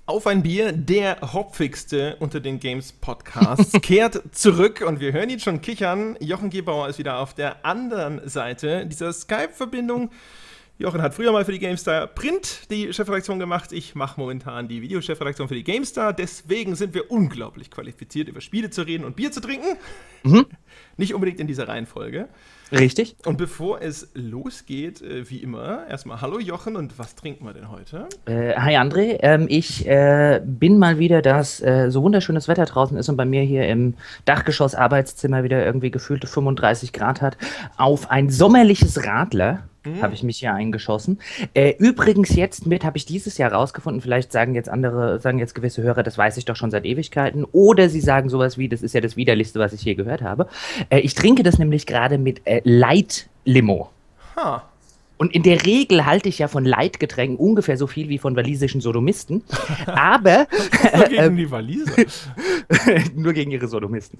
Auf ein Bier, der hopfigste unter den Games-Podcasts, kehrt zurück und wir hören ihn schon kichern. Jochen Gebauer ist wieder auf der anderen Seite dieser Skype-Verbindung. Jochen hat früher mal für die GameStar Print die Chefredaktion gemacht. Ich mache momentan die Videochefredaktion für die GameStar. Deswegen sind wir unglaublich qualifiziert, über Spiele zu reden und Bier zu trinken. Nicht unbedingt in dieser Reihenfolge. Richtig. Und bevor es losgeht, wie immer, erstmal hallo Jochen und was trinken wir denn heute? Hi André, ich bin mal wieder, dass so wunderschönes Wetter draußen ist und bei mir hier im Dachgeschoss-Arbeitszimmer wieder irgendwie gefühlte 35 Grad hat, auf ein sommerliches Radler habe ich mich hier eingeschossen. Übrigens jetzt habe ich dieses Jahr rausgefunden, vielleicht sagen jetzt gewisse Hörer, das weiß ich doch schon seit Ewigkeiten, oder sie sagen sowas wie, das ist ja das Widerlichste, was ich je gehört habe. Ich trinke das nämlich gerade mit Light Limo. Und in der Regel halte ich ja von Light-Getränken ungefähr so viel wie von walisischen Sodomisten. Aber nur gegen die Waliser. Nur gegen ihre Sodomisten.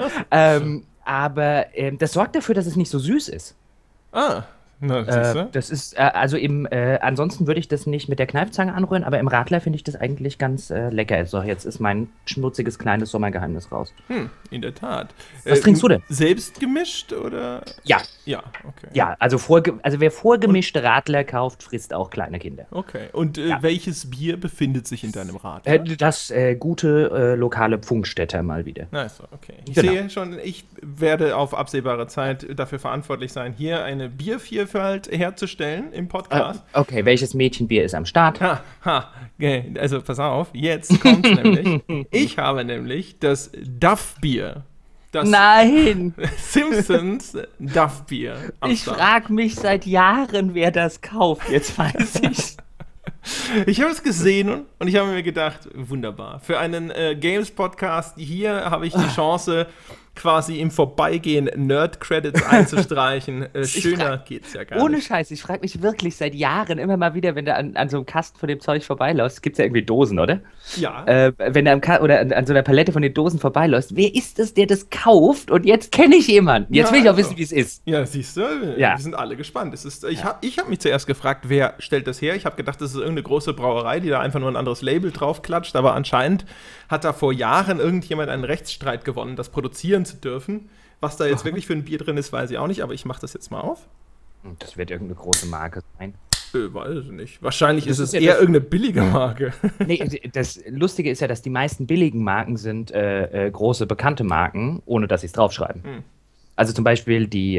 Aber das sorgt dafür, dass es nicht so süß ist. Na, siehst du? Das ist, ansonsten würde ich das nicht mit der Kneifzange anrühren, aber im Radler finde ich das eigentlich ganz lecker. Also jetzt ist mein schmutziges kleines Sommergeheimnis raus. In der Tat. Was trinkst du denn? Selbst gemischt oder? Ja. Ja, okay. Ja, also wer vorgemischte Radler kauft, frisst auch kleine Kinder. Okay. Und welches Bier befindet sich in deinem Radler? Das gute lokale Pfungstädter mal wieder. Nice, okay. Ich sehe schon, ich werde auf absehbare Zeit dafür verantwortlich sein, hier eine Biervielfalt herzustellen im Podcast. Okay, welches Mädchenbier ist am Start? Also pass auf, jetzt kommt's nämlich. Ich habe nämlich das Duff-Bier. Nein! Simpsons Duff-Bier. Ich frage mich seit Jahren, wer das kauft. Jetzt weiß ich's. Ich habe es gesehen und ich habe mir gedacht, wunderbar. Für einen Games-Podcast hier habe ich die Chance, quasi im Vorbeigehen Nerd-Credits einzustreichen. Schöner geht's ja gar nicht. Ohne Scheiß, ich frage mich wirklich seit Jahren immer mal wieder, wenn du an so einem Kasten von dem Zeug vorbeiläufst, gibt's ja irgendwie Dosen, oder? Ja. Wenn du an so einer Palette von den Dosen vorbeiläufst, wer ist es, der das kauft? Und jetzt kenne ich jemanden. Jetzt will ich auch wissen, wie es ist. Ja, siehst du, wir sind alle gespannt. Ich hab mich zuerst gefragt, wer stellt das her? Ich habe gedacht, das ist irgendeine große Brauerei, die da einfach nur ein anderes Label draufklatscht, aber anscheinend hat da vor Jahren irgendjemand einen Rechtsstreit gewonnen, das produzieren zu dürfen. Was da jetzt wirklich für ein Bier drin ist, weiß ich auch nicht, aber ich mache das jetzt mal auf. Das wird irgendeine große Marke sein. Weiß ich nicht. Wahrscheinlich ist es eher irgendeine billige Marke. Nee, das Lustige ist ja, dass die meisten billigen Marken sind große, bekannte Marken, ohne dass sie es draufschreiben. Also zum Beispiel die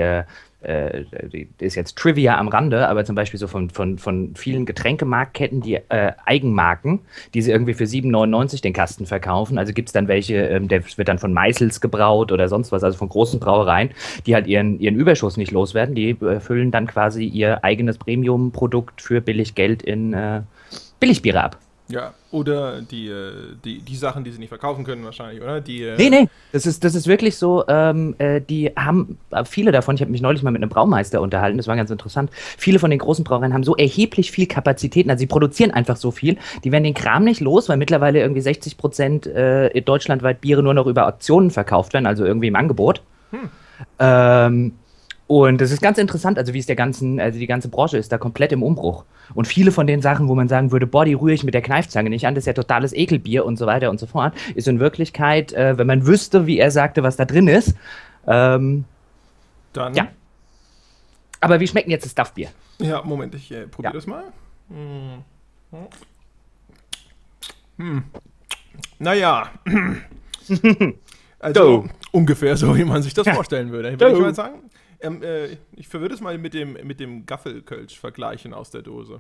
ist jetzt Trivia am Rande, aber zum Beispiel so von vielen Getränkemarktketten, die Eigenmarken, die sie irgendwie für 7,99 den Kasten verkaufen. Also gibt es dann welche, der wird dann von Meißels gebraut oder sonst was, also von großen Brauereien, die halt ihren Überschuss nicht loswerden. Die füllen dann quasi ihr eigenes Premium-Produkt für billig Geld in Billigbiere ab. Ja, oder die Sachen, die sie nicht verkaufen können wahrscheinlich, oder? Nee, das ist wirklich so, die haben, viele davon, ich habe mich neulich mal mit einem Braumeister unterhalten, das war ganz interessant, viele von den großen Brauereien haben so erheblich viel Kapazitäten, also sie produzieren einfach so viel, die werden den Kram nicht los, weil mittlerweile irgendwie 60% deutschlandweit Biere nur noch über Auktionen verkauft werden, also irgendwie im Angebot. Und das ist ganz interessant, also die ganze Branche ist da komplett im Umbruch. Und viele von den Sachen, wo man sagen würde, boah, die rühre ich mit der Kneifzange nicht an, das ist ja totales Ekelbier und so weiter und so fort, ist in Wirklichkeit, wenn man wüsste, wie er sagte, was da drin ist, dann. Ja. Aber wie schmeckt denn jetzt das Duff-Bier? Ja, Moment, ich probiere das mal. Naja. Also ungefähr so, wie man sich das vorstellen würde, würde ich mal sagen. Ich würde es mal mit dem Gaffelkölsch vergleichen aus der Dose.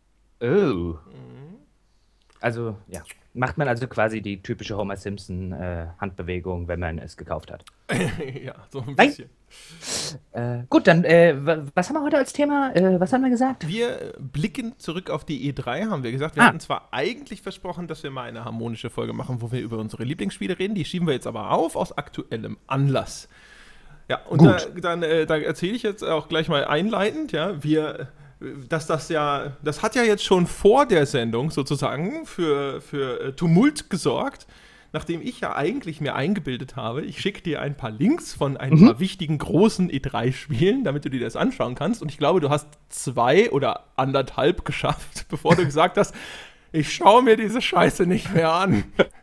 Also, ja. Macht man also quasi die typische Homer Simpson Handbewegung, wenn man es gekauft hat. Ja, so ein bisschen. Gut, dann, was haben wir heute als Thema? Was haben wir gesagt? Wir blicken zurück auf die E3, haben wir gesagt. Wir hatten zwar eigentlich versprochen, dass wir mal eine harmonische Folge machen, wo wir über unsere Lieblingsspiele reden. Die schieben wir jetzt aber auf, aus aktuellem Anlass. Ja, und da erzähle ich jetzt auch gleich mal einleitend, ja, das hat ja jetzt schon vor der Sendung sozusagen für Tumult gesorgt, nachdem ich ja eigentlich mir eingebildet habe, ich schicke dir ein paar Links von ein paar wichtigen großen E3-Spielen, damit du dir das anschauen kannst. Und ich glaube, du hast 2 oder 1,5 geschafft, bevor du gesagt hast, Ich schaue mir diese Scheiße nicht mehr an.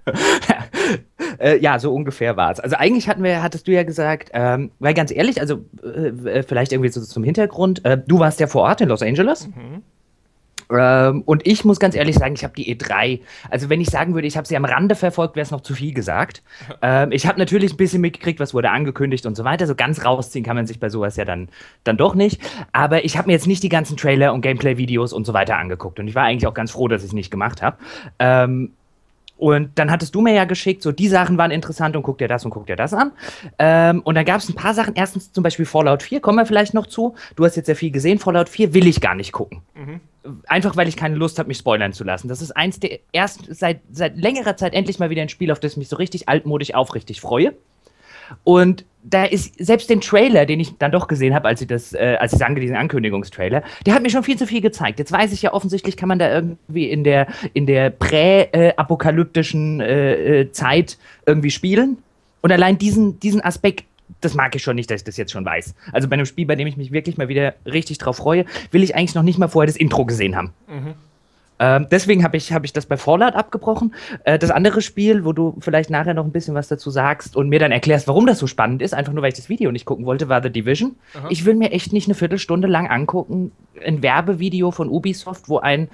Ja, so ungefähr war es. Also eigentlich hattest du ja gesagt, weil ganz ehrlich, also vielleicht irgendwie so zum Hintergrund, du warst ja vor Ort in Los Angeles. Und ich muss ganz ehrlich sagen, ich habe die E3, also wenn ich sagen würde, ich habe sie am Rande verfolgt, wäre es noch zu viel gesagt. Ich habe natürlich ein bisschen mitgekriegt, was wurde angekündigt und so weiter. So ganz rausziehen kann man sich bei sowas ja dann doch nicht. Aber ich habe mir jetzt nicht die ganzen Trailer und Gameplay-Videos und so weiter angeguckt. Und ich war eigentlich auch ganz froh, dass ich es nicht gemacht habe. Und dann hattest du mir ja geschickt, so die Sachen waren interessant und guck dir das an. Und dann gab es ein paar Sachen. Erstens zum Beispiel Fallout 4, kommen wir vielleicht noch zu. Du hast jetzt sehr viel gesehen. Fallout 4 will ich gar nicht gucken. Einfach, weil ich keine Lust habe, mich spoilern zu lassen. Das ist eins der ersten, seit längerer Zeit endlich mal wieder ein Spiel, auf das ich mich so richtig altmodisch aufrichtig freue. Und da ist selbst den Trailer, den ich dann doch gesehen habe, als ich sage, diesen Ankündigungstrailer, der hat mir schon viel zu viel gezeigt. Jetzt weiß ich ja, offensichtlich kann man da irgendwie in der prä-apokalyptischen Zeit irgendwie spielen. Und allein diesen Aspekt, das mag ich schon nicht, dass ich das jetzt schon weiß. Also bei einem Spiel, bei dem ich mich wirklich mal wieder richtig drauf freue, will ich eigentlich noch nicht mal vorher das Intro gesehen haben. Deswegen hab ich das bei Fallout abgebrochen. Das andere Spiel, wo du vielleicht nachher noch ein bisschen was dazu sagst und mir dann erklärst, warum das so spannend ist, einfach nur, weil ich das Video nicht gucken wollte, war The Division. Aha. Ich will mir echt nicht eine Viertelstunde lang angucken, ein Werbevideo von Ubisoft, wo ein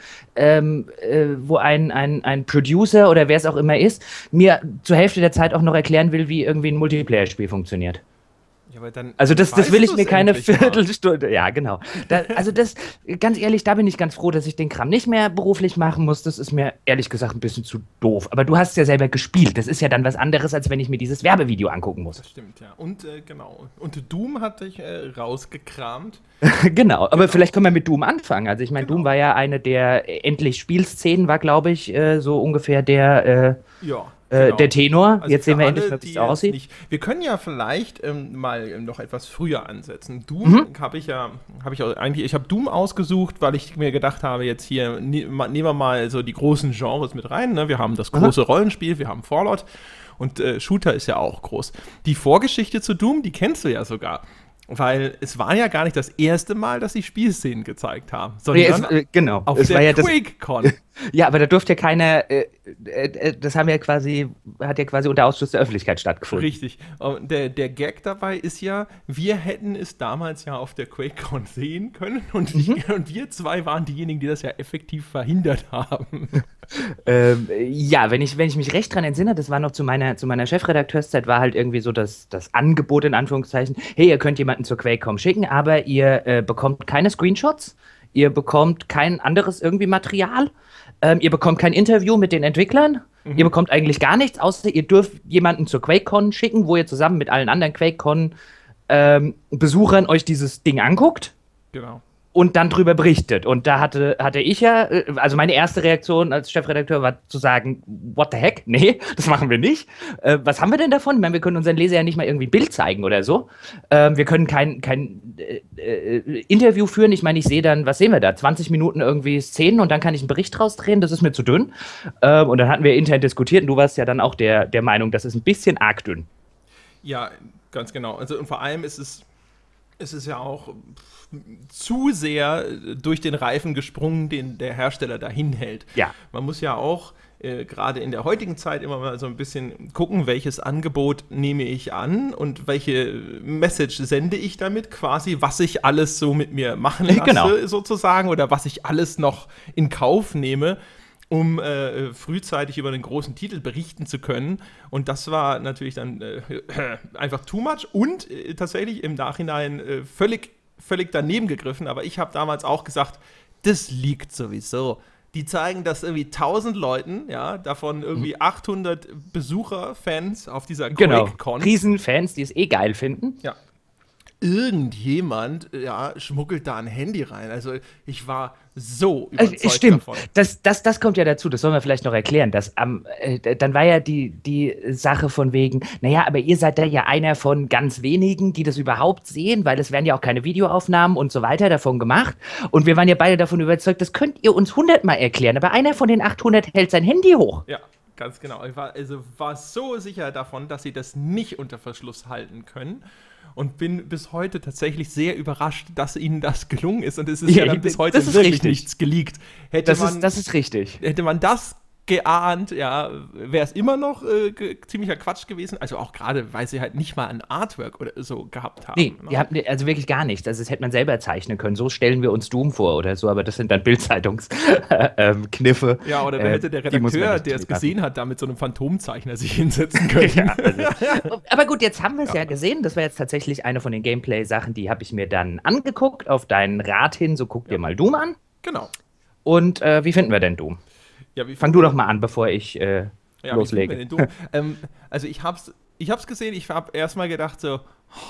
Producer oder wer es auch immer ist, mir zur Hälfte der Zeit auch noch erklären will, wie irgendwie ein Multiplayer-Spiel funktioniert. Ja, aber dann also das will ich mir keine Viertelstunde. Mal. Ja, genau. Ganz ehrlich, da bin ich ganz froh, dass ich den Kram nicht mehr beruflich machen muss. Das ist mir ehrlich gesagt ein bisschen zu doof. Aber du hast es ja selber gespielt. Das ist ja dann was anderes, als wenn ich mir dieses Werbevideo angucken muss. Das stimmt, ja. Und genau. Und Doom hat dich rausgekramt. Genau, aber vielleicht können wir mit Doom anfangen. Also ich meine, Doom war ja eine der endlich Spielszenen, war glaube ich so ungefähr der Genau. Der Tenor, also jetzt sehen wir endlich mal, wie es aussieht. Nicht. Wir können ja vielleicht mal noch etwas früher ansetzen. Doom ich habe Doom ausgesucht, weil ich mir gedacht habe, jetzt hier nehmen wir mal so die großen Genres mit rein. Ne? Wir haben das große Rollenspiel, wir haben Fallout und Shooter ist ja auch groß. Die Vorgeschichte zu Doom, die kennst du ja sogar. Weil es war ja gar nicht das erste Mal, dass sie Spielszenen gezeigt haben, sondern genau. Auf der QuakeCon. Ja, aber da durfte ja keiner, das hat ja quasi unter Ausschluss der Öffentlichkeit stattgefunden. Richtig. Und der Gag dabei ist ja, wir hätten es damals ja auf der QuakeCon sehen können und wir zwei waren diejenigen, die das ja effektiv verhindert haben. Ja, wenn ich mich recht dran entsinne, das war noch zu meiner Chefredakteurszeit, war halt irgendwie so das Angebot in Anführungszeichen, hey, ihr könnt jemanden zur QuakeCon schicken, aber ihr bekommt keine Screenshots, ihr bekommt kein anderes irgendwie Material, ihr bekommt kein Interview mit den Entwicklern, ihr bekommt eigentlich gar nichts, außer ihr dürft jemanden zur QuakeCon schicken, wo ihr zusammen mit allen anderen QuakeCon-Besuchern euch dieses Ding anguckt. Genau. Und dann drüber berichtet. Und da hatte ich ja, also meine erste Reaktion als Chefredakteur war zu sagen, what the heck? Nee, das machen wir nicht. Was haben wir denn davon? Ich meine, wir können unseren Leser ja nicht mal irgendwie ein Bild zeigen oder so. Wir können kein Interview führen. Ich meine, ich sehe dann, was sehen wir da? 20 Minuten irgendwie Szenen und dann kann ich einen Bericht rausdrehen. Das ist mir zu dünn. Und dann hatten wir intern diskutiert und du warst ja dann auch der Meinung, das ist ein bisschen arg dünn. Ja, ganz genau. Also, und vor allem ist es ja auch zu sehr durch den Reifen gesprungen, den der Hersteller dahin hält. Ja. Man muss ja auch gerade in der heutigen Zeit immer mal so ein bisschen gucken, welches Angebot nehme ich an und welche Message sende ich damit quasi, was ich alles so mit mir machen lasse, sozusagen, oder was ich alles noch in Kauf nehme, um frühzeitig über einen großen Titel berichten zu können. Und das war natürlich dann einfach too much und tatsächlich im Nachhinein völlig daneben gegriffen. Aber ich habe damals auch gesagt, das liegt sowieso. Die zeigen das irgendwie 1000 Leuten, ja, davon irgendwie 800 Besucher, Fans auf dieser QuakeCon. Genau, Riesenfans, die es geil finden. Ja. Irgendjemand, schmuggelt da ein Handy rein. Also ich war so überzeugt davon. Das kommt ja dazu, das sollen wir vielleicht noch erklären. Dass, dann war ja die Sache von wegen, naja, aber ihr seid da ja einer von ganz wenigen, die das überhaupt sehen, weil es werden ja auch keine Videoaufnahmen und so weiter davon gemacht. Und wir waren ja beide davon überzeugt, das könnt ihr uns 100-mal erklären, aber einer von den 800 hält sein Handy hoch. Ja. Ganz genau. Ich war so sicher davon, dass sie das nicht unter Verschluss halten können. und bin bis heute tatsächlich sehr überrascht, dass ihnen das gelungen ist. Und es ist ja dann bis heute wirklich nichts geleakt. Das ist richtig. Hätte man das geahnt, ja, wäre es immer noch ziemlicher Quatsch gewesen. Also auch gerade, weil sie halt nicht mal ein Artwork oder so gehabt haben. Nee, die haben also wirklich gar nichts. Also das hätte man selber zeichnen können. So stellen wir uns Doom vor oder so, aber das sind dann Bildzeitungskniffe. Ja, oder wer hätte der Redakteur, der es gesehen hat, da mit so einem Phantomzeichner sich hinsetzen können. Ja, also. Aber gut, jetzt haben wir es ja gesehen. Das war jetzt tatsächlich eine von den Gameplay-Sachen, die habe ich mir dann angeguckt, auf deinen Rat hin, so guck dir mal Doom an. Genau. Und wie finden wir denn Doom? Ja, fang du doch mal an, bevor ich loslege. Also ich hab's gesehen, ich habe erstmal gedacht so,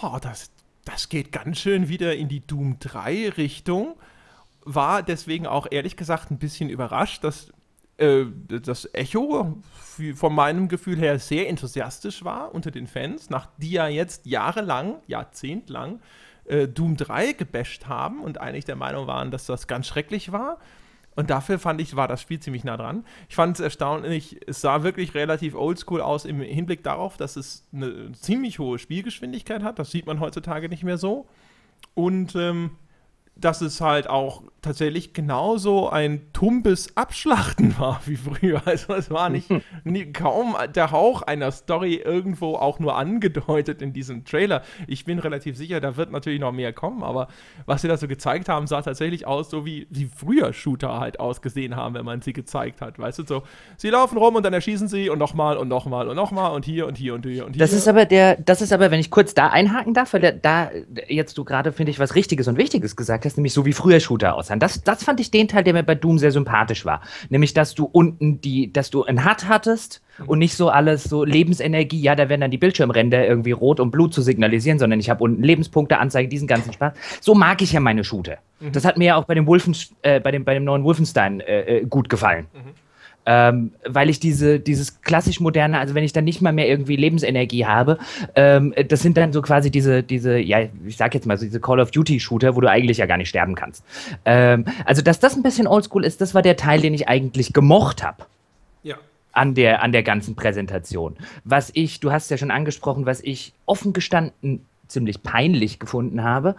das geht ganz schön wieder in die Doom 3 Richtung. War deswegen auch ehrlich gesagt ein bisschen überrascht, dass das Echo von meinem Gefühl her sehr enthusiastisch war unter den Fans, nach die ja jetzt jahrzehntlang Doom 3 gebasht haben und eigentlich der Meinung waren, dass das ganz schrecklich war. Und dafür fand ich, war das Spiel ziemlich nah dran. Ich fand es erstaunlich, es sah wirklich relativ oldschool aus im Hinblick darauf, dass es eine ziemlich hohe Spielgeschwindigkeit hat. Das sieht man heutzutage nicht mehr so. Und dass es halt auch tatsächlich genauso ein tumpes Abschlachten war wie früher. Also es war kaum der Hauch einer Story irgendwo auch nur angedeutet in diesem Trailer. Ich bin relativ sicher, da wird natürlich noch mehr kommen, aber was sie da so gezeigt haben, sah tatsächlich aus, so wie früher Shooter halt ausgesehen haben, wenn man sie gezeigt hat. Weißt du, so, sie laufen rum und dann erschießen sie und nochmal und nochmal und nochmal und hier und hier und hier und hier. Das ist aber, wenn ich kurz da einhaken darf, weil da jetzt du gerade, finde ich, was Richtiges und Wichtiges gesagt hast, nämlich so wie früher Shooter aussahen. Das fand ich den Teil, der mir bei Doom sehr sympathisch war. Nämlich, dass du dass du ein HUD hattest und nicht so alles so Lebensenergie, ja, da werden dann die Bildschirmränder irgendwie rot und Blut zu signalisieren, sondern ich habe unten Lebenspunkte, diesen ganzen Spaß. So mag ich ja meine Shooter. Das hat mir ja auch bei dem neuen Wolfenstein gut gefallen. Weil ich dieses klassisch moderne, also wenn ich dann nicht mal mehr irgendwie Lebensenergie habe, das sind dann so quasi diese, ja, ich sag jetzt mal so diese Call of Duty Shooter, wo du eigentlich ja gar nicht sterben kannst. Also dass das ein bisschen oldschool ist, das war der Teil, den ich eigentlich gemocht habe. Ja. An der ganzen Präsentation. Du hast ja schon angesprochen, was ich offen gestanden ziemlich peinlich gefunden habe,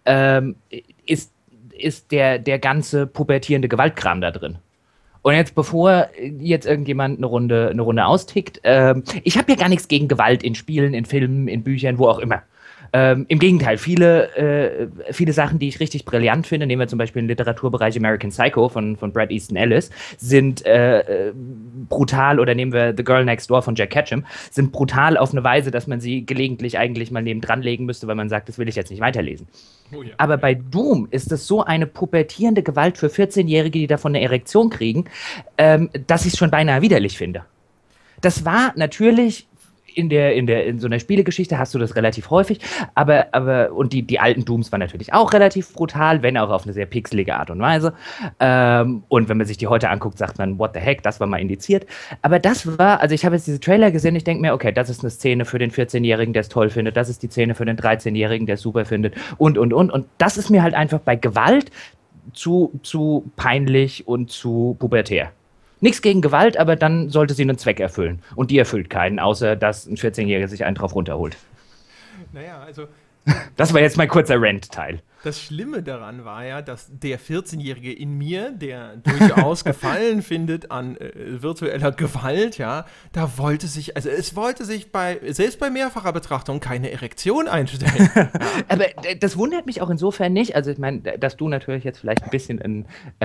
ist der ganze pubertierende Gewaltkram da drin. Und jetzt, bevor jetzt irgendjemand eine Runde austickt, ich habe ja gar nichts gegen Gewalt in Spielen, in Filmen, in Büchern, wo auch immer. Im Gegenteil, viele Sachen, die ich richtig brillant finde, nehmen wir zum Beispiel den Literaturbereich American Psycho von Bret Easton Ellis, sind brutal, oder nehmen wir The Girl Next Door von Jack Ketchum, sind brutal auf eine Weise, dass man sie gelegentlich eigentlich mal nebendran legen müsste, weil man sagt, das will ich jetzt nicht weiterlesen. Oh ja. Aber bei Doom ist es so eine pubertierende Gewalt für 14-Jährige, die davon eine Erektion kriegen, dass ich es schon beinahe widerlich finde. Das war natürlich in so einer Spielegeschichte hast du das relativ häufig, aber und die alten Dooms waren natürlich auch relativ brutal, wenn auch auf eine sehr pixelige Art und Weise. Und wenn man sich die heute anguckt, sagt man, what the heck, das war mal indiziert. Aber das war, also ich habe jetzt diese Trailer gesehen, ich denke mir, okay, das ist eine Szene für den 14-Jährigen, der es toll findet, das ist die Szene für den 13-Jährigen, der es super findet und. Und das ist mir halt einfach bei Gewalt zu peinlich und zu pubertär. Nichts gegen Gewalt, aber dann sollte sie einen Zweck erfüllen. Und die erfüllt keinen, außer dass ein 14-Jähriger sich einen drauf runterholt. Naja, also... Das war jetzt mein kurzer Rant-Teil. Das Schlimme daran war ja, dass der 14-Jährige in mir, der durchaus Gefallen findet an virtueller Gewalt, ja, es wollte sich selbst bei mehrfacher Betrachtung keine Erektion einstellen. Ja. Aber das wundert mich auch insofern nicht. Also ich meine, dass du natürlich jetzt vielleicht ein bisschen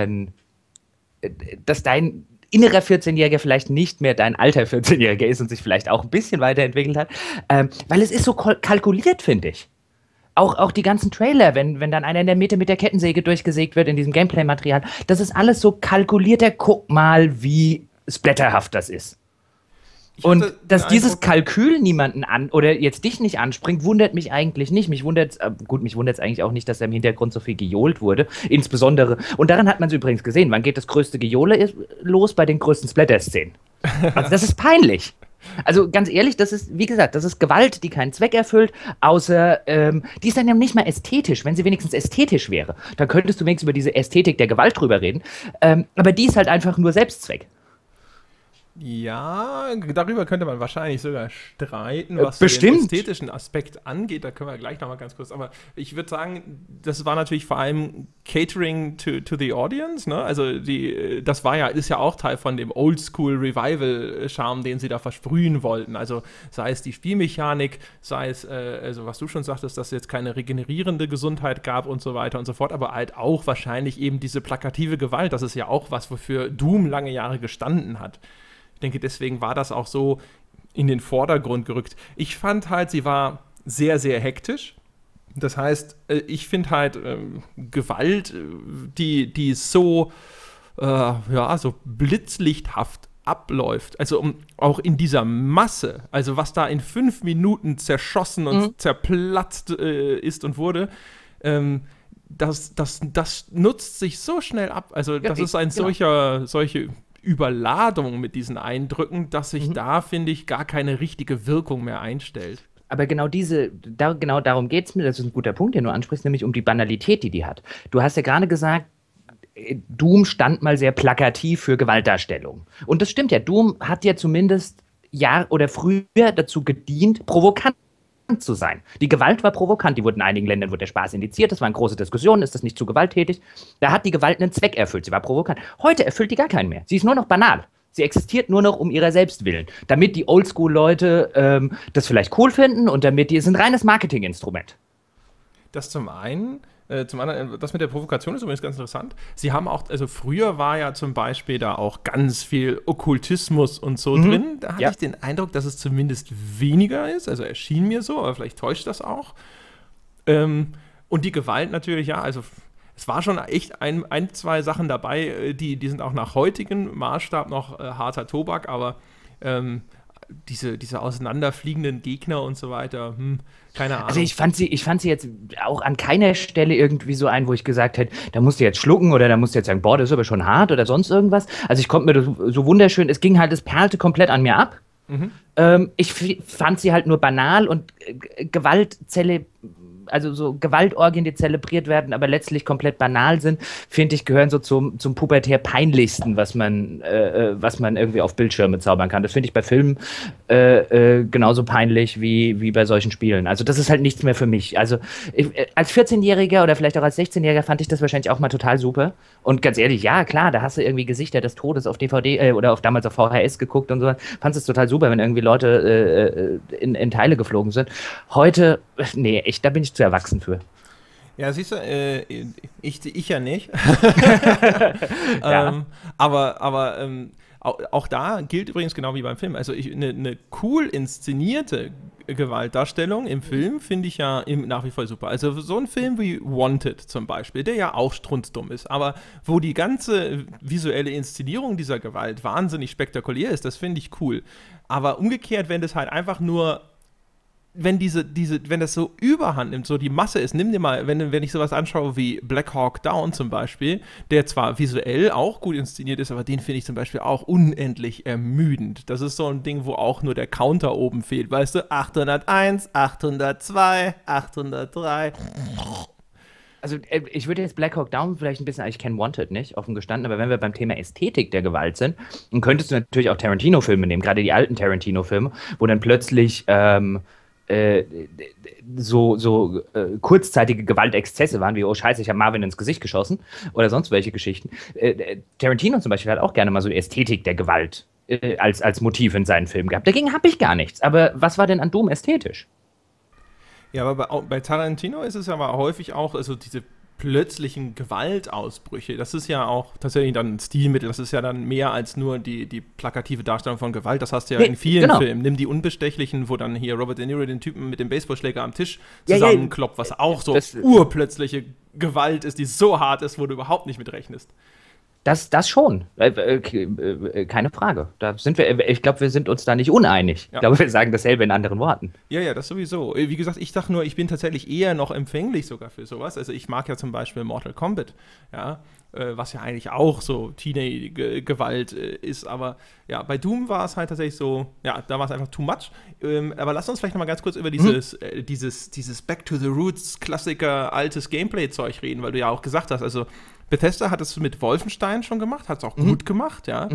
dass dein innerer 14-Jähriger vielleicht nicht mehr dein alter 14-Jähriger ist und sich vielleicht auch ein bisschen weiterentwickelt hat, weil es ist so kalkuliert, finde ich. Auch die ganzen Trailer, wenn dann einer in der Mitte mit der Kettensäge durchgesägt wird in diesem Gameplay-Material, das ist alles so kalkulierter, guck mal, wie splatterhaft das ist. Und dass dieses Kalkül niemanden oder jetzt dich nicht anspringt, wundert mich eigentlich nicht. Mich wundert es eigentlich auch nicht, dass da im Hintergrund so viel gejohlt wurde. Insbesondere, und daran hat man es übrigens gesehen, wann geht das größte Gejohle los? Bei den größten Splatter-Szenen. Also das ist peinlich. Also ganz ehrlich, das ist, wie gesagt, das ist Gewalt, die keinen Zweck erfüllt, außer, die ist dann ja nicht mal ästhetisch. Wenn sie wenigstens ästhetisch wäre, dann könntest du wenigstens über diese Ästhetik der Gewalt drüber reden. Aber die ist halt einfach nur Selbstzweck. Ja, darüber könnte man wahrscheinlich sogar streiten, was Bestimmt. den ästhetischen Aspekt angeht. Da können wir gleich nochmal ganz kurz. Aber ich würde sagen, das war natürlich vor allem Catering to the Audience. Ne? Also das ist ja auch Teil von dem Oldschool-Revival-Charme, den sie da versprühen wollten. Also sei es die Spielmechanik, sei es, also was du schon sagtest, dass es jetzt keine regenerierende Gesundheit gab und so weiter und so fort, aber halt auch wahrscheinlich eben diese plakative Gewalt. Das ist ja auch was, wofür Doom lange Jahre gestanden hat. Ich denke, deswegen war das auch so in den Vordergrund gerückt. Ich fand halt, sie war sehr, sehr hektisch. Das heißt, ich finde halt Gewalt, die so, so blitzlichthaft abläuft, also auch in dieser Masse, also was da in 5 Minuten zerschossen und zerplatzt ist und wurde, das nutzt sich so schnell ab. Also das ist ein solche Überladung mit diesen Eindrücken, dass sich da, finde ich, gar keine richtige Wirkung mehr einstellt. Aber genau darum geht es mir, das ist ein guter Punkt, den du ansprichst, nämlich um die Banalität, die hat. Du hast ja gerade gesagt, Doom stand mal sehr plakativ für Gewaltdarstellung. Und das stimmt ja, Doom hat ja zumindest früher dazu gedient, provokant zu sein. Die Gewalt war provokant, die wurde in einigen Ländern der Spaß indiziert, das waren große Diskussionen, ist das nicht zu gewalttätig? Da hat die Gewalt einen Zweck erfüllt, sie war provokant. Heute erfüllt die gar keinen mehr, sie ist nur noch banal. Sie existiert nur noch um ihrer selbst willen, damit die Oldschool-Leute das vielleicht cool finden und damit die ist ein reines Marketinginstrument. Das zum einen. Zum anderen, das mit der Provokation ist übrigens ganz interessant. Sie haben auch, also früher war ja zum Beispiel da auch ganz viel Okkultismus und so drin. Da hatte ich den Eindruck, dass es zumindest weniger ist. Also erschien mir so, aber vielleicht täuscht das auch. Und die Gewalt natürlich, ja, also es war schon echt ein, zwei Sachen dabei, die sind auch nach heutigem Maßstab noch harter Tobak, aber diese auseinanderfliegenden Gegner und so weiter, keine Ahnung. Also ich fand sie jetzt auch an keiner Stelle irgendwie so ein, wo ich gesagt hätte, da musst du jetzt schlucken oder da musst du jetzt sagen, boah, das ist aber schon hart oder sonst irgendwas. Also ich konnte mir das so wunderschön, es perlte komplett an mir ab. Ich fand sie halt nur banal und also so Gewaltorgien, die zelebriert werden, aber letztlich komplett banal sind, finde ich, gehören so zum pubertär peinlichsten, was man irgendwie auf Bildschirme zaubern kann. Das finde ich bei Filmen genauso peinlich wie bei solchen Spielen. Also das ist halt nichts mehr für mich. Also als 14-Jähriger oder vielleicht auch als 16-Jähriger fand ich das wahrscheinlich auch mal total super. Und ganz ehrlich, ja, klar, da hast du irgendwie Gesichter des Todes auf DVD oder damals auf VHS geguckt und so. Fandest es total super, wenn irgendwie Leute in Teile geflogen sind. Heute, nee, echt, da bin ich zu erwachsen für. Ja, siehst du, ich ja nicht. Ja. Aber auch da gilt übrigens genau wie beim Film. Also eine cool inszenierte Gewaltdarstellung im Film finde ich ja nach wie vor super. Also so ein Film wie Wanted zum Beispiel, der ja auch strunzdumm ist, aber wo die ganze visuelle Inszenierung dieser Gewalt wahnsinnig spektakulär ist, das finde ich cool. Aber umgekehrt, wenn das halt einfach nur wenn das so überhand nimmt, so die Masse ist, nimm dir mal, wenn ich sowas anschaue wie Black Hawk Down zum Beispiel, der zwar visuell auch gut inszeniert ist, aber den finde ich zum Beispiel auch unendlich ermüdend. Das ist so ein Ding, wo auch nur der Counter oben fehlt, weißt du, 801, 802, 803. Also ich würde jetzt Black Hawk Down vielleicht ein bisschen, ich kenne Wanted nicht, offen gestanden, aber wenn wir beim Thema Ästhetik der Gewalt sind, dann könntest du natürlich auch Tarantino-Filme nehmen, gerade die alten Tarantino-Filme, wo dann plötzlich kurzzeitige Gewaltexzesse waren, wie, oh Scheiße, ich habe Marvin ins Gesicht geschossen oder sonst welche Geschichten. Tarantino zum Beispiel hat auch gerne mal so die Ästhetik der Gewalt als Motiv in seinen Filmen gehabt. Dagegen habe ich gar nichts. Aber was war denn an Doom ästhetisch? Ja, aber bei Tarantino ist es ja aber häufig auch, also diese plötzlichen Gewaltausbrüche, das ist ja auch tatsächlich dann ein Stilmittel, das ist ja dann mehr als nur die plakative Darstellung von Gewalt, das hast du ja in vielen Filmen. Nimm die Unbestechlichen, wo dann hier Robert De Niro den Typen mit dem Baseballschläger am Tisch zusammenkloppt, was auch so urplötzliche Gewalt ist, die so hart ist, wo du überhaupt nicht mit rechnest. Das schon. Keine Frage. Ich glaube, wir sind uns da nicht uneinig. Ja. Ich glaube, wir sagen dasselbe in anderen Worten. Ja, das sowieso. Wie gesagt, ich sag nur, ich bin tatsächlich eher noch empfänglich sogar für sowas. Also ich mag ja zum Beispiel Mortal Kombat, ja, was ja eigentlich auch so Teenage-Gewalt ist. Aber ja, bei Doom war es halt tatsächlich so, ja, da war es einfach too much. Aber lass uns vielleicht noch mal ganz kurz über dieses Back to the Roots Klassiker, altes Gameplay-Zeug reden, weil du ja auch gesagt hast, also Bethesda hat es mit Wolfenstein schon gemacht, hat es auch gut gemacht, ja.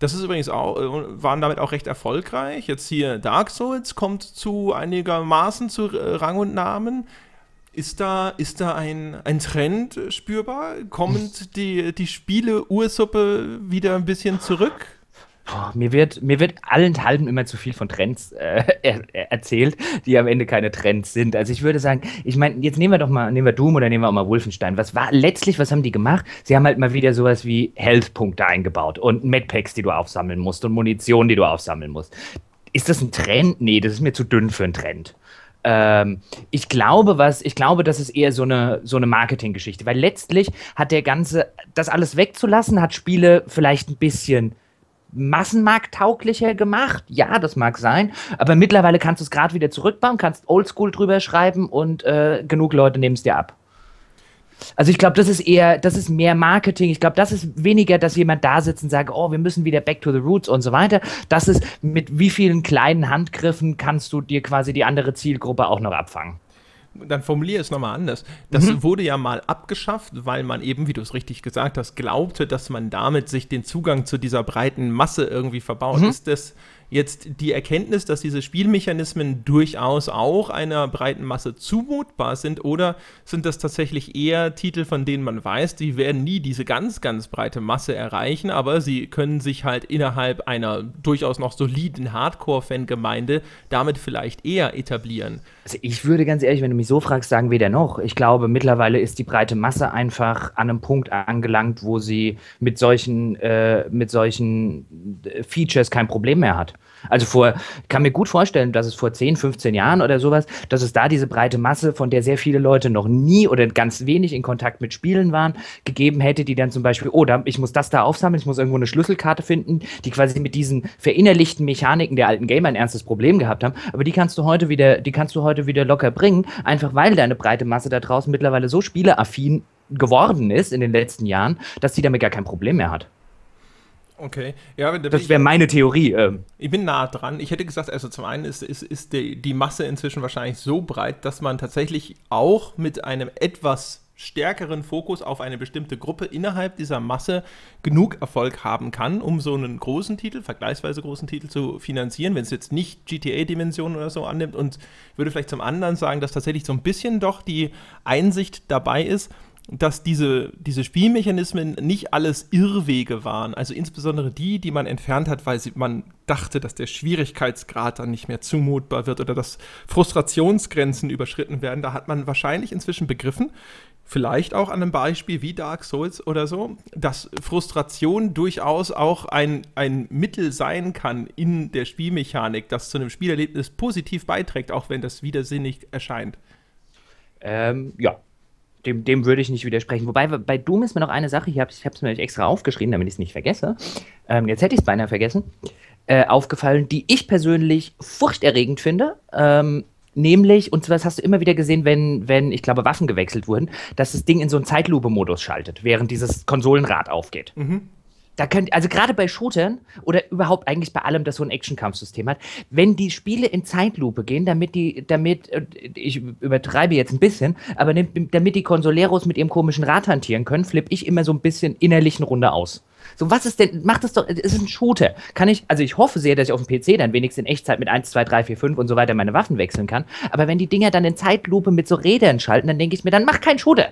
Das ist übrigens auch, waren damit auch recht erfolgreich. Jetzt hier Dark Souls kommt zu einigermaßen zu Rang und Namen. Ist da ein Trend spürbar? Kommt die Spiele-Ursuppe wieder ein bisschen zurück? Mir wird allenthalben immer zu viel von Trends erzählt, die am Ende keine Trends sind. Also ich würde sagen, ich meine, jetzt nehmen wir Doom oder nehmen wir auch mal Wolfenstein. Was haben die gemacht? Sie haben halt mal wieder sowas wie Health-Punkte eingebaut und Medpacks, die du aufsammeln musst und Munition, die du aufsammeln musst. Ist das ein Trend? Nee, das ist mir zu dünn für einen Trend. Ich glaube, das ist eher so eine Marketinggeschichte, weil letztlich hat das alles wegzulassen, hat Spiele vielleicht ein bisschen massenmarkttauglicher gemacht. Ja, das mag sein, aber mittlerweile kannst du es gerade wieder zurückbauen, kannst Oldschool drüber schreiben und genug Leute nehmen es dir ab. Also ich glaube, das ist mehr Marketing. Ich glaube, das ist weniger, dass jemand da sitzt und sagt, oh, wir müssen wieder back to the roots und so weiter. Das ist, mit wie vielen kleinen Handgriffen kannst du dir quasi die andere Zielgruppe auch noch abfangen. Dann formuliere es nochmal anders. Das wurde ja mal abgeschafft, weil man eben, wie du es richtig gesagt hast, glaubte, dass man damit sich den Zugang zu dieser breiten Masse irgendwie verbaut. Ist das jetzt die Erkenntnis, dass diese Spielmechanismen durchaus auch einer breiten Masse zumutbar sind, oder sind das tatsächlich eher Titel, von denen man weiß, die werden nie diese ganz, ganz breite Masse erreichen, aber sie können sich halt innerhalb einer durchaus noch soliden Hardcore-Fangemeinde damit vielleicht eher etablieren? Also ich würde ganz ehrlich, wenn du mich so fragst, sagen, weder noch. Ich glaube, mittlerweile ist die breite Masse einfach an einem Punkt angelangt, wo sie mit solchen Features kein Problem mehr hat. Also ich kann mir gut vorstellen, dass es vor 10, 15 Jahren oder sowas, dass es da diese breite Masse, von der sehr viele Leute noch nie oder ganz wenig in Kontakt mit Spielen waren, gegeben hätte, die dann zum Beispiel, ich muss das da aufsammeln, ich muss irgendwo eine Schlüsselkarte finden, die quasi mit diesen verinnerlichten Mechaniken der alten Gamer ein ernstes Problem gehabt haben, aber die kannst du heute wieder locker bringen, einfach weil deine breite Masse da draußen mittlerweile so spieleaffin geworden ist in den letzten Jahren, dass sie damit gar kein Problem mehr hat. Okay, ja, das wäre meine Theorie. Ich bin nah dran. Ich hätte gesagt, also zum einen ist die Masse inzwischen wahrscheinlich so breit, dass man tatsächlich auch mit einem etwas stärkeren Fokus auf eine bestimmte Gruppe innerhalb dieser Masse genug Erfolg haben kann, um so einen vergleichsweise großen Titel zu finanzieren, wenn es jetzt nicht GTA-Dimensionen oder so annimmt. Und ich würde vielleicht zum anderen sagen, dass tatsächlich so ein bisschen doch die Einsicht dabei ist, dass diese Spielmechanismen nicht alles Irrwege waren. Also insbesondere die man entfernt hat, weil man dachte, dass der Schwierigkeitsgrad dann nicht mehr zumutbar wird oder dass Frustrationsgrenzen überschritten werden. Da hat man wahrscheinlich inzwischen begriffen, vielleicht auch an einem Beispiel wie Dark Souls oder so, dass Frustration durchaus auch ein Mittel sein kann in der Spielmechanik, das zu einem Spielerlebnis positiv beiträgt, auch wenn das widersinnig erscheint. Ja. Dem würde ich nicht widersprechen. Wobei, bei Doom ist mir noch eine Sache, ich habe es mir extra aufgeschrieben, damit ich es nicht vergesse. Jetzt hätte ich es beinahe vergessen. Aufgefallen, die ich persönlich furchterregend finde. Nämlich, und zwar das hast du immer wieder gesehen, wenn, ich glaube, Waffen gewechselt wurden, dass das Ding in so einen Zeitlupe-Modus schaltet, während dieses Konsolenrad aufgeht. Also gerade bei Shootern oder überhaupt eigentlich bei allem, das so ein Action-Kampfsystem hat, wenn die Spiele in Zeitlupe gehen, damit ich übertreibe jetzt ein bisschen, aber damit die Consoleros mit ihrem komischen Rad hantieren können, flippe ich immer so ein bisschen innerlich eine Runde aus. So, was ist denn, macht das doch, es ist ein Shooter. Ich hoffe sehr, dass ich auf dem PC dann wenigstens in Echtzeit mit 1, 2, 3, 4, 5 und so weiter meine Waffen wechseln kann, aber wenn die Dinger dann in Zeitlupe mit so Rädern schalten, dann denke ich mir, dann mach kein Shooter.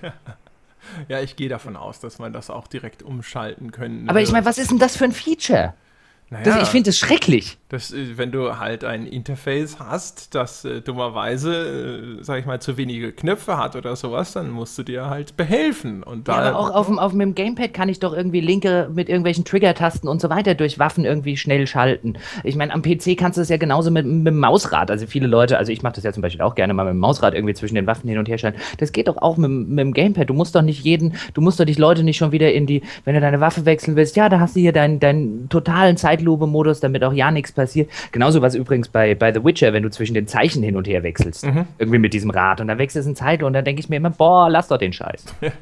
Ja, ich gehe davon aus, dass man das auch direkt umschalten können. Aber ich meine, was ist denn das für ein Feature? Naja, ich finde das schrecklich. Wenn du halt ein Interface hast, das dummerweise, sag ich mal, zu wenige Knöpfe hat oder sowas, dann musst du dir halt behelfen. Und aber auch auf dem Gamepad kann ich doch irgendwie linke mit irgendwelchen Trigger-Tasten und so weiter durch Waffen irgendwie schnell schalten. Ich meine, am PC kannst du es ja genauso mit dem Mausrad. Also viele Leute, also ich mache das ja zum Beispiel auch gerne mal mit dem Mausrad irgendwie zwischen den Waffen hin und her schalten. Das geht doch auch mit dem Gamepad. Du musst doch die Leute nicht schon wieder wenn du deine Waffe wechseln willst, ja, da hast du hier deinen totalen Zeitlupe-Modus, damit auch ja nichts passiert. Genauso was übrigens bei The Witcher, wenn du zwischen den Zeichen hin und her wechselst. Irgendwie mit diesem Rad. Und dann wechselst du in Zeitlupe und dann denke ich mir immer, boah, lass doch den Scheiß.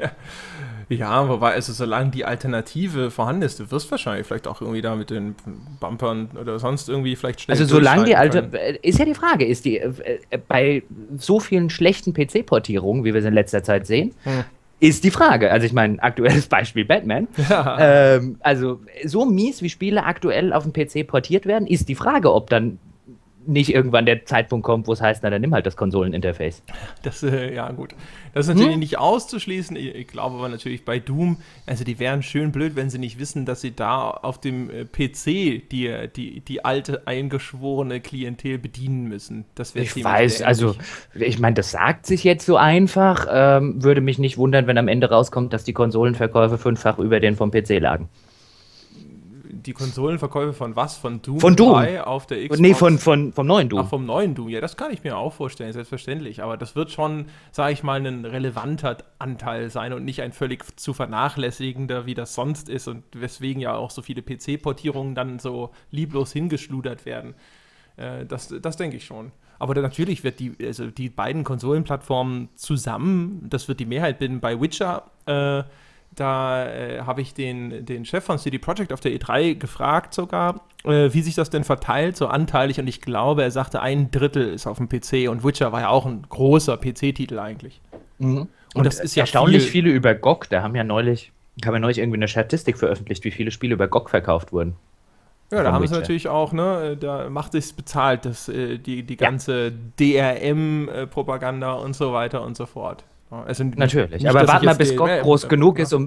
Ja, wobei, also solange die Alternative vorhanden ist, du wirst wahrscheinlich vielleicht auch irgendwie da mit den Bumpern oder sonst irgendwie vielleicht schnell. Also solange die alte, ist ja die Frage, ist die bei so vielen schlechten PC-Portierungen, wie wir es in letzter Zeit sehen, Ist die Frage. Also ich meine, aktuelles Beispiel Batman. Ja. Also so mies, wie Spiele aktuell auf dem PC portiert werden, ist die Frage, ob dann nicht irgendwann der Zeitpunkt kommt, wo es heißt, na dann nimm halt das Konsoleninterface. Das, ja gut. Das ist natürlich nicht auszuschließen. Ich glaube aber natürlich bei Doom, also die wären schön blöd, wenn sie nicht wissen, dass sie da auf dem PC die alte, eingeschworene Klientel bedienen müssen. Das wäre ich weiß, also ich meine, das sagt sich jetzt so einfach. Würde mich nicht wundern, wenn am Ende rauskommt, dass die Konsolenverkäufe 5-fach über den vom PC lagen. Die Konsolenverkäufe von was? Von Doom? Von Doom. 3 auf der Xbox? Nee, vom neuen Doom. Ach, vom neuen Doom. Ja, das kann ich mir auch vorstellen, selbstverständlich. Aber das wird schon, sage ich mal, ein relevanter Anteil sein und nicht ein völlig zu vernachlässigender, wie das sonst ist und weswegen ja auch so viele PC-Portierungen dann so lieblos hingeschludert werden. Das denke ich schon. Aber natürlich wird die beiden Konsolenplattformen zusammen, das wird die Mehrheit bilden. Bei Witcher Da habe ich den Chef von CD Projekt auf der E3 gefragt sogar, wie sich das denn verteilt, so anteilig. Und ich glaube, er sagte, 1/3 ist auf dem PC. Und Witcher war ja auch ein großer PC-Titel eigentlich. Mhm. Und das ist ja erstaunlich viele über GOG. Da haben ja neulich irgendwie eine Statistik veröffentlicht, wie viele Spiele über GOG verkauft wurden. Ja, da haben sie natürlich auch, ne, da macht sich's bezahlt, die ganze DRM-Propaganda und so weiter und so fort. Also natürlich, nicht, aber warten wir, bis GOG groß genug ist,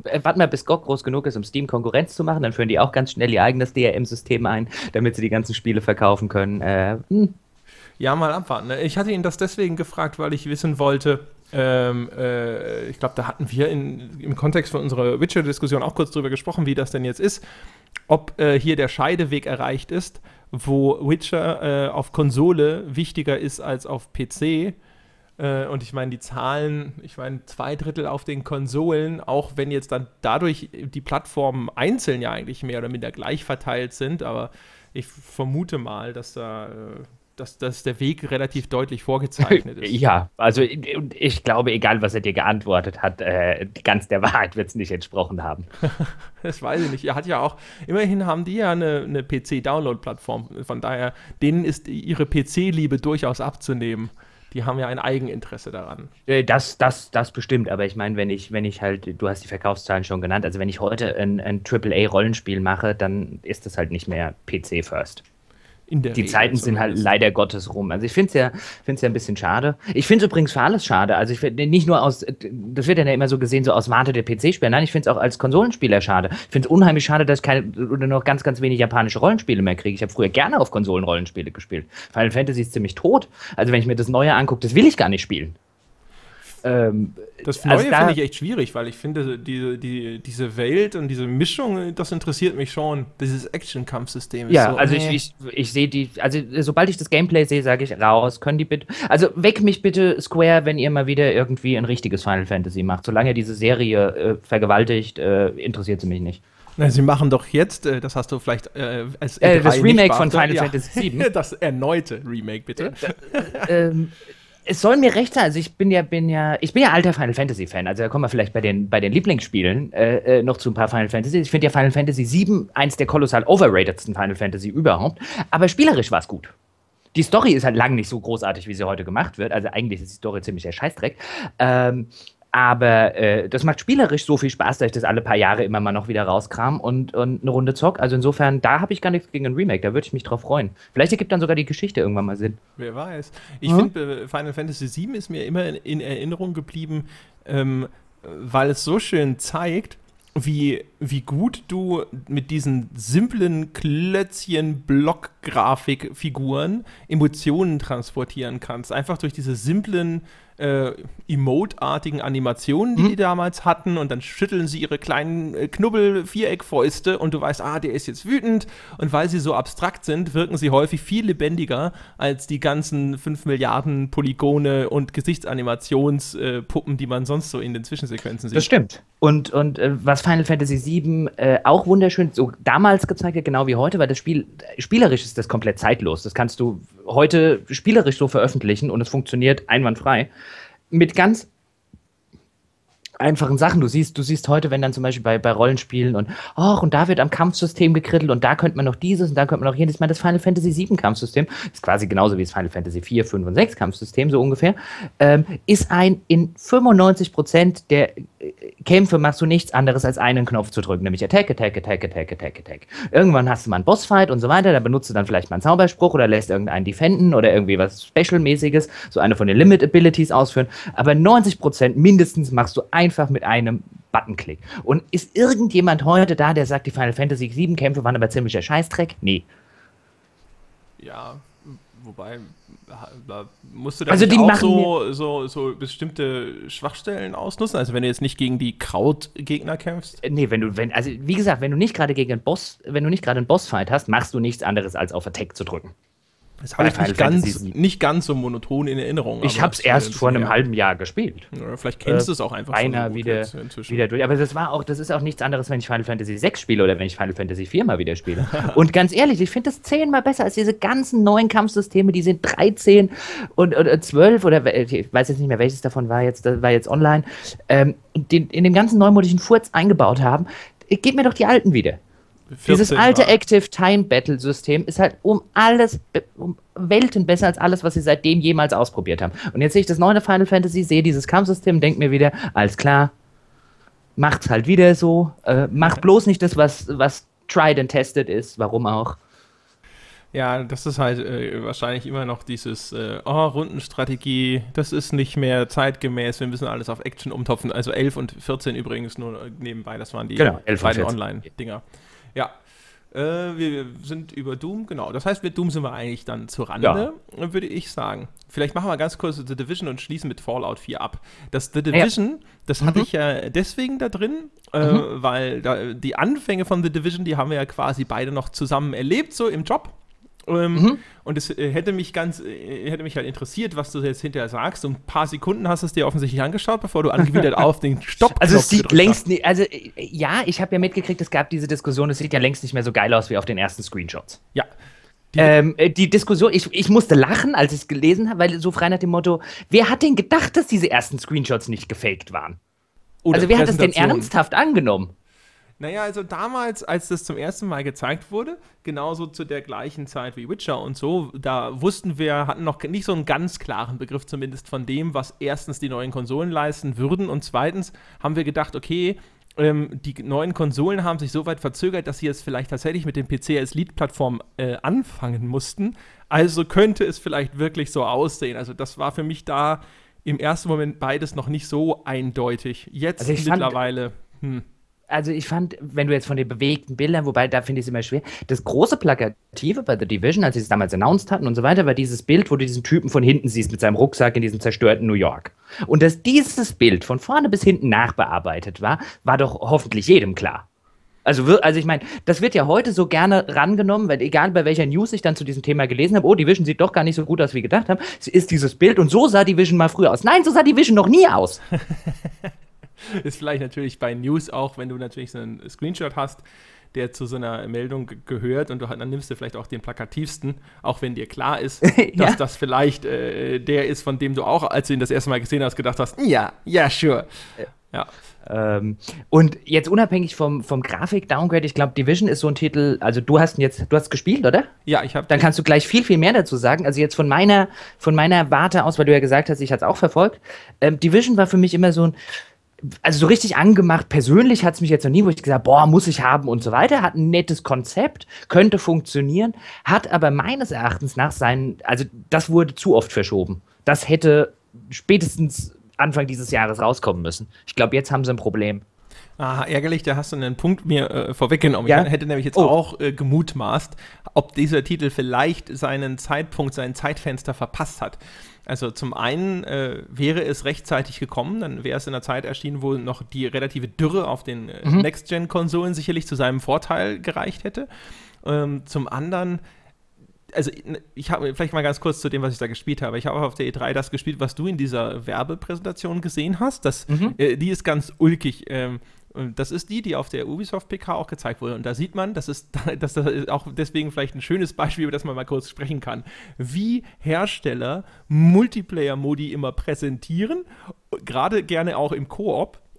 um Steam Konkurrenz zu machen, dann führen die auch ganz schnell ihr eigenes DRM-System ein, damit sie die ganzen Spiele verkaufen können. Ja, mal abwarten. Ne? Ich hatte ihn das deswegen gefragt, weil ich wissen wollte, ich glaube, da hatten wir im Kontext von unserer Witcher-Diskussion auch kurz drüber gesprochen, wie das denn jetzt ist, ob hier der Scheideweg erreicht ist, wo Witcher auf Konsole wichtiger ist als auf PC. Und ich meine, die Zahlen, 2/3 auf den Konsolen, auch wenn jetzt dann dadurch die Plattformen einzeln ja eigentlich mehr oder minder gleich verteilt sind, aber ich vermute mal, dass der Weg relativ deutlich vorgezeichnet ist. Ja, also ich glaube, egal was er dir geantwortet hat, ganz der Wahrheit wird es nicht entsprochen haben. Das weiß ich nicht. Er hat ja auch, immerhin haben die ja eine PC-Download-Plattform, von daher, denen ist ihre PC-Liebe durchaus abzunehmen. Die haben ja ein Eigeninteresse daran. Das bestimmt, aber ich meine, wenn ich halt, du hast die Verkaufszahlen schon genannt, also wenn ich heute ein AAA-Rollenspiel mache, dann ist das halt nicht mehr PC-first. Die Zeiten sind halt leider Gottes rum. Also ich finde es ja ein bisschen schade. Ich finde es übrigens für alles schade. Also ich finde nicht nur das wird ja immer so gesehen, so aus Warte der PC-Spieler. Nein, ich finde es auch als Konsolenspieler schade. Ich finde es unheimlich schade, dass ich oder noch ganz, ganz wenig japanische Rollenspiele mehr kriege. Ich habe früher gerne auf Konsolen Rollenspiele gespielt. Final Fantasy ist ziemlich tot. Also wenn ich mir das Neue angucke, das will ich gar nicht spielen. Das Neue finde ich echt schwierig, weil ich finde, diese Welt und diese Mischung, das interessiert mich schon. Dieses Action-Kampfsystem. Ja, so, also ich sehe sobald ich das Gameplay sehe, sage ich raus, können die bitte, also weck mich bitte Square, wenn ihr mal wieder irgendwie ein richtiges Final Fantasy macht. Solange ihr diese Serie vergewaltigt, interessiert sie mich nicht. Na, sie machen doch jetzt, das hast du vielleicht als das Remake von Final Fantasy VII. Das erneute Remake, bitte. Es soll mir recht sein, also ich bin ja alter Final Fantasy Fan, also da kommen wir vielleicht bei den Lieblingsspielen noch zu ein paar Final Fantasy. Ich finde ja Final Fantasy VII eins der kolossal overratedsten Final Fantasy überhaupt, aber spielerisch war es gut. Die Story ist halt lang nicht so großartig, wie sie heute gemacht wird, also eigentlich ist die Story ziemlich der Scheißdreck, aber das macht spielerisch so viel Spaß, dass ich das alle paar Jahre immer mal noch wieder rauskram und eine Runde zock. Also insofern, da habe ich gar nichts gegen ein Remake, da würde ich mich drauf freuen. Vielleicht ergibt dann sogar die Geschichte irgendwann mal Sinn. Wer weiß. Ich finde, Final Fantasy VII ist mir immer in Erinnerung geblieben, weil es so schön zeigt, wie gut du mit diesen simplen Klötzchen-Block-Grafikfiguren Emotionen transportieren kannst. Einfach durch diese simplen Emote-artigen Animationen, die damals hatten, und dann schütteln sie ihre kleinen Knubbel-Viereckfäuste und du weißt, der ist jetzt wütend, und weil sie so abstrakt sind, wirken sie häufig viel lebendiger als die ganzen 5 Milliarden Polygone und Gesichtsanimationspuppen, die man sonst so in den Zwischensequenzen sieht. Das stimmt. Und was Final Fantasy VII auch wunderschön so damals gezeigt hat, genau wie heute, weil das Spiel, spielerisch ist das komplett zeitlos. Das kannst du heute spielerisch so veröffentlichen und es funktioniert einwandfrei. Mit ganz einfachen Sachen. Du siehst heute, wenn dann zum Beispiel bei Rollenspielen und da wird am Kampfsystem gekrittelt und da könnte man noch dieses und da könnte man noch jenes. Ich meine, das Final Fantasy VII Kampfsystem ist quasi genauso wie das Final Fantasy 4, 5 und 6 Kampfsystem, so ungefähr, ist ein in 95% der Kämpfe machst du nichts anderes als einen Knopf zu drücken, nämlich Attack, Attack, Attack, Attack, Attack, Attack. Irgendwann hast du mal einen Bossfight und so weiter, da benutzt du dann vielleicht mal einen Zauberspruch oder lässt irgendeinen defenden oder irgendwie was Special-mäßiges, so eine von den Limit-Abilities ausführen, aber 90% mindestens machst du einfach mit einem Buttonklick. Und ist irgendjemand heute da, der sagt, die Final Fantasy VII Kämpfe waren aber ziemlicher Scheißdreck? Nee. Ja, wobei, da musst du da also nicht die auch so bestimmte Schwachstellen ausnutzen? Also wenn du jetzt nicht gegen die Krautgegner kämpfst? Nee, also wie gesagt, wenn du nicht gerade einen Bossfight hast, machst du nichts anderes als auf Attack zu drücken. Das habe ich nicht ganz so monoton in Erinnerung. Ich habe es erst vor einem halben Jahr gespielt. Ja, vielleicht kennst du es auch einfach so wieder durch. Aber das ist auch nichts anderes, wenn ich Final Fantasy VI spiele oder wenn ich Final Fantasy IV mal wieder spiele. Und ganz ehrlich, ich finde das 10-mal besser als diese ganzen neuen Kampfsysteme, die sind 13 und 12 oder ich weiß jetzt nicht mehr, welches davon war jetzt online, in dem ganzen neumodischen Furz eingebaut haben. Gib mir doch die alten wieder. Dieses alte Active Time Battle System ist halt um Welten besser als alles, was sie seitdem jemals ausprobiert haben. Und jetzt sehe ich das neue Final Fantasy, sehe dieses Kampfsystem, denke mir wieder, alles klar, macht's halt wieder so, macht bloß nicht das, was tried and tested ist, warum auch. Ja, das ist halt wahrscheinlich immer noch dieses Rundenstrategie, das ist nicht mehr zeitgemäß, wir müssen alles auf Action umtopfen. Also 11 und 14 übrigens nur nebenbei, das waren die beiden Online-Dinger. Ja, wir sind über Doom, genau. Das heißt, mit Doom sind wir eigentlich dann zur Rande, würde ich sagen. Vielleicht machen wir ganz kurz The Division und schließen mit Fallout 4 ab. Das The Division, das hatte ich ja deswegen da drin, weil die Anfänge von The Division, die haben wir ja quasi beide noch zusammen erlebt, so im Job. Und es hätte mich halt interessiert, was du jetzt hinterher sagst. So ein paar Sekunden hast du es dir offensichtlich angeschaut, bevor du angewidert auf den Stopp-Knopf Also es sieht längst nicht, ich habe ja mitgekriegt, es gab diese Diskussion, es sieht ja längst nicht mehr so geil aus wie auf den ersten Screenshots. Ja. Die Diskussion, ich musste lachen, als ich es gelesen habe, weil so frei nach dem Motto, wer hat denn gedacht, dass diese ersten Screenshots nicht gefaked waren? Also wer hat das denn ernsthaft angenommen? Naja, also damals, als das zum ersten Mal gezeigt wurde, genauso zu der gleichen Zeit wie Witcher und so, da hatten noch nicht so einen ganz klaren Begriff zumindest von dem, was erstens die neuen Konsolen leisten würden und zweitens haben wir gedacht, okay, die neuen Konsolen haben sich so weit verzögert, dass sie jetzt vielleicht tatsächlich mit dem PC als Lead-Plattform anfangen mussten. Also könnte es vielleicht wirklich so aussehen. Also das war für mich da im ersten Moment beides noch nicht so eindeutig. Jetzt mittlerweile, Also ich fand, wenn du jetzt von den bewegten Bildern, wobei da finde ich es immer schwer, das große Plakative bei The Division, als sie es damals announced hatten und so weiter, war dieses Bild, wo du diesen Typen von hinten siehst mit seinem Rucksack in diesem zerstörten New York. Und dass dieses Bild von vorne bis hinten nachbearbeitet war doch hoffentlich jedem klar. Also ich meine, das wird ja heute so gerne rangenommen, weil egal bei welcher News ich dann zu diesem Thema gelesen habe, Division sieht doch gar nicht so gut aus, wie gedacht haben, es ist dieses Bild und so sah Division mal früher aus. Nein, so sah Division noch nie aus. Ist vielleicht natürlich bei News auch, wenn du natürlich so einen Screenshot hast, der zu so einer Meldung gehört und dann nimmst du vielleicht auch den plakativsten, auch wenn dir klar ist, dass das vielleicht der ist, von dem du auch, als du ihn das erste Mal gesehen hast, gedacht hast, ja, sure. Ja. Und jetzt unabhängig vom Grafik-Downgrade, ich glaube, Division ist so ein Titel, also du hast gespielt, oder? Ja, ich habe. Dann kannst du gleich viel, viel mehr dazu sagen. Also jetzt von meiner Warte aus, weil du ja gesagt hast, ich hatte es auch verfolgt. Division war für mich immer so so richtig angemacht, persönlich hat es mich jetzt noch nie, wo ich gesagt habe, muss ich haben und so weiter, hat ein nettes Konzept, könnte funktionieren, hat aber meines Erachtens nach also das wurde zu oft verschoben. Das hätte spätestens Anfang dieses Jahres rauskommen müssen. Ich glaube, jetzt haben sie ein Problem. Ärgerlich, da hast du einen Punkt mir vorweggenommen. Ja? Ich hätte nämlich jetzt auch gemutmaßt, ob dieser Titel vielleicht seinen Zeitfenster verpasst hat. Also zum einen wäre es rechtzeitig gekommen, dann wäre es in einer Zeit erschienen, wo noch die relative Dürre auf den Next-Gen-Konsolen sicherlich zu seinem Vorteil gereicht hätte. Zum anderen, also ich habe vielleicht mal ganz kurz zu dem, was ich da gespielt habe. Ich habe auf der E3 das gespielt, was du in dieser Werbepräsentation gesehen hast. Die ist ganz ulkig. Das ist die auf der Ubisoft PK auch gezeigt wurde. Und da sieht man, das ist auch deswegen vielleicht ein schönes Beispiel, über das man mal kurz sprechen kann, wie Hersteller Multiplayer-Modi immer präsentieren, gerade gerne auch im Koop,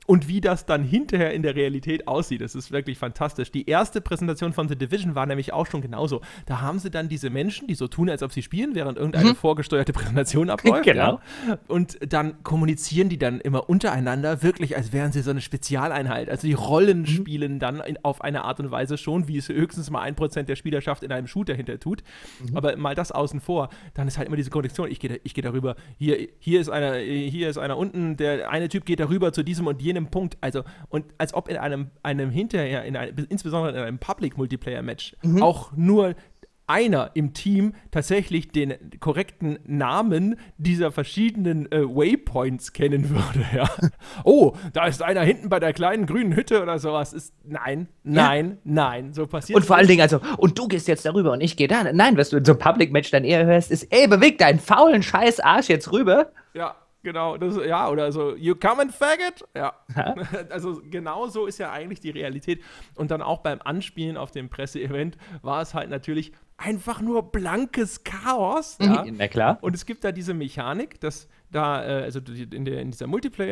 und wie das dann hinterher in der Realität aussieht. Das ist wirklich fantastisch. Die erste Präsentation von The Division war nämlich auch schon genauso. Da haben sie dann diese Menschen, die so tun, als ob sie spielen, während irgendeine vorgesteuerte Präsentation abläuft. Genau. Ja? Und dann kommunizieren die dann immer untereinander, wirklich, als wären sie so eine Spezialeinheit. Also die Rollen spielen dann auf eine Art und Weise schon, wie es höchstens mal 1% der Spielerschaft in einem Shooter hinter tut. Aber mal das außen vor, dann ist halt immer diese Konnexion. Ich gehe darüber, hier ist einer unten, der eine Typ geht darüber zu diesem und jenem Punkt. Also, und als ob in einem hinterher, insbesondere in einem Public-Multiplayer-Match, auch nur einer im Team tatsächlich den korrekten Namen dieser verschiedenen Waypoints kennen würde, ja. Oh, da ist einer hinten bei der kleinen grünen Hütte oder sowas. Nein, so passiert Und vor allen Dingen, also, und du gehst jetzt darüber und ich gehe da. Nein, was du in so einem Public-Match dann eher hörst, ist, ey, beweg deinen faulen scheiß Arsch jetzt rüber. Ja, genau, oder so, you come and faggot? Ja. Also genau so ist ja eigentlich die Realität. Und dann auch beim Anspielen auf dem Presseevent war es halt natürlich einfach nur blankes Chaos. Ja? Na klar. Und es gibt da diese Mechanik, dass da, also in diesem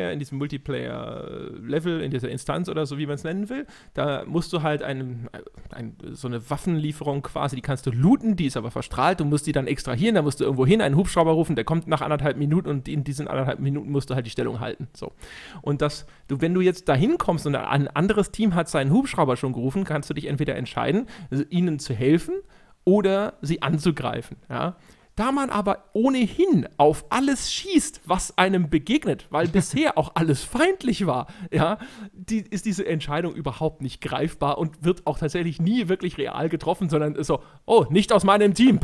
Multiplayer-Level, in dieser Instanz oder so, wie man es nennen will, da musst du halt so eine Waffenlieferung quasi, die kannst du looten, die ist aber verstrahlt, du musst die dann extrahieren, da musst du irgendwo hin, einen Hubschrauber rufen, der kommt nach 1,5 Minuten und in diesen 1,5 Minuten musst du halt die Stellung halten. So. Und wenn du jetzt da hinkommst und ein anderes Team hat seinen Hubschrauber schon gerufen, kannst du dich entweder entscheiden, ihnen zu helfen oder sie anzugreifen, ja. Da man aber ohnehin auf alles schießt, was einem begegnet, weil bisher auch alles feindlich war, ja, ist diese Entscheidung überhaupt nicht greifbar und wird auch tatsächlich nie wirklich real getroffen, sondern ist so, oh, nicht aus meinem Team.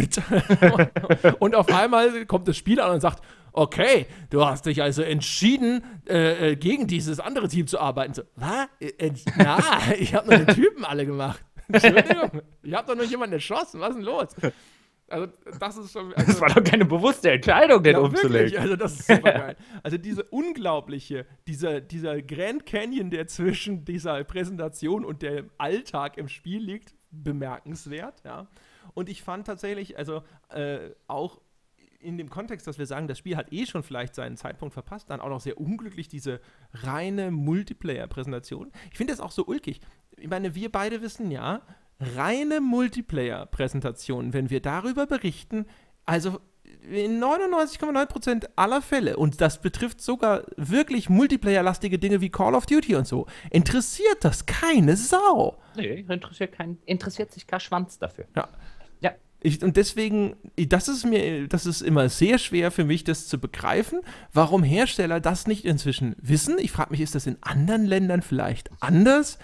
Und auf einmal kommt das Spiel an und sagt, okay, du hast dich also entschieden, gegen dieses andere Team zu arbeiten. So, was? Ich habe nur den Typen alle gemacht. Entschuldigung, ich habe doch nur jemanden erschossen, was ist denn los? Also, das ist schon. Das war doch keine bewusste Entscheidung, den umzulegen. Wirklich, also, das ist super geil. Also, dieser Grand Canyon, der zwischen dieser Präsentation und dem Alltag im Spiel liegt, bemerkenswert, ja. Und ich fand tatsächlich, also, auch in dem Kontext, dass wir sagen, das Spiel hat schon vielleicht seinen Zeitpunkt verpasst, dann auch noch sehr unglücklich diese reine Multiplayer-Präsentation. Ich finde das auch so ulkig. Ich meine, wir beide wissen ja, reine Multiplayer-Präsentationen, wenn wir darüber berichten, also in 99,9% aller Fälle, und das betrifft sogar wirklich Multiplayer-lastige Dinge wie Call of Duty und so, interessiert das keine Sau. Nee, interessiert sich kein Schwanz dafür. Ja. Und deswegen, das ist immer sehr schwer für mich, das zu begreifen, warum Hersteller das nicht inzwischen wissen. Ich frage mich, ist das in anderen Ländern vielleicht anders?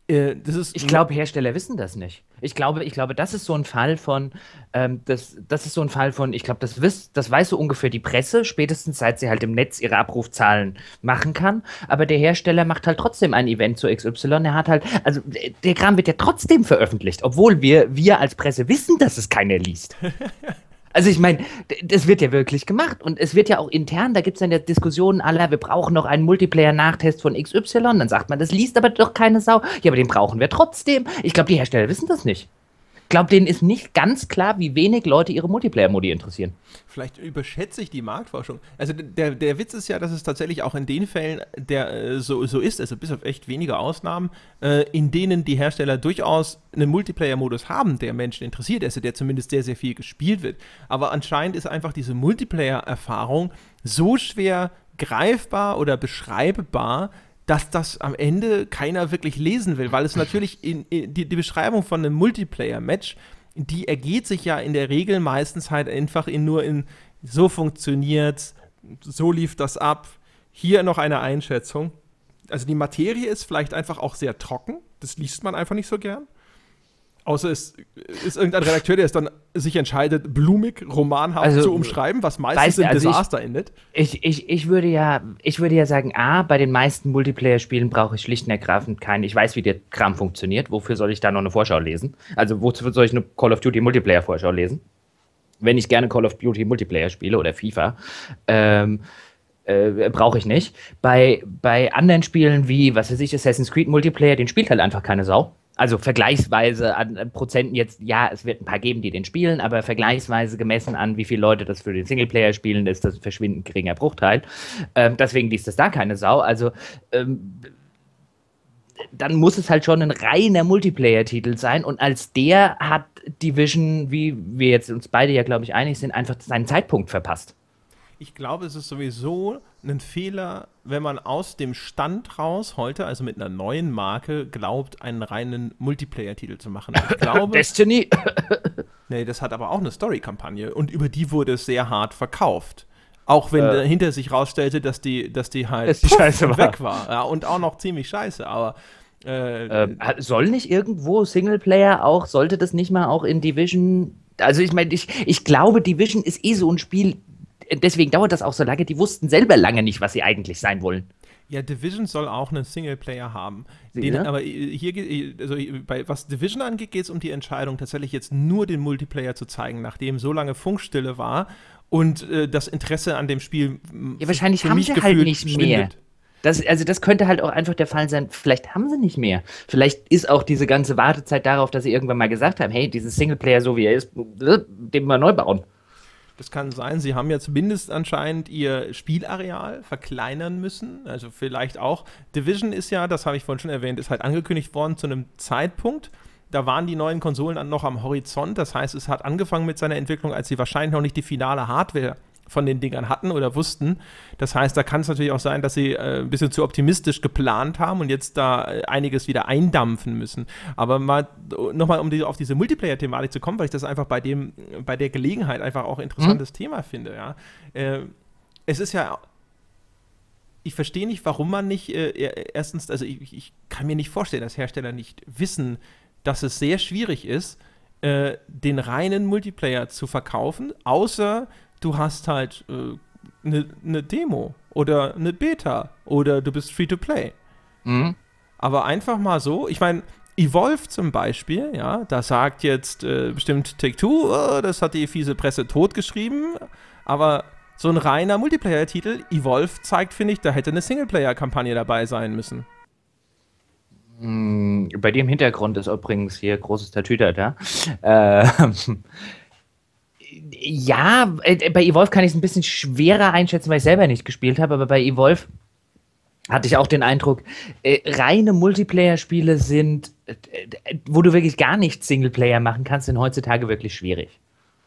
Ich glaube, Hersteller wissen das nicht. Ich glaube, das ist so ein Fall von, das ist so ein Fall von, ich glaube, das weiß so ungefähr die Presse, spätestens seit sie halt im Netz ihre Abrufzahlen machen kann. Aber der Hersteller macht halt trotzdem ein Event zu XY. Er hat halt, also der Kram wird ja trotzdem veröffentlicht, obwohl wir als Presse wissen, dass es keiner liest. Also ich meine, das wird ja wirklich gemacht und es wird ja auch intern, da gibt es dann ja Diskussionen aller, wir brauchen noch einen Multiplayer-Nachtest von XY, dann sagt man, das liest aber doch keine Sau. Ja, aber den brauchen wir trotzdem. Ich glaube, die Hersteller wissen das nicht. Ich glaube, denen ist nicht ganz klar, wie wenig Leute ihre Multiplayer-Modi interessieren. Vielleicht überschätze ich die Marktforschung. Also der Witz ist ja, dass es tatsächlich auch in den Fällen, so ist, also bis auf echt wenige Ausnahmen, in denen die Hersteller durchaus einen Multiplayer-Modus haben, der Menschen interessiert, also der zumindest sehr, sehr viel gespielt wird. Aber anscheinend ist einfach diese Multiplayer-Erfahrung so schwer greifbar oder beschreibbar, dass das am Ende keiner wirklich lesen will, weil es natürlich die Beschreibung von einem Multiplayer-Match, die ergeht sich ja in der Regel meistens halt einfach nur in so funktioniert's, so lief das ab, hier noch eine Einschätzung. Also die Materie ist vielleicht einfach auch sehr trocken, das liest man einfach nicht so gern. Außer es ist irgendein Redakteur, der es dann sich entscheidet, blumig, romanhaft zu umschreiben, was meistens im Desaster endet. Ich würde ja sagen, bei den meisten Multiplayer-Spielen brauche ich schlicht und ergreifend keinen. Ich weiß, wie der Kram funktioniert. Wofür soll ich da noch eine Vorschau lesen? Also wozu soll ich eine Call of Duty Multiplayer-Vorschau lesen? Wenn ich gerne Call of Duty Multiplayer spiele oder FIFA, brauche ich nicht. Bei anderen Spielen wie, was weiß ich, Assassin's Creed Multiplayer, den spielt halt einfach keine Sau. Also vergleichsweise an Prozenten jetzt, ja, es wird ein paar geben, die den spielen, aber vergleichsweise gemessen an, wie viele Leute das für den Singleplayer spielen, ist das ein verschwindend geringer Bruchteil. Deswegen liest das da keine Sau. Also dann muss es halt schon ein reiner Multiplayer-Titel sein und als der hat Division, wie wir jetzt uns beide ja, glaube ich, einig sind, einfach seinen Zeitpunkt verpasst. Ich glaube, es ist sowieso ein Fehler, wenn man aus dem Stand raus heute, also mit einer neuen Marke, glaubt, einen reinen Multiplayer-Titel zu machen. Ich glaube, Destiny? Nee, das hat aber auch eine Story-Kampagne und über die wurde es sehr hart verkauft. Auch wenn dahinter sich rausstellte, dass die halt scheiße weg war. Ja, und auch noch ziemlich scheiße, aber soll nicht irgendwo Singleplayer auch, sollte das nicht mal auch in Division, also ich meine, ich glaube, Division ist eh so ein Spiel, deswegen dauert das auch so lange, die wussten selber lange nicht, was sie eigentlich sein wollen. Ja, Division soll auch einen Singleplayer haben. Aber hier geht, also was Division angeht, geht es um die Entscheidung, tatsächlich jetzt nur den Multiplayer zu zeigen, nachdem so lange Funkstille war und das Interesse an dem Spiel ja, wahrscheinlich haben sie halt nicht mehr. Das könnte halt auch einfach der Fall sein, vielleicht haben sie nicht mehr. Vielleicht ist auch diese ganze Wartezeit darauf, dass sie irgendwann mal gesagt haben, hey, dieses Singleplayer, so wie er ist, den wir neu bauen. Das kann sein, sie haben ja zumindest anscheinend ihr Spielareal verkleinern müssen. Also vielleicht auch. Division ist ja, das habe ich vorhin schon erwähnt, ist halt angekündigt worden zu einem Zeitpunkt. Da waren die neuen Konsolen dann noch am Horizont. Das heißt, es hat angefangen mit seiner Entwicklung, als sie wahrscheinlich noch nicht die finale Hardware von den Dingern hatten oder wussten. Das heißt, da kann es natürlich auch sein, dass sie ein bisschen zu optimistisch geplant haben und jetzt da einiges wieder eindampfen müssen. Aber nochmal, um auf diese Multiplayer-Thematik zu kommen, weil ich das einfach bei der Gelegenheit einfach auch ein interessantes Thema finde. Ja. Es ist ja, ich verstehe nicht, warum man nicht erstens, also ich kann mir nicht vorstellen, dass Hersteller nicht wissen, dass es sehr schwierig ist, den reinen Multiplayer zu verkaufen, außer du hast halt eine Demo oder eine Beta oder du bist Free-to-Play. Mhm. Aber einfach mal so, ich meine, Evolve zum Beispiel, ja, da sagt jetzt bestimmt Take-Two, das hat die fiese Presse totgeschrieben, aber so ein reiner Multiplayer-Titel, Evolve zeigt, finde ich, da hätte eine Singleplayer-Kampagne dabei sein müssen. Bei dir im Hintergrund ist übrigens hier großes Tatüter da. Ja, bei Evolve kann ich es ein bisschen schwerer einschätzen, weil ich selber nicht gespielt habe, aber bei Evolve hatte ich auch den Eindruck, reine Multiplayer-Spiele sind, wo du wirklich gar nicht Singleplayer machen kannst, sind heutzutage wirklich schwierig.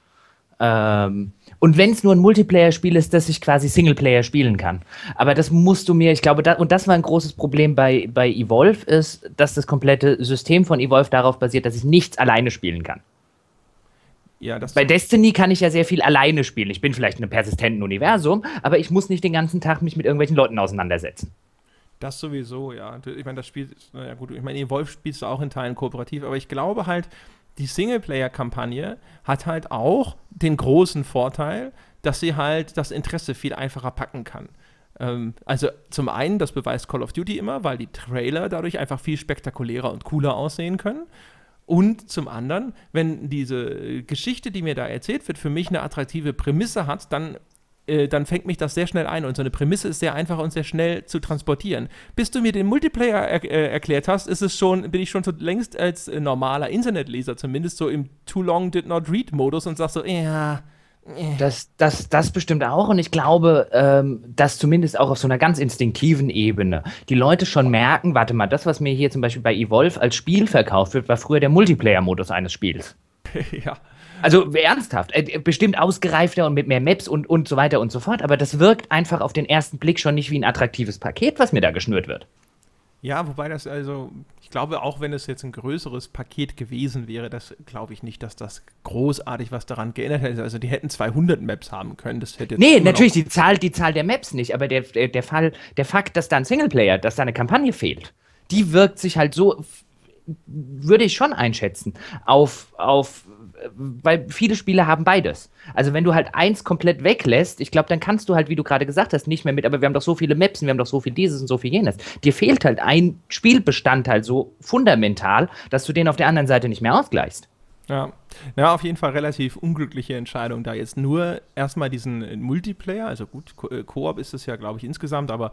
Und wenn es nur ein Multiplayer-Spiel ist, das ich quasi Singleplayer spielen kann. Aber das musst du mir, ich glaube, und das war ein großes Problem bei Evolve, ist, dass das komplette System von Evolve darauf basiert, dass ich nichts alleine spielen kann. Ja, bei Destiny kann ich ja sehr viel alleine spielen. Ich bin vielleicht in einem persistenten Universum, aber ich muss nicht den ganzen Tag mich mit irgendwelchen Leuten auseinandersetzen. Das sowieso, ja. Ich meine, das Spiel, naja gut, ich meine, Evolve spielst du auch in Teilen kooperativ, aber ich glaube halt, die Singleplayer-Kampagne hat halt auch den großen Vorteil, dass sie halt das Interesse viel einfacher packen kann. Also zum einen, das beweist Call of Duty immer, weil die Trailer dadurch einfach viel spektakulärer und cooler aussehen können. Und zum anderen, wenn diese Geschichte, die mir da erzählt wird, für mich eine attraktive Prämisse hat, dann fängt mich das sehr schnell ein. Und so eine Prämisse ist sehr einfach und sehr schnell zu transportieren. Bis du mir den Multiplayer erklärt hast, bin ich schon so längst als normaler Internetleser zumindest so im Too Long Did Not Read Modus und sag so, ja. Das bestimmt auch. Und ich glaube, dass zumindest auch auf so einer ganz instinktiven Ebene die Leute schon merken, warte mal, das, was mir hier zum Beispiel bei Evolve als Spiel verkauft wird, war früher der Multiplayer-Modus eines Spiels. Ja. Also ernsthaft, bestimmt ausgereifter und mit mehr Maps und so weiter und so fort, aber das wirkt einfach auf den ersten Blick schon nicht wie ein attraktives Paket, was mir da geschnürt wird. Ja, wobei das also, ich glaube, auch wenn es jetzt ein größeres Paket gewesen wäre, das glaube ich nicht, dass das großartig was daran geändert hätte. Also die hätten 200 Maps haben können. Das hätte nee, natürlich, die Zahl der Maps nicht, aber der Fakt, dass da ein Singleplayer, dass da eine Kampagne fehlt, die wirkt sich halt so, würde ich schon einschätzen, weil viele Spiele haben beides. Also wenn du halt eins komplett weglässt, ich glaube, dann kannst du halt, wie du gerade gesagt hast, nicht mehr mit, aber wir haben doch so viele Maps und wir haben doch so viel dieses und so viel jenes. Dir fehlt halt ein Spielbestandteil so fundamental, dass du den auf der anderen Seite nicht mehr ausgleichst. Ja, auf jeden Fall relativ unglückliche Entscheidung, da jetzt nur erstmal diesen Multiplayer, also gut, Koop ist es ja, glaube ich, insgesamt, aber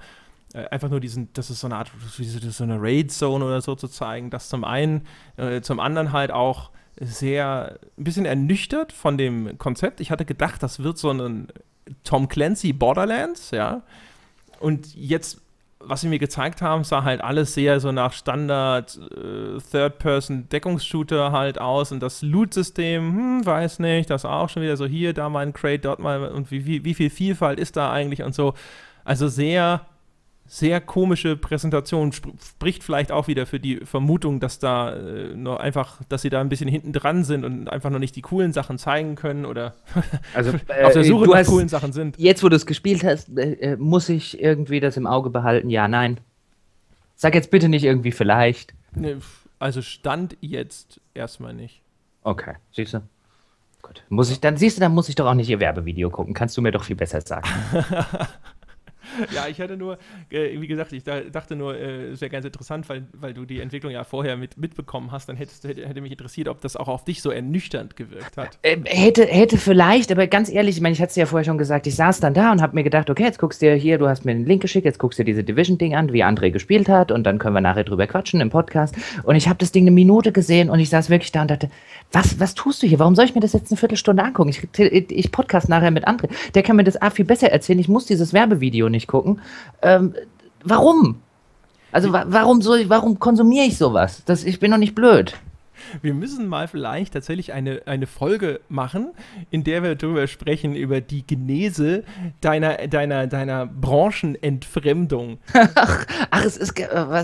einfach nur das ist so eine Art, so eine Raid-Zone oder so zu zeigen, das zum einen, zum anderen halt auch ein bisschen ernüchtert von dem Konzept. Ich hatte gedacht, das wird so ein Tom Clancy Borderlands, ja. Und jetzt, was sie mir gezeigt haben, sah halt alles sehr so nach Standard Third-Person-Deckungsshooter halt aus. Und das Loot-System, weiß nicht, das auch schon wieder so hier, da mal ein Crate, dort mal und wie viel Vielfalt ist da eigentlich und so. Also sehr, sehr komische Präsentation, spricht vielleicht auch wieder für die Vermutung, dass da noch einfach, dass sie da ein bisschen hinten dran sind und einfach noch nicht die coolen Sachen zeigen können oder also, auf der Suche nach coolen Sachen sind. Jetzt, wo du es gespielt hast, muss ich irgendwie das im Auge behalten? Ja, nein. Sag jetzt bitte nicht irgendwie vielleicht. Nee, also Stand jetzt erstmal nicht. Okay, siehst du? Gut. Dann muss ich doch auch nicht ihr Werbevideo gucken. Kannst du mir doch viel besser sagen. Ja, ich hatte nur, wie gesagt, ich dachte nur, es wäre ganz interessant, weil du die Entwicklung ja vorher mitbekommen hast, dann hätte mich interessiert, ob das auch auf dich so ernüchternd gewirkt hat. Hätte vielleicht, aber ganz ehrlich, ich meine, ich hatte es ja vorher schon gesagt, ich saß dann da und habe mir gedacht, okay, jetzt guckst du dir hier, du hast mir einen Link geschickt, jetzt guckst du dir diese Division-Ding an, wie André gespielt hat und dann können wir nachher drüber quatschen im Podcast. Und ich habe das Ding eine Minute gesehen und ich saß wirklich da und dachte, was tust du hier? Warum soll ich mir das jetzt eine Viertelstunde angucken? Ich podcast nachher mit André. Der kann mir das viel besser erzählen. Ich muss dieses Werbevideo nicht gucken. Warum? Also warum konsumiere ich sowas? Ich bin doch nicht blöd. Wir müssen mal vielleicht tatsächlich eine Folge machen, in der wir darüber sprechen, über die Genese deiner Branchenentfremdung. Ach, es ist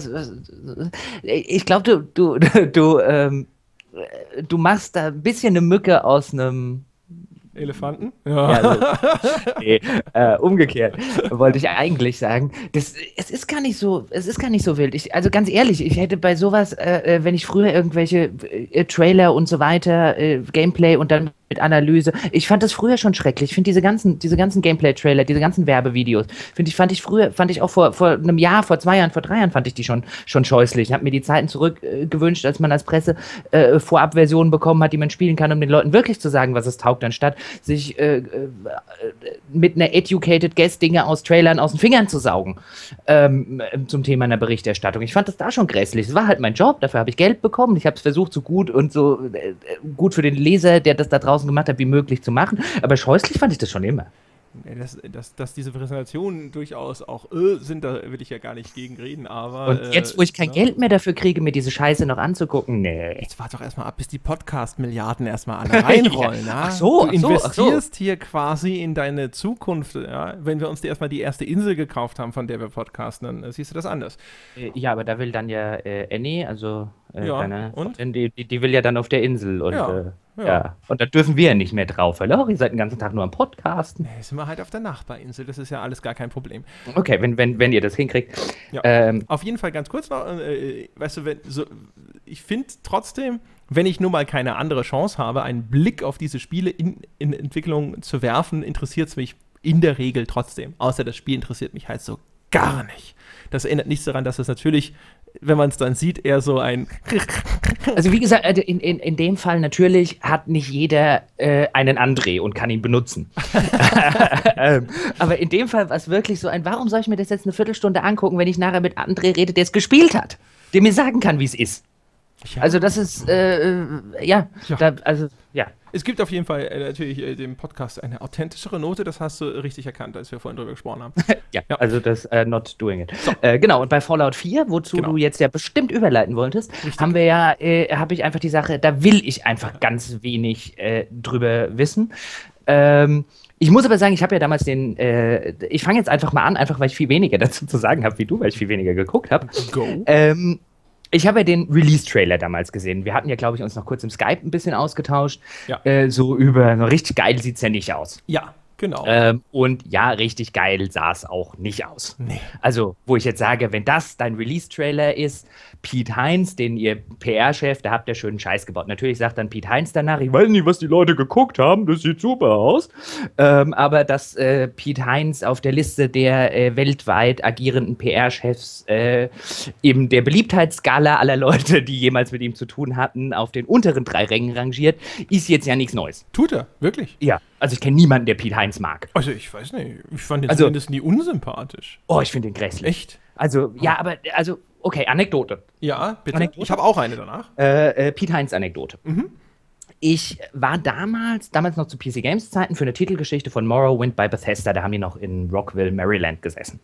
ich glaube, du machst da ein bisschen eine Mücke aus einem Elefanten? Ja. Nee, umgekehrt wollte ich eigentlich sagen. Es ist gar nicht so wild. Also ganz ehrlich, ich hätte bei sowas, wenn ich früher irgendwelche Trailer und so weiter, Gameplay und dann mit Analyse, ich fand das früher schon schrecklich. Ich finde diese ganzen Gameplay-Trailer, diese ganzen Werbevideos, fand ich auch vor einem Jahr, vor 2 Jahren, vor 3 Jahren fand ich die schon scheußlich. Ich habe mir die Zeiten zurückgewünscht, als man als Presse Vorabversionen bekommen hat, die man spielen kann, um den Leuten wirklich zu sagen, was es taugt, anstatt sich mit einer educated guess Dinge aus Trailern aus den Fingern zu saugen zum Thema einer Berichterstattung. Ich fand das da schon grässlich. Es war halt mein Job, dafür habe ich Geld bekommen. Ich habe es versucht, so gut und so gut für den Leser, der das da draußen gemacht hat, wie möglich zu machen. Aber scheußlich fand ich das schon immer. Dass diese Präsentationen durchaus auch sind, da will ich ja gar nicht gegen reden, aber... Und jetzt, wo ich kein Geld mehr dafür kriege, mir diese Scheiße noch anzugucken, nee. Jetzt warte doch erstmal ab, bis die Podcast-Milliarden erstmal alle reinrollen. Ja. Du investierst hier quasi in deine Zukunft, ja? Wenn wir uns erstmal die erste Insel gekauft haben, von der wir podcasten, dann siehst du das anders. Ja, aber da will dann ja Annie, also und? Die will ja dann auf der Insel und ja. Und da dürfen wir ja nicht mehr drauf, weil ihr seid den ganzen Tag nur am Podcasten. Nee, sind wir halt auf der Nachbarinsel, das ist ja alles gar kein Problem. Okay, wenn ihr das hinkriegt. Ja. Auf jeden Fall ganz kurz noch, weißt du, ich finde trotzdem, wenn ich nur mal keine andere Chance habe, einen Blick auf diese Spiele in Entwicklung zu werfen, interessiert es mich in der Regel trotzdem. Außer das Spiel interessiert mich halt so gar nicht. Das ändert nichts daran, dass es natürlich, wenn man es dann sieht, eher so ein... Also wie gesagt, in dem Fall natürlich hat nicht jeder einen André und kann ihn benutzen. Aber in dem Fall war es wirklich so ein, warum soll ich mir das jetzt eine Viertelstunde angucken, wenn ich nachher mit André rede, der es gespielt hat, der mir sagen kann, wie es ist. Ja. Also das ist, ja. Es gibt auf jeden Fall natürlich dem Podcast eine authentischere Note, das hast du richtig erkannt, als wir vorhin drüber gesprochen haben. Ja, also das not doing it. So. Genau, und bei Fallout 4, wozu du jetzt ja bestimmt überleiten wolltest, haben wir ja, habe ich einfach die Sache, da will ich einfach ganz wenig drüber wissen. Ich muss aber sagen, ich habe ja damals ich fange jetzt einfach mal an, einfach weil ich viel weniger dazu zu sagen habe wie du, weil ich viel weniger geguckt habe. Go. Ich habe ja den Release-Trailer damals gesehen. Wir hatten ja, glaube ich, uns noch kurz im Skype ein bisschen ausgetauscht. Ja. So richtig geil sieht es ja nicht aus. Ja, genau. Und ja, richtig geil sah es auch nicht aus. Nee. Also, wo ich jetzt sage, wenn das dein Release-Trailer ist, Pete Hines, ihr PR-Chef, da habt ihr schönen Scheiß gebaut. Natürlich sagt dann Pete Hines danach, ich weiß nicht, was die Leute geguckt haben, das sieht super aus. Aber dass Pete Hines auf der Liste der weltweit agierenden PR-Chefs eben der Beliebtheitsskala aller Leute, die jemals mit ihm zu tun hatten, auf den unteren 3 Rängen rangiert, ist jetzt ja nichts Neues. Tut er, wirklich? Ja. Also ich kenne niemanden, der Pete Hines mag. Also ich weiß nicht, ich fand den zumindest nie unsympathisch. Oh, ich finde den grässlich. Echt? Also, ja, aber, okay, Anekdote. Ja, bitte. Ich habe auch eine danach. Pete Hines Anekdote. Ich war damals noch zu PC Games Zeiten für eine Titelgeschichte von Morrowind bei Bethesda, da haben die noch in Rockville, Maryland gesessen.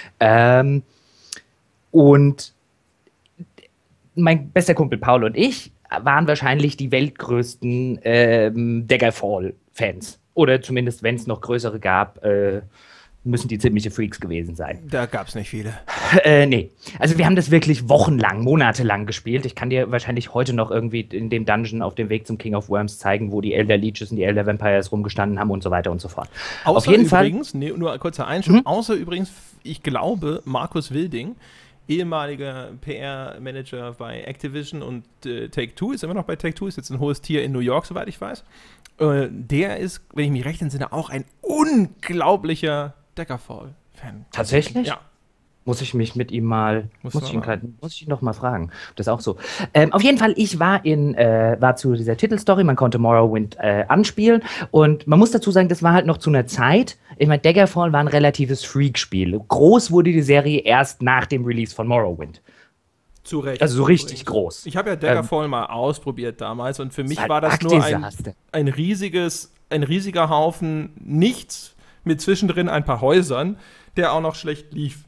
Und mein bester Kumpel Paul und ich waren wahrscheinlich die weltgrößten Daggerfall-Fans. Oder zumindest, wenn es noch größere gab, müssen die ziemliche Freaks gewesen sein. Da gab es nicht viele. Nee. Also wir haben das wirklich wochenlang, monatelang gespielt. Ich kann dir wahrscheinlich heute noch irgendwie in dem Dungeon auf dem Weg zum King of Worms zeigen, wo die Elder Leeches und die Elder Vampires rumgestanden haben und so weiter und so fort. Außer auf jeden übrigens, Fall, nur ein kurzer Einschub, außer übrigens, ich glaube, Markus Wilding, ehemaliger PR-Manager bei Activision und Take-Two, ist immer noch bei Take-Two, ist jetzt ein hohes Tier in New York, soweit ich weiß. Der ist, wenn ich mich recht entsinne, auch ein unglaublicher Daggerfall-Fan. Tatsächlich? Ja. Muss ich mich mit ihm mal, muss ich ihn noch mal fragen. Das ist auch so. Auf jeden Fall, ich war zu dieser Titelstory, man konnte Morrowind anspielen und man muss dazu sagen, das war halt noch zu einer Zeit, ich meine, Daggerfall war ein relatives Freak-Spiel. Groß wurde die Serie erst nach dem Release von Morrowind. Zu Recht. Also so richtig groß. Ich habe ja Daggerfall mal ausprobiert damals und für mich war das nur ein riesiger Haufen Nichts mit zwischendrin ein paar Häusern, der auch noch schlecht lief.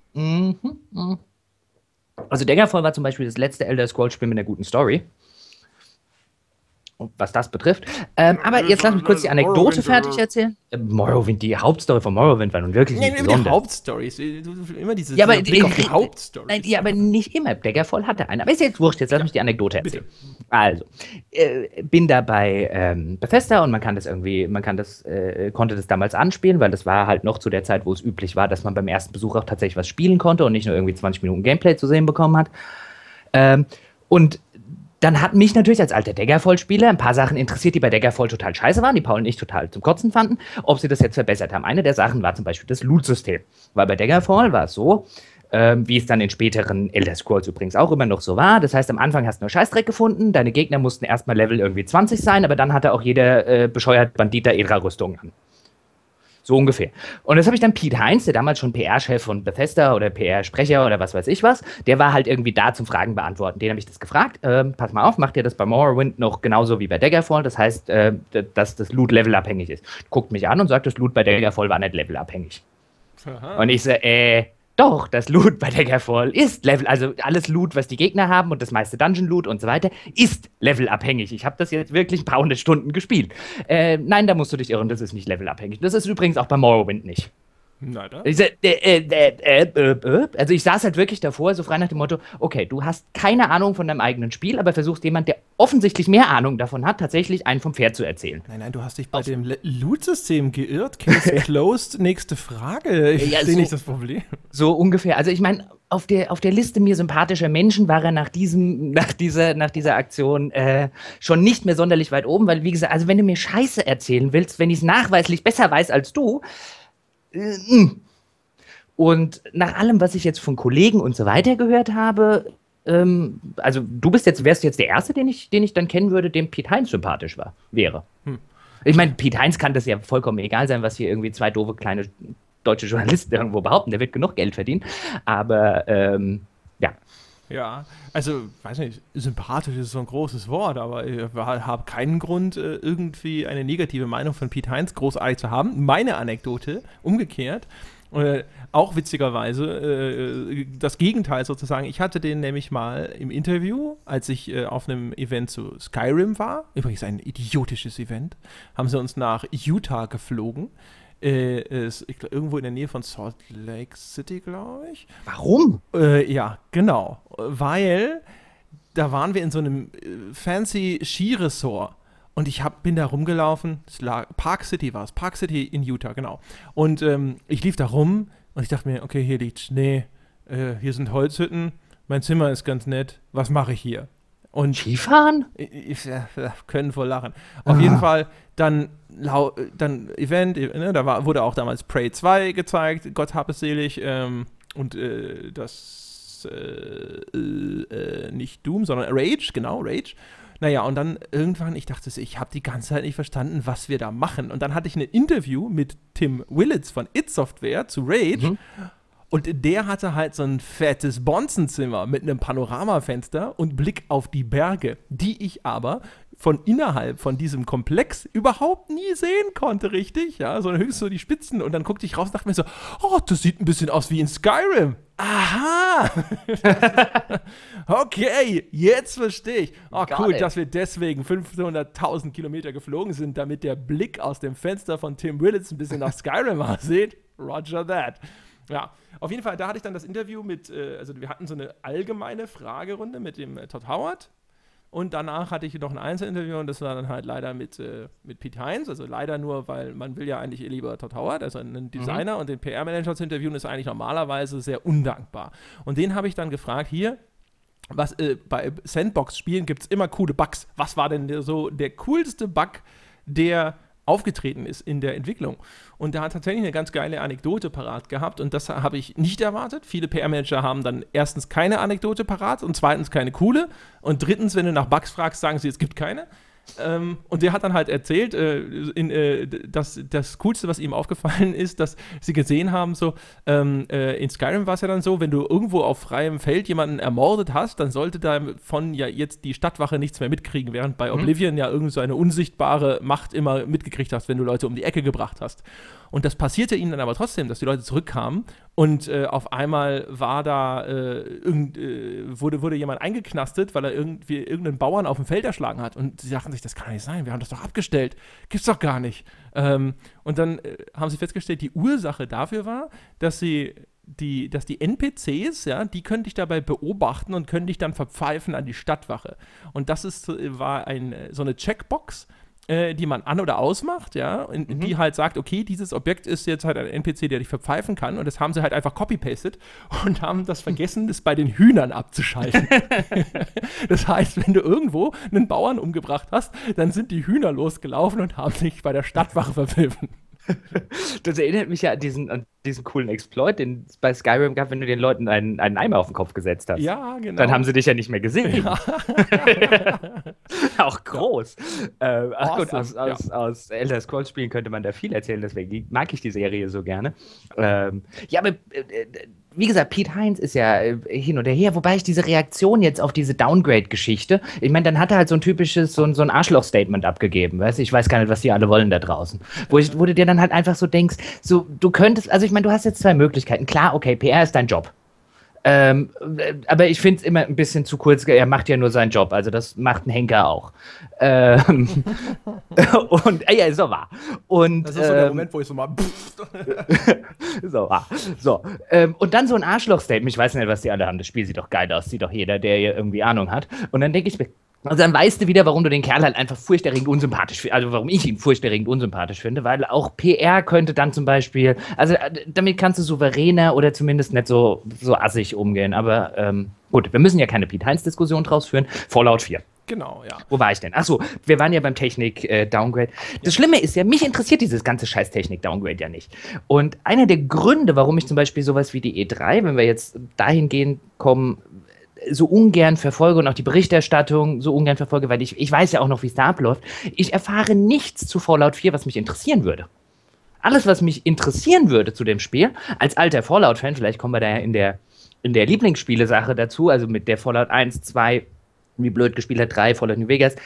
Also Daggerfall war zum Beispiel das letzte Elder Scrolls-Spiel mit einer guten Story. Was das betrifft. Aber jetzt lass mich kurz die Anekdote fertig erzählen. Morrowind, die Hauptstory von Morrowind war nun wirklich nicht besonders. Die Hauptstories, immer diese Blick auf die Hauptstories. Nein, ja, aber nicht immer. Daggerfall hatte eine. Aber ist jetzt wurscht, jetzt lass mich die Anekdote erzählen. Bitte. Also, bin da bei Bethesda und man konnte das damals anspielen, weil das war halt noch zu der Zeit, wo es üblich war, dass man beim ersten Besuch auch tatsächlich was spielen konnte und nicht nur irgendwie 20 Minuten Gameplay zu sehen bekommen hat. Und dann hat mich natürlich als alter Daggerfall-Spieler ein paar Sachen interessiert, die bei Daggerfall total scheiße waren, die Paul und ich total zum Kotzen fanden, ob sie das jetzt verbessert haben. Eine der Sachen war zum Beispiel das Loot-System. Weil bei Daggerfall war es so, wie es dann in späteren Elder Scrolls übrigens auch immer noch so war. Das heißt, am Anfang hast du nur Scheißdreck gefunden, deine Gegner mussten erstmal Level irgendwie 20 sein, aber dann hatte auch jeder bescheuert Bandit der Edra-Rüstung an. So ungefähr. Und das habe ich dann Pete Hines, der damals schon PR-Chef von Bethesda oder PR-Sprecher oder was weiß ich was, der war halt irgendwie da zum Fragen beantworten. Den habe ich das gefragt. Pass mal auf, macht ihr das bei Morrowind noch genauso wie bei Daggerfall? Das heißt, dass das Loot levelabhängig ist. Guckt mich an und sagt, das Loot bei Daggerfall war nicht levelabhängig. Aha. Und ich so, doch, das Loot bei Daggerfall ist also alles Loot, was die Gegner haben und das meiste Dungeon-Loot und so weiter, ist levelabhängig. Ich habe das jetzt wirklich ein paar hundert Stunden gespielt. Nein, da musst du dich irren, das ist nicht levelabhängig. Das ist übrigens auch bei Morrowind nicht. Na da. Also ich saß halt wirklich davor, so frei nach dem Motto, okay, du hast keine Ahnung von deinem eigenen Spiel, aber versuchst jemand, der offensichtlich mehr Ahnung davon hat, tatsächlich einen vom Pferd zu erzählen. Nein, du hast dich bei dem Loot-System geirrt. Case closed, nächste Frage. Ich sehe nicht das Problem. So ungefähr. Also ich meine, auf der Liste mir sympathischer Menschen war er nach dieser Aktion schon nicht mehr sonderlich weit oben, weil wie gesagt, also wenn du mir Scheiße erzählen willst, wenn ich es nachweislich besser weiß als du, und nach allem, was ich jetzt von Kollegen und so weiter gehört habe, also wärst du jetzt der Erste, den ich dann kennen würde, dem Pete Hines sympathisch wäre. Ich meine, Pete Hines kann das ja vollkommen egal sein, was hier irgendwie zwei doofe kleine deutsche Journalisten irgendwo behaupten. Der wird genug Geld verdienen. Aber, ja. Ja, also, weiß nicht, sympathisch ist so ein großes Wort, aber ich habe keinen Grund, irgendwie eine negative Meinung von Pete Hines großartig zu haben. Meine Anekdote, umgekehrt, auch witzigerweise, das Gegenteil sozusagen. Ich hatte den nämlich mal im Interview, als ich auf einem Event zu Skyrim war, übrigens ein idiotisches Event, haben sie uns nach Utah geflogen. Irgendwo in der Nähe von Salt Lake City, glaube ich. Warum? Ja, genau. Weil da waren wir in so einem fancy Skiresort und ich bin da rumgelaufen. Park City war es. Park City in Utah, genau. Und ich lief da rum und ich dachte mir, okay, hier liegt Schnee, hier sind Holzhütten, mein Zimmer ist ganz nett, was mache ich hier? Und Skifahren? Können wohl lachen. Auf jeden Fall dann Event, ne, wurde auch damals Prey 2 gezeigt, Gott hab es selig, und das nicht Doom, sondern Rage, genau, Rage. Naja, und dann irgendwann, ich dachte, ich habe die ganze Zeit nicht verstanden, was wir da machen. Und dann hatte ich ein Interview mit Tim Willits von id Software zu Rage. Und der hatte halt so ein fettes Bonzenzimmer mit einem Panoramafenster und Blick auf die Berge, die ich aber von innerhalb von diesem Komplex überhaupt nie sehen konnte, richtig? Ja, sondern höchstens so die Spitzen. Und dann guckte ich raus und dachte mir so, oh, das sieht ein bisschen aus wie in Skyrim. Aha! Okay, jetzt verstehe ich. Oh, cool, dass wir deswegen 500.000 Kilometer geflogen sind, damit der Blick aus dem Fenster von Tim Willits ein bisschen nach Skyrim aussieht. Roger that. Ja, auf jeden Fall, da hatte ich dann das Interview mit, also wir hatten so eine allgemeine Fragerunde mit dem Todd Howard. Und danach hatte ich noch ein Einzelinterview und das war dann halt leider mit Pete Hines. Also leider nur, weil man will ja eigentlich lieber Todd Howard, also einen Designer und den PR-Manager zu interviewen, ist eigentlich normalerweise sehr undankbar. Und den habe ich dann gefragt, hier, was bei Sandbox-Spielen gibt es immer coole Bugs. Was war denn so der coolste Bug, der aufgetreten ist in der Entwicklung? Und da hat tatsächlich eine ganz geile Anekdote parat gehabt und das habe ich nicht erwartet. Viele PR-Manager haben dann erstens keine Anekdote parat und zweitens keine coole und drittens, wenn du nach Bugs fragst, sagen sie, es gibt keine. Und der hat dann halt erzählt, dass das Coolste, was ihm aufgefallen ist, dass sie gesehen haben, so in Skyrim war es ja dann so, wenn du irgendwo auf freiem Feld jemanden ermordet hast, dann sollte davon ja jetzt die Stadtwache nichts mehr mitkriegen, während bei Oblivion ja irgend so eine unsichtbare Macht immer mitgekriegt hast, wenn du Leute um die Ecke gebracht hast. Und das passierte ihnen dann aber trotzdem, dass die Leute zurückkamen und auf einmal war da wurde jemand eingeknastet, weil er irgendeinen Bauern auf dem Feld erschlagen hat. Und sie dachten sich, das kann nicht sein, wir haben das doch abgestellt. Gibt's doch gar nicht. Und dann haben sie festgestellt, die Ursache dafür war, dass die NPCs, ja, die können dich dabei beobachten und können dich dann verpfeifen an die Stadtwache. Und das war so eine Checkbox, die man an- oder ausmacht, ja, und die halt sagt, okay, dieses Objekt ist jetzt halt ein NPC, der dich verpfeifen kann und das haben sie halt einfach copy-pasted und haben das vergessen, das bei den Hühnern abzuschalten. Das heißt, wenn du irgendwo einen Bauern umgebracht hast, dann sind die Hühner losgelaufen und haben dich bei der Stadtwache verpfiffen. Das erinnert mich ja an diesen coolen Exploit, den es bei Skyrim gab, wenn du den Leuten einen Eimer auf den Kopf gesetzt hast. Ja, genau. Dann haben sie dich ja nicht mehr gesehen. Ja. Auch groß. Ach gut, aus Elder Scrolls Spielen könnte man da viel erzählen, deswegen mag ich die Serie so gerne. Ja, aber wie gesagt, Pete Hines ist ja hin oder her, wobei ich diese Reaktion jetzt auf diese Downgrade-Geschichte, ich meine, dann hat er halt so ein typisches, so ein Arschloch-Statement abgegeben, weißt du, ich weiß gar nicht, was die alle wollen da draußen. Wo du dir dann halt einfach so denkst, so, du könntest, also ich meine, du hast jetzt zwei Möglichkeiten. Klar, okay, PR ist dein Job. Aber ich finde es immer ein bisschen zu kurz, er macht ja nur seinen Job, also das macht ein Henker auch. Und, ja, ist doch wahr. Und, das ist so der Moment, wo ich so mal so wahr. So, und dann so ein Arschloch-Statement, ich weiß nicht, was die alle haben, das Spiel sieht doch geil aus, sieht doch jeder, der hier irgendwie Ahnung hat. Und dann denke ich mir, also dann weißt du wieder, warum du den Kerl halt einfach furchterregend unsympathisch findest, also warum ich ihn furchterregend unsympathisch finde, weil auch PR könnte dann zum Beispiel, also damit kannst du souveräner oder zumindest nicht so assig umgehen, aber gut, wir müssen ja keine Pete Hines-Diskussion draus führen. Fallout 4. Genau, ja. Wo war ich denn? Achso, wir waren ja beim Technik-Downgrade. Das Schlimme ist ja, mich interessiert dieses ganze scheiß Technik-Downgrade ja nicht. Und einer der Gründe, warum ich zum Beispiel sowas wie die E3, wenn wir jetzt dahingehend kommen, so ungern verfolge und auch die Berichterstattung so ungern verfolge, weil ich weiß ja auch noch, wie es da abläuft. Ich erfahre nichts zu Fallout 4, was mich interessieren würde. Alles, was mich interessieren würde zu dem Spiel, als alter Fallout-Fan, vielleicht kommen wir da ja in der Lieblingsspiele-Sache dazu, also mit der Fallout 1, 2, wie blöd gespielt hat, 3, Fallout New Vegas,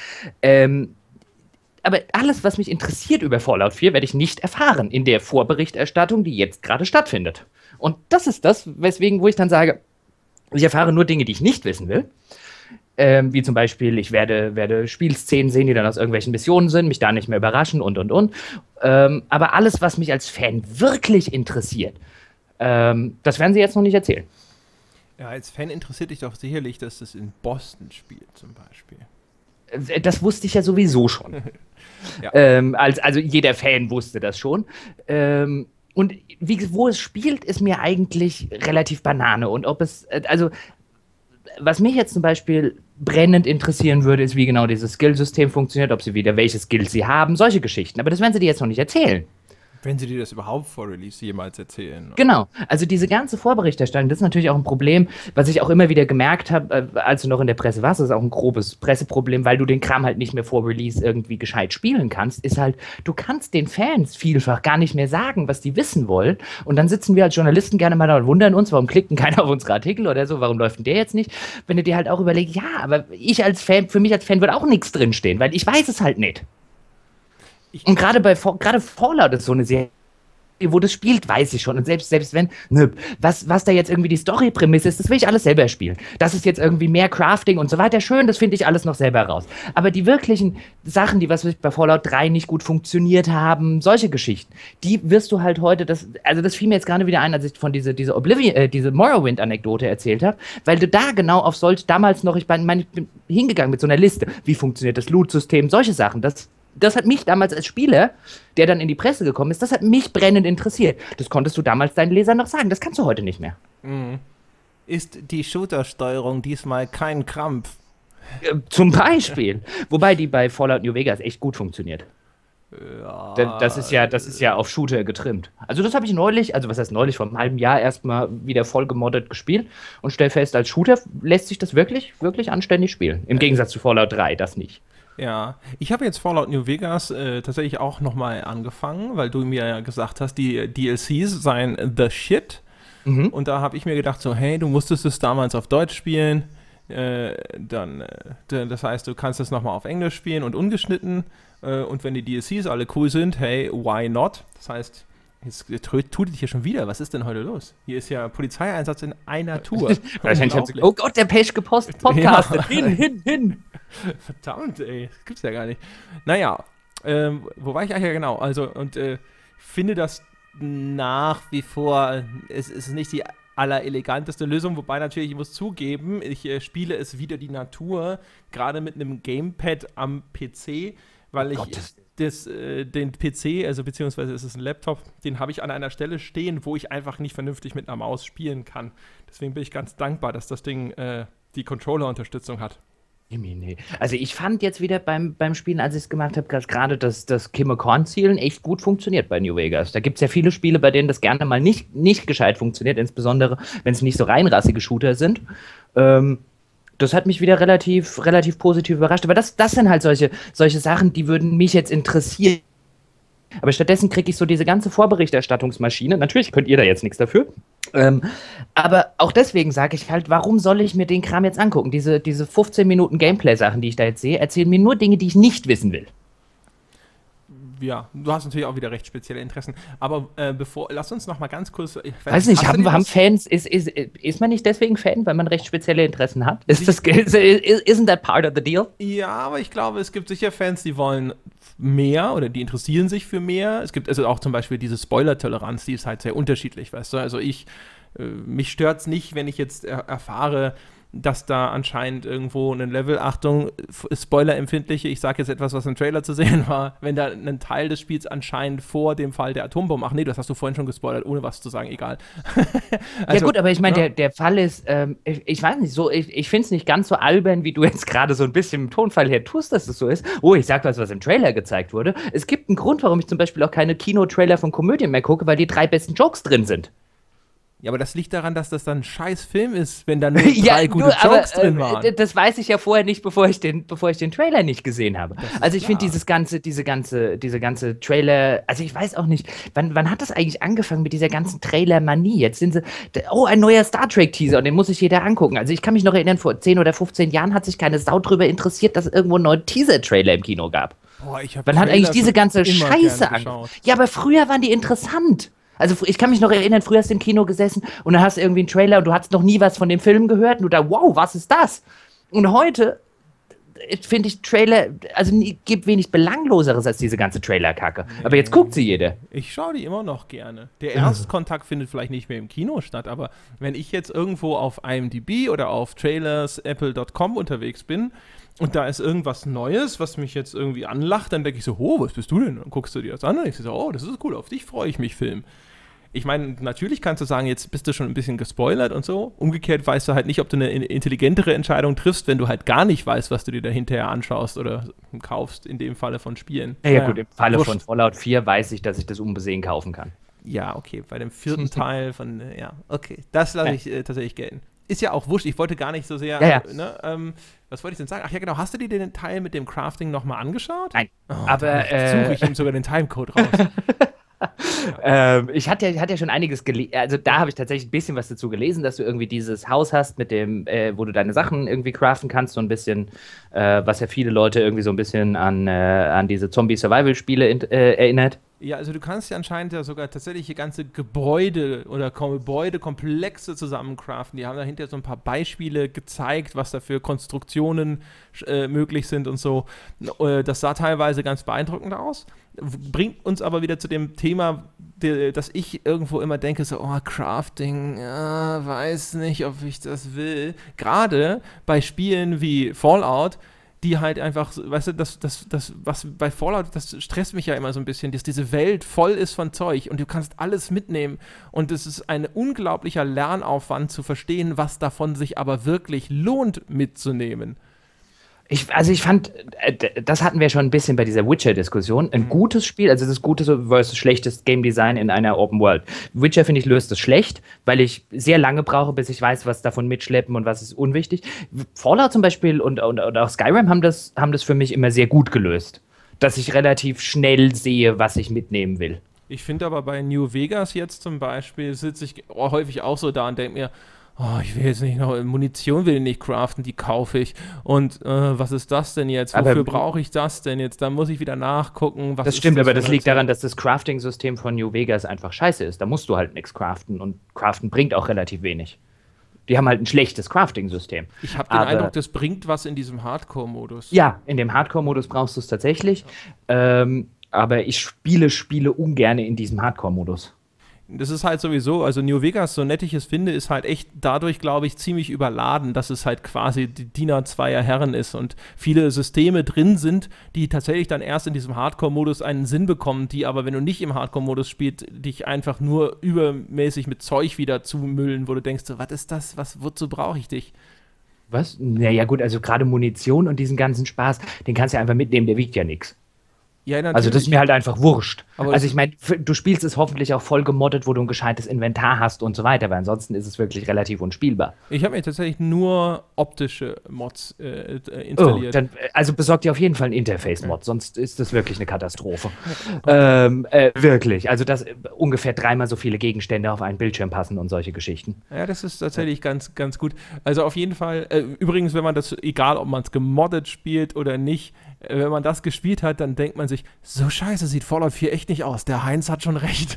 aber alles, was mich interessiert über Fallout 4, werde ich nicht erfahren in der Vorberichterstattung, die jetzt gerade stattfindet. Und das ist das, wo ich dann sage, ich erfahre nur Dinge, die ich nicht wissen will. Wie zum Beispiel, ich werde Spielszenen sehen, die dann aus irgendwelchen Missionen sind, mich da nicht mehr überraschen und. Aber alles, was mich als Fan wirklich interessiert, das werden sie jetzt noch nicht erzählen. Ja, als Fan interessiert dich doch sicherlich, dass das in Boston spielt, zum Beispiel. Das wusste ich ja sowieso schon. Ja. Also jeder Fan wusste das schon. Und wo es spielt, ist mir eigentlich relativ Banane. Und ob es, also, was mich jetzt zum Beispiel brennend interessieren würde, ist, wie genau dieses Skillsystem funktioniert, ob sie wieder welche Skills sie haben, solche Geschichten. Aber das werden sie dir jetzt noch nicht erzählen. Wenn sie dir das überhaupt vor Release jemals erzählen. Genau, also diese ganze Vorberichterstattung, das ist natürlich auch ein Problem, was ich auch immer wieder gemerkt habe, als du noch in der Presse warst, das ist auch ein grobes Presseproblem, weil du den Kram halt nicht mehr vor Release irgendwie gescheit spielen kannst, ist halt, du kannst den Fans vielfach gar nicht mehr sagen, was die wissen wollen, und dann sitzen wir als Journalisten gerne mal da und wundern uns, warum klickt denn keiner auf unsere Artikel oder so, warum läuft denn der jetzt nicht, wenn du dir halt auch überlegst, ja, aber für mich als Fan wird auch nichts drinstehen, weil ich weiß es halt nicht. Und gerade Fallout ist so eine Serie, wo das spielt, weiß ich schon. Und selbst wenn, was da jetzt irgendwie die Story-Prämisse ist, das will ich alles selber spielen. Das ist jetzt irgendwie mehr Crafting und so weiter. Schön, das finde ich alles noch selber raus. Aber die wirklichen Sachen, die bei Fallout 3 nicht gut funktioniert haben, solche Geschichten, die wirst du halt heute, das fiel mir jetzt gerade wieder ein, als ich von diese Morrowind-Anekdote erzählt habe, weil du da genau auf damals noch, ich bin hingegangen mit so einer Liste. Wie funktioniert das Loot-System? Solche Sachen. Das hat mich damals als Spieler, der dann in die Presse gekommen ist, das hat mich brennend interessiert. Das konntest du damals deinen Lesern noch sagen. Das kannst du heute nicht mehr. Ist die Shooter-Steuerung diesmal kein Krampf? Zum Beispiel. Wobei die bei Fallout New Vegas echt gut funktioniert. Ja. Das ist ja auf Shooter getrimmt. Also das habe ich neulich, also was heißt neulich, vor einem halben Jahr erstmal wieder voll gemoddet gespielt und stell fest, als Shooter lässt sich das wirklich, wirklich anständig spielen. Im Gegensatz zu Fallout 3, das nicht. Ja, ich habe jetzt Fallout New Vegas tatsächlich auch nochmal angefangen, weil du mir ja gesagt hast, die DLCs seien the shit. Und da habe ich mir gedacht so, hey, du musstest es damals auf Deutsch spielen, das heißt, du kannst es nochmal auf Englisch spielen und ungeschnitten, und wenn die DLCs alle cool sind, hey, why not? Das heißt, jetzt tut es hier schon wieder. Was ist denn heute los? Hier ist ja Polizeieinsatz in einer Tour. Oh Gott, der Page gepostet Podcast. Ja. Hin. Verdammt, ey. Das gibt's ja gar nicht. Naja, wo war ich eigentlich? Ja, genau. Also, und finde das nach wie vor, es ist nicht die allereleganteste Lösung, wobei natürlich, ich muss zugeben, ich spiele es wieder die Natur, gerade mit einem Gamepad am PC, weil den PC, also beziehungsweise es ist ein Laptop, den habe ich an einer Stelle stehen, wo ich einfach nicht vernünftig mit einer Maus spielen kann. Deswegen bin ich ganz dankbar, dass das Ding die Controller-Unterstützung hat. Nee. Also ich fand jetzt wieder beim Spielen, als ich es gemacht habe, gerade das Kimmekorn-Zielen echt gut funktioniert bei New Vegas. Da gibt es ja viele Spiele, bei denen das gerne mal nicht gescheit funktioniert, insbesondere wenn es nicht so reinrassige Shooter sind. Das hat mich wieder relativ positiv überrascht. Aber das sind halt solche Sachen, die würden mich jetzt interessieren. Aber stattdessen kriege ich so diese ganze Vorberichterstattungsmaschine. Natürlich könnt ihr da jetzt nichts dafür. Aber auch deswegen sage ich halt, warum soll ich mir den Kram jetzt angucken? Diese 15 Minuten Gameplay-Sachen, die ich da jetzt sehe, erzählen mir nur Dinge, die ich nicht wissen will. Ja, du hast natürlich auch wieder recht spezielle Interessen. Aber lass uns noch mal ganz kurz. Weiß nicht, haben Fans, ist man nicht deswegen Fan, weil man recht spezielle Interessen hat? Isn't that part of the deal? Ja, aber ich glaube, es gibt sicher Fans, die wollen mehr oder die interessieren sich für mehr. Es gibt also auch zum Beispiel diese Spoiler-Toleranz, die ist halt sehr unterschiedlich, weißt du? Also mich stört es nicht, wenn ich jetzt erfahre, dass da anscheinend irgendwo ein Level, Achtung, Spoiler-empfindliche, ich sage jetzt etwas, was im Trailer zu sehen war, wenn da ein Teil des Spiels anscheinend vor dem Fall der Atombombe, ach nee, das hast du vorhin schon gespoilert, ohne was zu sagen, egal. Also, ja gut, aber ich meine, der Fall ist, ich weiß nicht, so, ich finde es nicht ganz so albern, wie du jetzt gerade so ein bisschen im Tonfall her tust, dass es so ist. Oh, ich sag was im Trailer gezeigt wurde. Es gibt einen Grund, warum ich zum Beispiel auch keine Kino-Trailer von Komödien mehr gucke, weil die 3 besten Jokes drin sind. Ja, aber das liegt daran, dass das dann ein scheiß Film ist, wenn da nur 3 gute Jokes drin waren. Das weiß ich ja vorher nicht, bevor ich den Trailer nicht gesehen habe. Also ich finde diese ganze Trailer, also ich weiß auch nicht, wann hat das eigentlich angefangen mit dieser ganzen Trailer-Manie? Jetzt sind sie, ein neuer Star Trek-Teaser und den muss sich jeder angucken. Also ich kann mich noch erinnern, vor 10 oder 15 Jahren hat sich keine Sau drüber interessiert, dass es irgendwo einen neuen Teaser-Trailer im Kino gab. Boah, Wann hat eigentlich diese ganze Scheiße angefangen? Ja, aber früher waren die interessant. Also ich kann mich noch erinnern, früher hast du im Kino gesessen und dann hast du irgendwie einen Trailer und du hast noch nie was von dem Film gehört und du dachtest, wow, was ist das? Und heute finde ich Trailer, also gibt wenig Belangloseres als diese ganze Trailer-Kacke. Aber jetzt guckt sie jeder. Ich schaue die immer noch gerne. Der Erstkontakt findet vielleicht nicht mehr im Kino statt, aber wenn ich jetzt irgendwo auf IMDb oder auf trailersapple.com unterwegs bin und da ist irgendwas Neues, was mich jetzt irgendwie anlacht, dann denke ich so, oh, was bist du denn? Und dann guckst du dir das an und ich so, oh, das ist cool, auf dich freue ich mich, Film. Ich meine, natürlich kannst du sagen, jetzt bist du schon ein bisschen gespoilert und so. Umgekehrt weißt du halt nicht, ob du eine intelligentere Entscheidung triffst, wenn du halt gar nicht weißt, was du dir da hinterher anschaust oder kaufst, in dem Falle von Spielen. Ja, gut, im Falle von Fallout 4 weiß ich, dass ich das unbesehen kaufen kann. Ja, okay, bei dem 4. Teil von, okay, das lasse ich tatsächlich gelten. Ist ja auch wurscht, ich wollte gar nicht so sehr, ne, was wollte ich denn sagen? Ach ja, genau, hast du dir den Teil mit dem Crafting nochmal angeschaut? Nein, aber suche ich ihm sogar den Timecode raus. Ich hatte ja schon einiges gelesen, also da habe ich tatsächlich ein bisschen was dazu gelesen, dass du irgendwie dieses Haus hast, mit dem, wo du deine Sachen irgendwie craften kannst, so ein bisschen, was ja viele Leute irgendwie so ein bisschen an diese Zombie-Survival-Spiele erinnert. Ja, also du kannst ja anscheinend ja sogar tatsächlich hier ganze Gebäude oder Gebäudekomplexe zusammencraften. Die haben dahinter so ein paar Beispiele gezeigt, was da für Konstruktionen möglich sind und so. Das sah teilweise ganz beeindruckend aus. Bringt uns aber wieder zu dem Thema, dass ich irgendwo immer denke, so, Crafting, weiß nicht, ob ich das will. Gerade bei Spielen wie Fallout, die halt einfach, weißt du, was bei Fallout, das stresst mich ja immer so ein bisschen, dass diese Welt voll ist von Zeug und du kannst alles mitnehmen und es ist ein unglaublicher Lernaufwand zu verstehen, was davon sich aber wirklich lohnt mitzunehmen. Ich fand, das hatten wir schon ein bisschen bei dieser Witcher-Diskussion, ein gutes Spiel, also das gute versus schlechtes Game Design in einer Open World. Witcher, finde ich, löst es schlecht, weil ich sehr lange brauche, bis ich weiß, was davon mitschleppen und was ist unwichtig. Fallout zum Beispiel und auch Skyrim haben das für mich immer sehr gut gelöst, dass ich relativ schnell sehe, was ich mitnehmen will. Ich finde aber bei New Vegas jetzt zum Beispiel sitze ich häufig auch so da und denke mir, ich will jetzt nicht noch, Munition will ich nicht craften, die kaufe ich. Und was ist das denn jetzt? Wofür brauche ich das denn jetzt? Da muss ich wieder nachgucken. Das stimmt, aber das liegt daran, dass das Crafting-System von New Vegas einfach scheiße ist. Da musst du halt nichts craften und craften bringt auch relativ wenig. Die haben halt ein schlechtes Crafting-System. Ich habe den Eindruck, das bringt was in diesem Hardcore-Modus. Ja, in dem Hardcore-Modus brauchst du es tatsächlich. Aber ich spiele ungern in diesem Hardcore-Modus. Das ist halt sowieso, also New Vegas, so nett ich es finde, ist halt echt dadurch, glaube ich, ziemlich überladen, dass es halt quasi die Diener zweier Herren ist und viele Systeme drin sind, die tatsächlich dann erst in diesem Hardcore-Modus einen Sinn bekommen, die aber, wenn du nicht im Hardcore-Modus spielst, dich einfach nur übermäßig mit Zeug wieder zumüllen, wo du denkst, so, was ist das, wozu brauche ich dich? Was? Naja gut, also gerade Munition und diesen ganzen Spaß, den kannst du ja einfach mitnehmen, der wiegt ja nichts. Ja, natürlich. Also das ist mir halt einfach wurscht. Aber also ich meine, du spielst es hoffentlich auch voll gemoddet, wo du ein gescheites Inventar hast und so weiter, weil ansonsten ist es wirklich relativ unspielbar. Ich habe mir tatsächlich nur optische Mods installiert. Also besorg dir auf jeden Fall einen Interface-Mod, sonst ist das wirklich eine Katastrophe. Wirklich. Also dass ungefähr 3-mal so viele Gegenstände auf einen Bildschirm passen und solche Geschichten. Ja, das ist tatsächlich ganz, ganz gut. Also auf jeden Fall, übrigens, wenn man das, egal ob man es gemoddet spielt oder nicht, wenn man das gespielt hat, dann denkt man sich, so scheiße sieht Fallout 4 echt nicht aus. Der Heinz hat schon recht.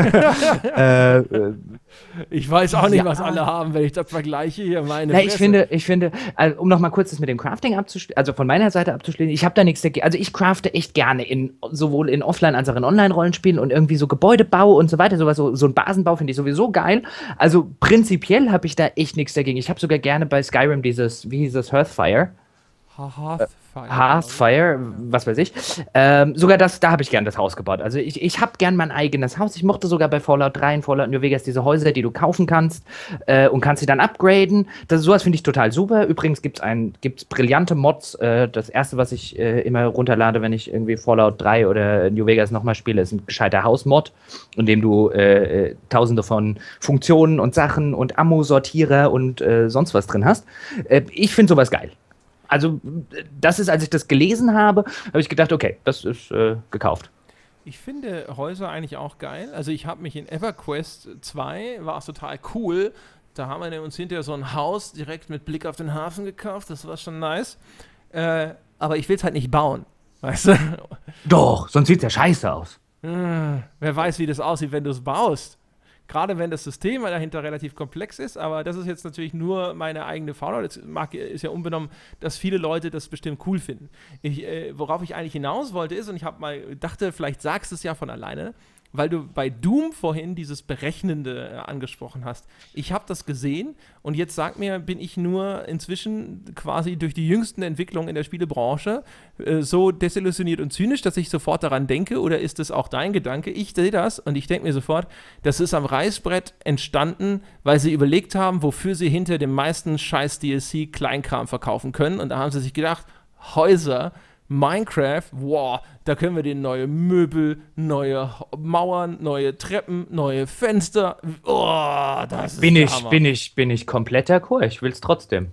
Ich weiß auch nicht, was alle haben, wenn ich das vergleiche hier. Ich finde, also, um nochmal kurz das mit dem Crafting abzuschließen, also von meiner Seite abzuschließen, ich habe da nichts dagegen. Also ich crafte echt gerne sowohl in Offline- als auch in Online-Rollenspielen und irgendwie so Gebäudebau und so weiter, so ein Basenbau finde ich sowieso geil. Also prinzipiell habe ich da echt nichts dagegen. Ich habe sogar gerne bei Skyrim dieses, wie hieß das, Hearthfire? Hearthfire, was weiß ich. Sogar da habe ich gern das Haus gebaut. Also ich habe gern mein eigenes Haus. Ich mochte sogar bei Fallout 3 und Fallout New Vegas diese Häuser, die du kaufen kannst und kannst sie dann upgraden. Sowas finde ich total super. Übrigens gibt's brillante Mods. Das erste, was ich immer runterlade, wenn ich irgendwie Fallout 3 oder New Vegas nochmal spiele, ist ein gescheiter Hausmod, in dem du tausende von Funktionen und Sachen und Ammo-Sortierer und sonst was drin hast. Ich finde sowas geil. Also, das ist, als ich das gelesen habe ich gedacht, okay, das ist gekauft. Ich finde Häuser eigentlich auch geil. Also, ich habe mich in EverQuest 2, war es total cool. Da haben wir uns hinterher so ein Haus direkt mit Blick auf den Hafen gekauft. Das war schon nice. Aber ich will es halt nicht bauen. Weißt du? Doch, sonst sieht es ja scheiße aus. Wer weiß, wie das aussieht, wenn du es baust. Gerade wenn das System dahinter relativ komplex ist, aber das ist jetzt natürlich nur meine eigene Fallout. Ist ja unbenommen, dass viele Leute das bestimmt cool finden. Worauf ich eigentlich hinaus wollte ist, und ich dachte, vielleicht sagst du es ja von alleine, weil du bei Doom vorhin dieses Berechnende angesprochen hast. Ich habe das gesehen und jetzt sag mir, bin ich nur inzwischen quasi durch die jüngsten Entwicklungen in der Spielebranche so desillusioniert und zynisch, dass ich sofort daran denke, oder ist es auch dein Gedanke? Ich sehe das und ich denke mir sofort, das ist am Reißbrett entstanden, weil sie überlegt haben, wofür sie hinter dem meisten scheiß DLC Kleinkram verkaufen können, und da haben sie sich gedacht, Häuser, Minecraft, wow, da können wir den neue Möbel, neue Mauern, neue Treppen, neue Fenster. Oh, das ist bin ich komplett d'accord. Ich will es trotzdem.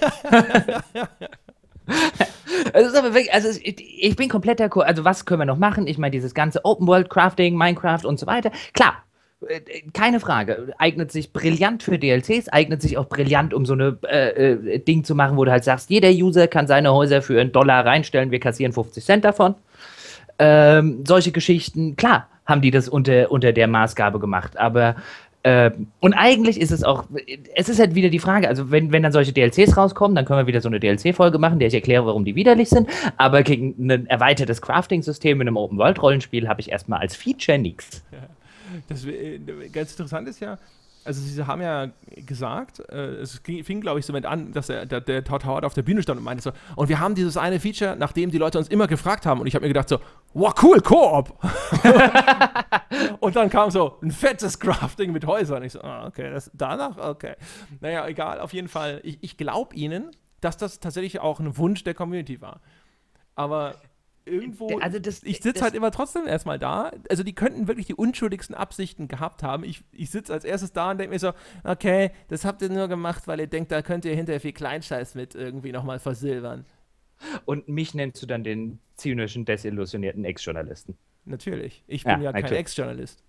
Ich bin komplett d'accord. Also was können wir noch machen? Ich meine, dieses ganze Open-World-Crafting, Minecraft und so weiter. Klar, keine Frage. Eignet sich brillant für DLCs, eignet sich auch brillant, um so eine Ding zu machen, wo du halt sagst, jeder User kann seine Häuser für $1 reinstellen, wir kassieren 50 Cent davon. Solche Geschichten, klar, haben die das unter der Maßgabe gemacht, aber und eigentlich ist es auch, es ist halt wieder die Frage, also wenn dann solche DLCs rauskommen, dann können wir wieder so eine DLC-Folge machen, der ich erkläre, warum die widerlich sind, aber gegen ein erweitertes Crafting-System in einem Open-World-Rollenspiel habe ich erstmal als Feature nichts. Ja. Das ganz interessant ist ja, also sie haben ja gesagt, es fing glaube ich so mit an, dass der Todd Howard auf der Bühne stand und meinte so, und wir haben dieses eine Feature, nachdem die Leute uns immer gefragt haben, und ich habe mir gedacht so, wow, cool, Koop! Und dann kam so ein fettes Crafting mit Häusern. Ich so, okay, danach, okay. Naja, egal, auf jeden Fall, ich glaube ihnen, dass das tatsächlich auch ein Wunsch der Community war. Aber irgendwo, also ich sitze halt immer trotzdem erstmal da, also die könnten wirklich die unschuldigsten Absichten gehabt haben. Ich sitze als erstes da und denke mir so, okay, das habt ihr nur gemacht, weil ihr denkt, da könnt ihr hinterher viel Kleinscheiß mit irgendwie nochmal versilbern. Und mich nennst du dann den zynischen, desillusionierten Ex-Journalisten. Natürlich, ich bin ja kein Ex-Journalist.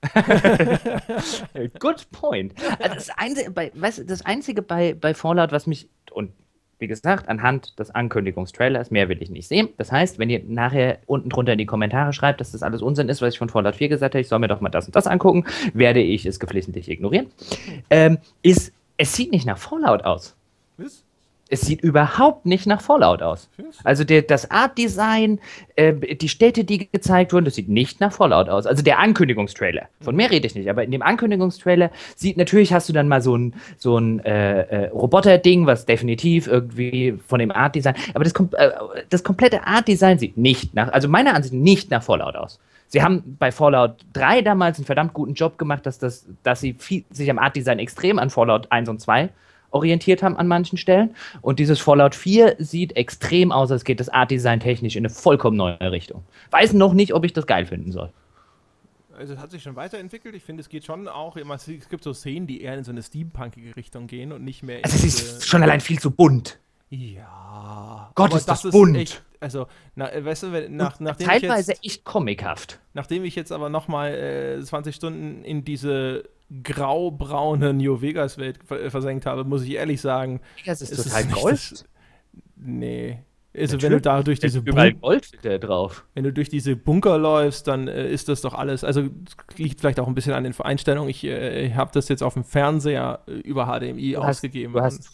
Good point. Also das Einzige bei Fallout, was mich, und wie gesagt, anhand des Ankündigungstrailers, mehr will ich nicht sehen. Das heißt, wenn ihr nachher unten drunter in die Kommentare schreibt, dass das alles Unsinn ist, was ich von Fallout 4 gesagt habe, ich soll mir doch mal das und das angucken, werde ich es geflissentlich ignorieren. Es sieht nicht nach Fallout aus. Was? Es sieht überhaupt nicht nach Fallout aus. Also das Art-Design, die Städte, die gezeigt wurden, das sieht nicht nach Fallout aus. Also der Ankündigungstrailer. Von mehr rede ich nicht, aber in dem Ankündigungstrailer natürlich hast du dann mal so ein Roboter-Ding, was definitiv irgendwie von dem Art-Design, aber das komplette Art-Design sieht nicht nach, also meiner Ansicht nicht nach Fallout aus. Sie haben bei Fallout 3 damals einen verdammt guten Job gemacht, dass sie sich am Art-Design extrem an Fallout 1 und 2 orientiert haben an manchen Stellen. Und dieses Fallout 4 sieht extrem aus, als geht das Art-Design technisch in eine vollkommen neue Richtung. Weiß noch nicht, ob ich das geil finden soll. Also es hat sich schon weiterentwickelt. Ich finde, es geht schon auch, es gibt so Szenen, die eher in so eine steampunkige Richtung gehen und nicht mehr in also es ist schon allein viel zu bunt. Ja. Gott, ist das bunt. Echt, also, weißt du, nachdem teilweise echt comichaft. Nachdem ich jetzt aber nochmal 20 Stunden in diese grau-braune New Vegas-Welt versenkt habe, muss ich ehrlich sagen. Das ist total Gold? Nee. Also wenn du da durch diese Goldfilter drauf. Wenn du durch diese Bunker läufst, dann ist das doch alles, also liegt vielleicht auch ein bisschen an den Einstellungen. Ich habe das jetzt auf dem Fernseher über HDMI ausgegeben. Du hast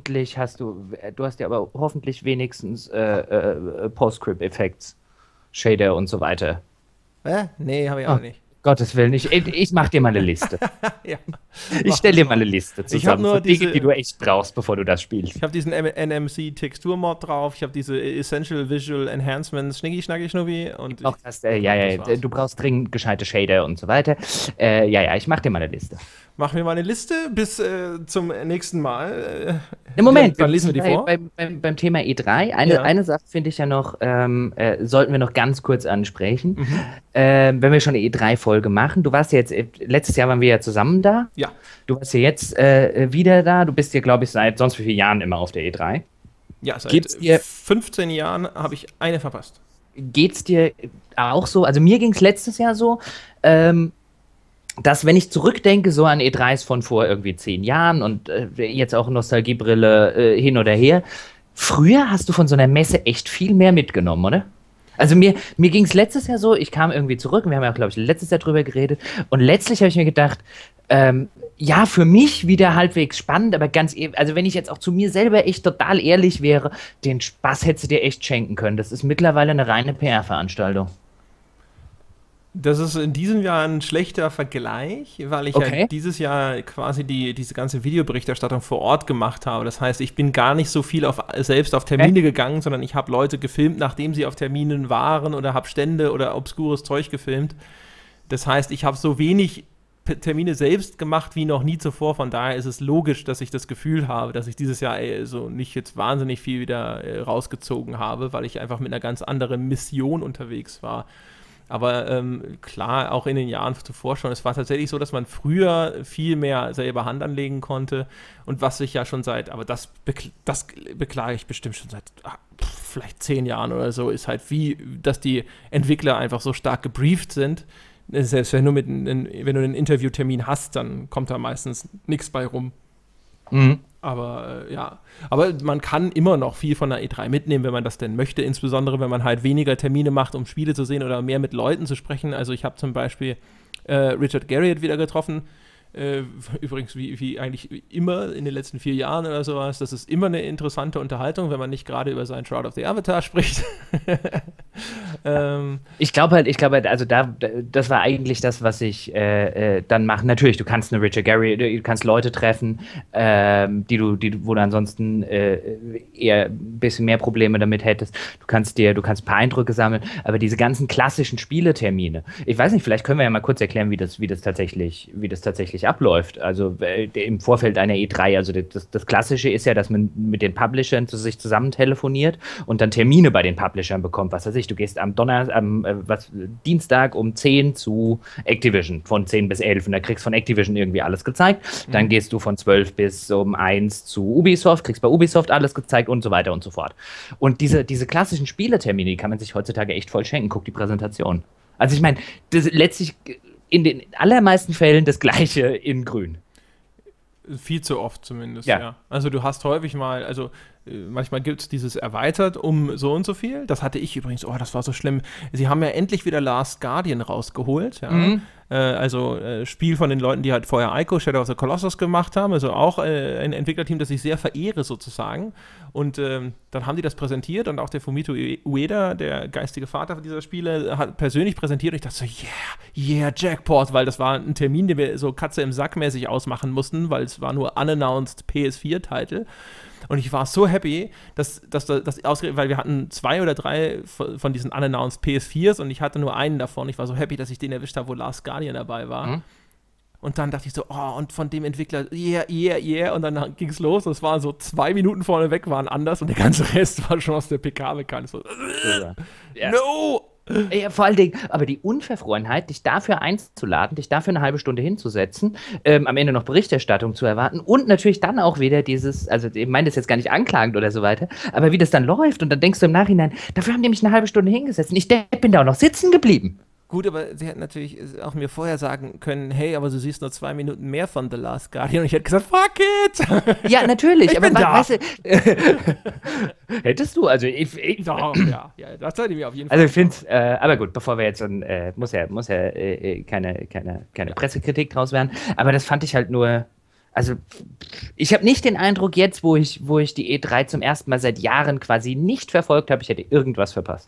ja aber hoffentlich wenigstens Postscript-Effekts, Shader und so weiter. Nee, habe ich auch nicht. Gottes Willen, ich mach dir mal eine Liste. Ja, ich stelle dir mal eine Liste zusammen. Ich habe nur Dinge, die du echt brauchst, bevor du das spielst. Ich habe diesen NMC-Textur-Mod drauf, ich habe diese Essential Visual Enhancements, Schnicki, Schnacki, Schnubbi. Und du brauchst dringend gescheite Shader und so weiter. Ich mach dir mal eine Liste. Machen wir mal eine Liste bis zum nächsten Mal. Im Moment, dann lesen wir die vor. Beim Thema E3, eine Sache finde ich ja noch, sollten wir noch ganz kurz ansprechen. Wenn wir schon eine E3-Folge machen, du warst ja jetzt, letztes Jahr waren wir ja zusammen da. Ja. Du warst ja jetzt wieder da. Du bist ja, glaube ich, seit sonst wie vielen Jahren immer auf der E3. Ja, seit 15 Jahren habe ich eine verpasst. Geht's dir auch so? Also mir ging es letztes Jahr so, dass, wenn ich zurückdenke, so an E3s von vor irgendwie 10 Jahren und jetzt auch Nostalgiebrille hin oder her, früher hast du von so einer Messe echt viel mehr mitgenommen, oder? Also mir ging es letztes Jahr so, ich kam irgendwie zurück, wir haben ja, glaube ich, letztes Jahr drüber geredet, und letztlich habe ich mir gedacht, ja, für mich wieder halbwegs spannend, aber also wenn ich jetzt auch zu mir selber echt total ehrlich wäre, den Spaß hättest du dir echt schenken können. Das ist mittlerweile eine reine PR-Veranstaltung. Das ist in diesem Jahr ein schlechter Vergleich, weil ich ja dieses Jahr quasi diese ganze Videoberichterstattung vor Ort gemacht habe. Das heißt, ich bin gar nicht so viel selbst auf Termine gegangen, sondern ich habe Leute gefilmt, nachdem sie auf Terminen waren oder habe Stände oder obskures Zeug gefilmt. Das heißt, ich habe so wenig Termine selbst gemacht wie noch nie zuvor. Von daher ist es logisch, dass ich das Gefühl habe, dass ich dieses Jahr so nicht jetzt wahnsinnig viel wieder rausgezogen habe, weil ich einfach mit einer ganz anderen Mission unterwegs war. Aber klar, auch in den Jahren zuvor schon, es war tatsächlich so, dass man früher viel mehr selber Hand anlegen konnte und was ich ja schon aber das beklage ich bestimmt schon seit vielleicht 10 Jahren oder so, ist halt dass die Entwickler einfach so stark gebrieft sind. Selbst wenn du einen Interviewtermin hast, dann kommt da meistens nichts bei rum. Mhm. Aber aber man kann immer noch viel von der E3 mitnehmen, wenn man das denn möchte, insbesondere wenn man halt weniger Termine macht, um Spiele zu sehen oder mehr mit Leuten zu sprechen. Also ich habe zum Beispiel Richard Garriott wieder getroffen, übrigens wie eigentlich immer in den letzten 4 Jahren oder sowas. Das ist immer eine interessante Unterhaltung, wenn man nicht gerade über seinen Shroud of the Avatar spricht. Ich glaube halt, also das war eigentlich das, was ich dann mache. Natürlich, du kannst eine Richard Garriott, du kannst Leute treffen, wo du ansonsten eher ein bisschen mehr Probleme damit hättest. Du kannst ein paar Eindrücke sammeln, aber diese ganzen klassischen Spieletermine, ich weiß nicht, vielleicht können wir ja mal kurz erklären, wie das tatsächlich abläuft. Also im Vorfeld einer E3, also das Klassische ist ja, dass man mit den Publishern sich zusammen telefoniert und dann Termine bei den Publishern bekommt. Was weiß ich, du gehst am Dienstag um 10 zu Activision, von 10 bis 11 und da kriegst von Activision irgendwie alles gezeigt. Dann gehst du von 12 bis um 1 zu Ubisoft, kriegst bei Ubisoft alles gezeigt und so weiter und so fort. Und diese klassischen Spieletermine, die kann man sich heutzutage echt voll schenken. Guck die Präsentation. Also ich meine, das letztlich in den allermeisten Fällen das Gleiche in grün. Viel zu oft zumindest, ja. Also du hast häufig mal, manchmal gibt es dieses erweitert um so und so viel. Das hatte ich übrigens, das war so schlimm. Sie haben ja endlich wieder Last Guardian rausgeholt, ja. Mhm. Spiel von den Leuten, die halt vorher Ico, Shadow of the Colossus gemacht haben, also auch ein Entwicklerteam, das ich sehr verehre sozusagen. Und dann haben die das präsentiert und auch der Fumito Ueda, der geistige Vater dieser Spiele, hat persönlich präsentiert und ich dachte so, yeah, Jackpot, weil das war ein Termin, den wir so Katze im Sack mäßig ausmachen mussten, weil es war nur unannounced PS4-Titel. Und ich war so happy, dass ausgerechnet, weil wir hatten 2 oder 3 von diesen unannounced PS4s und ich hatte nur einen davon. Ich war so happy, dass ich den erwischt habe, wo Last Guardian dabei war. Mhm. Und dann dachte ich so, und von dem Entwickler, yeah. Und dann ging es los. Das war so 2 Minuten vorneweg, waren anders und der ganze Rest war schon aus der PK bekannt. So, no! Ja, vor allen Dingen, aber die Unverfrorenheit, dich dafür einzuladen, dich dafür eine halbe Stunde hinzusetzen, am Ende noch Berichterstattung zu erwarten und natürlich dann auch wieder dieses, also ich meine das jetzt gar nicht anklagend oder so weiter, aber wie das dann läuft und dann denkst du im Nachhinein, dafür haben die mich eine halbe Stunde hingesetzt und ich bin da auch noch sitzen geblieben. Gut, aber sie hätten natürlich auch mir vorher sagen können, hey, aber du siehst nur 2 Minuten mehr von The Last Guardian und ich hätte gesagt, fuck it! Ja, natürlich, aber weißt du, hättest du, also doch, ja, das sollte mir auf jeden Fall. Also ich finde es, aber gut, bevor wir jetzt muss ja keine Pressekritik draus werden, aber das fand ich halt nur, also ich habe nicht den Eindruck jetzt, wo ich die E3 zum ersten Mal seit Jahren quasi nicht verfolgt habe, ich hätte irgendwas verpasst.